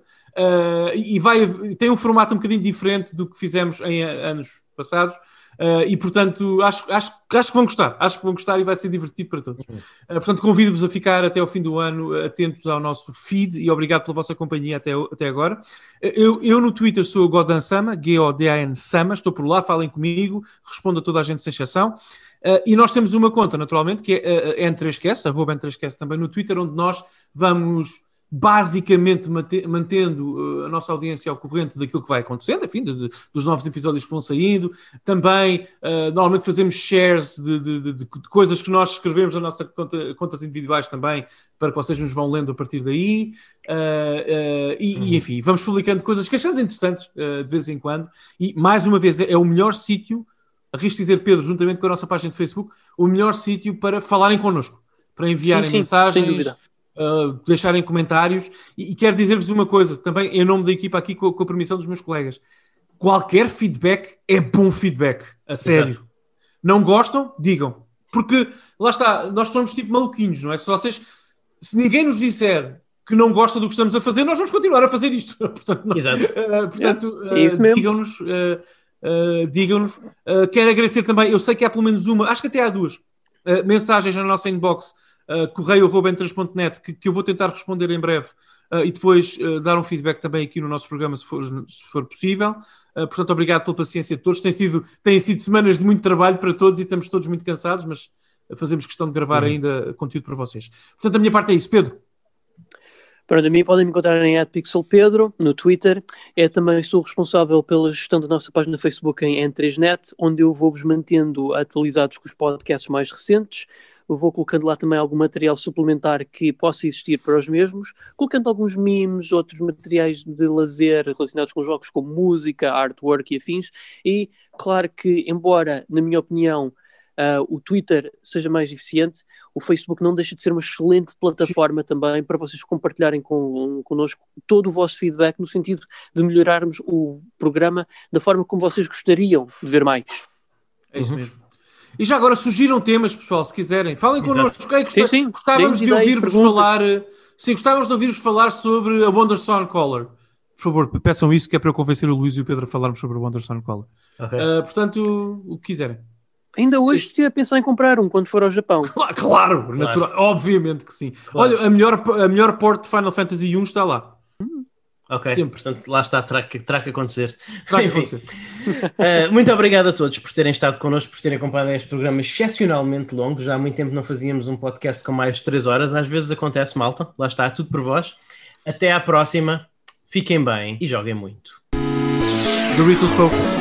Tem um formato um bocadinho diferente do que fizemos em anos passados. E portanto acho que vão gostar e vai ser divertido para todos. Portanto, convido-vos a ficar até ao fim do ano atentos ao nosso feed e obrigado pela vossa companhia até agora. Eu no Twitter sou o Godan Sama, Godan Sama, estou por lá, falem comigo, respondo a toda a gente sem exceção. E nós temos uma conta, naturalmente, que é N3Cast, @N3Cast também no Twitter, onde nós vamos basicamente mantendo a nossa audiência ao corrente daquilo que vai acontecendo, enfim, dos novos episódios que vão saindo. Também, normalmente fazemos shares de coisas que nós escrevemos nas nossas contas individuais também, para que vocês nos vão lendo a partir daí. E enfim, vamos publicando coisas que achamos interessantes de vez em quando. E, mais uma vez, é o melhor sítio, arrisco dizer, Pedro, juntamente com a nossa página de Facebook, o melhor sítio para falarem connosco, para enviarem mensagens, sem dúvida. Deixarem comentários e quero dizer-vos uma coisa também em nome da equipa aqui com a permissão dos meus colegas: qualquer feedback é bom feedback, a sério. Exato. Não gostam? Digam, porque lá está, nós somos tipo maluquinhos, não é? Se ninguém nos disser que não gosta do que estamos a fazer, nós vamos continuar a fazer isto. Portanto, digam-nos. Quero agradecer também, eu sei que há pelo menos uma, acho que até há duas mensagens na nossa inbox, correio@n3.net, que eu vou tentar responder em breve e depois dar um feedback também aqui no nosso programa se for possível. Portanto, obrigado pela paciência de todos. Têm sido semanas de muito trabalho para todos e estamos todos muito cansados, mas fazemos questão de gravar ainda conteúdo para vocês. Portanto, a minha parte é isso. Pedro? Para mim, podem me encontrar em @pixelpedro no Twitter. Também sou responsável pela gestão da nossa página no Facebook em N3Net, onde eu vou-vos mantendo atualizados com os podcasts mais recentes. Eu vou colocando lá também algum material suplementar que possa existir para os mesmos, colocando alguns memes, outros materiais de lazer relacionados com jogos como música, artwork e afins. E claro que, embora, na minha opinião, o Twitter seja mais eficiente, o Facebook não deixa de ser uma excelente plataforma também para vocês compartilharem connosco todo o vosso feedback no sentido de melhorarmos o programa da forma como vocês gostariam de ver mais. É isso mesmo. E já agora sugiram temas, pessoal, se quiserem. Falem connosco. Sim. Gostávamos de ouvir-vos falar... Sim, gostávamos de ouvir-vos falar sobre a Wonderstone Collar. Por favor, peçam isso, que é para eu convencer o Luís e o Pedro a falarmos sobre a Wonderstone Collar. Okay. Portanto, o que quiserem. Ainda hoje estive a pensar em comprar um quando for ao Japão. Claro. Natural, obviamente que sim. Claro. Olha, a melhor port de Final Fantasy 1 está lá. Ok, sempre. Portanto, lá está, terá que acontecer. Acontecer. Muito obrigado a todos por terem estado connosco, por terem acompanhado este programa excepcionalmente longo. Já há muito tempo não fazíamos um podcast com mais de 3 horas. Às vezes acontece, malta. Lá está, tudo por vós. Até à próxima. Fiquem bem e joguem muito. Doritos Spoke.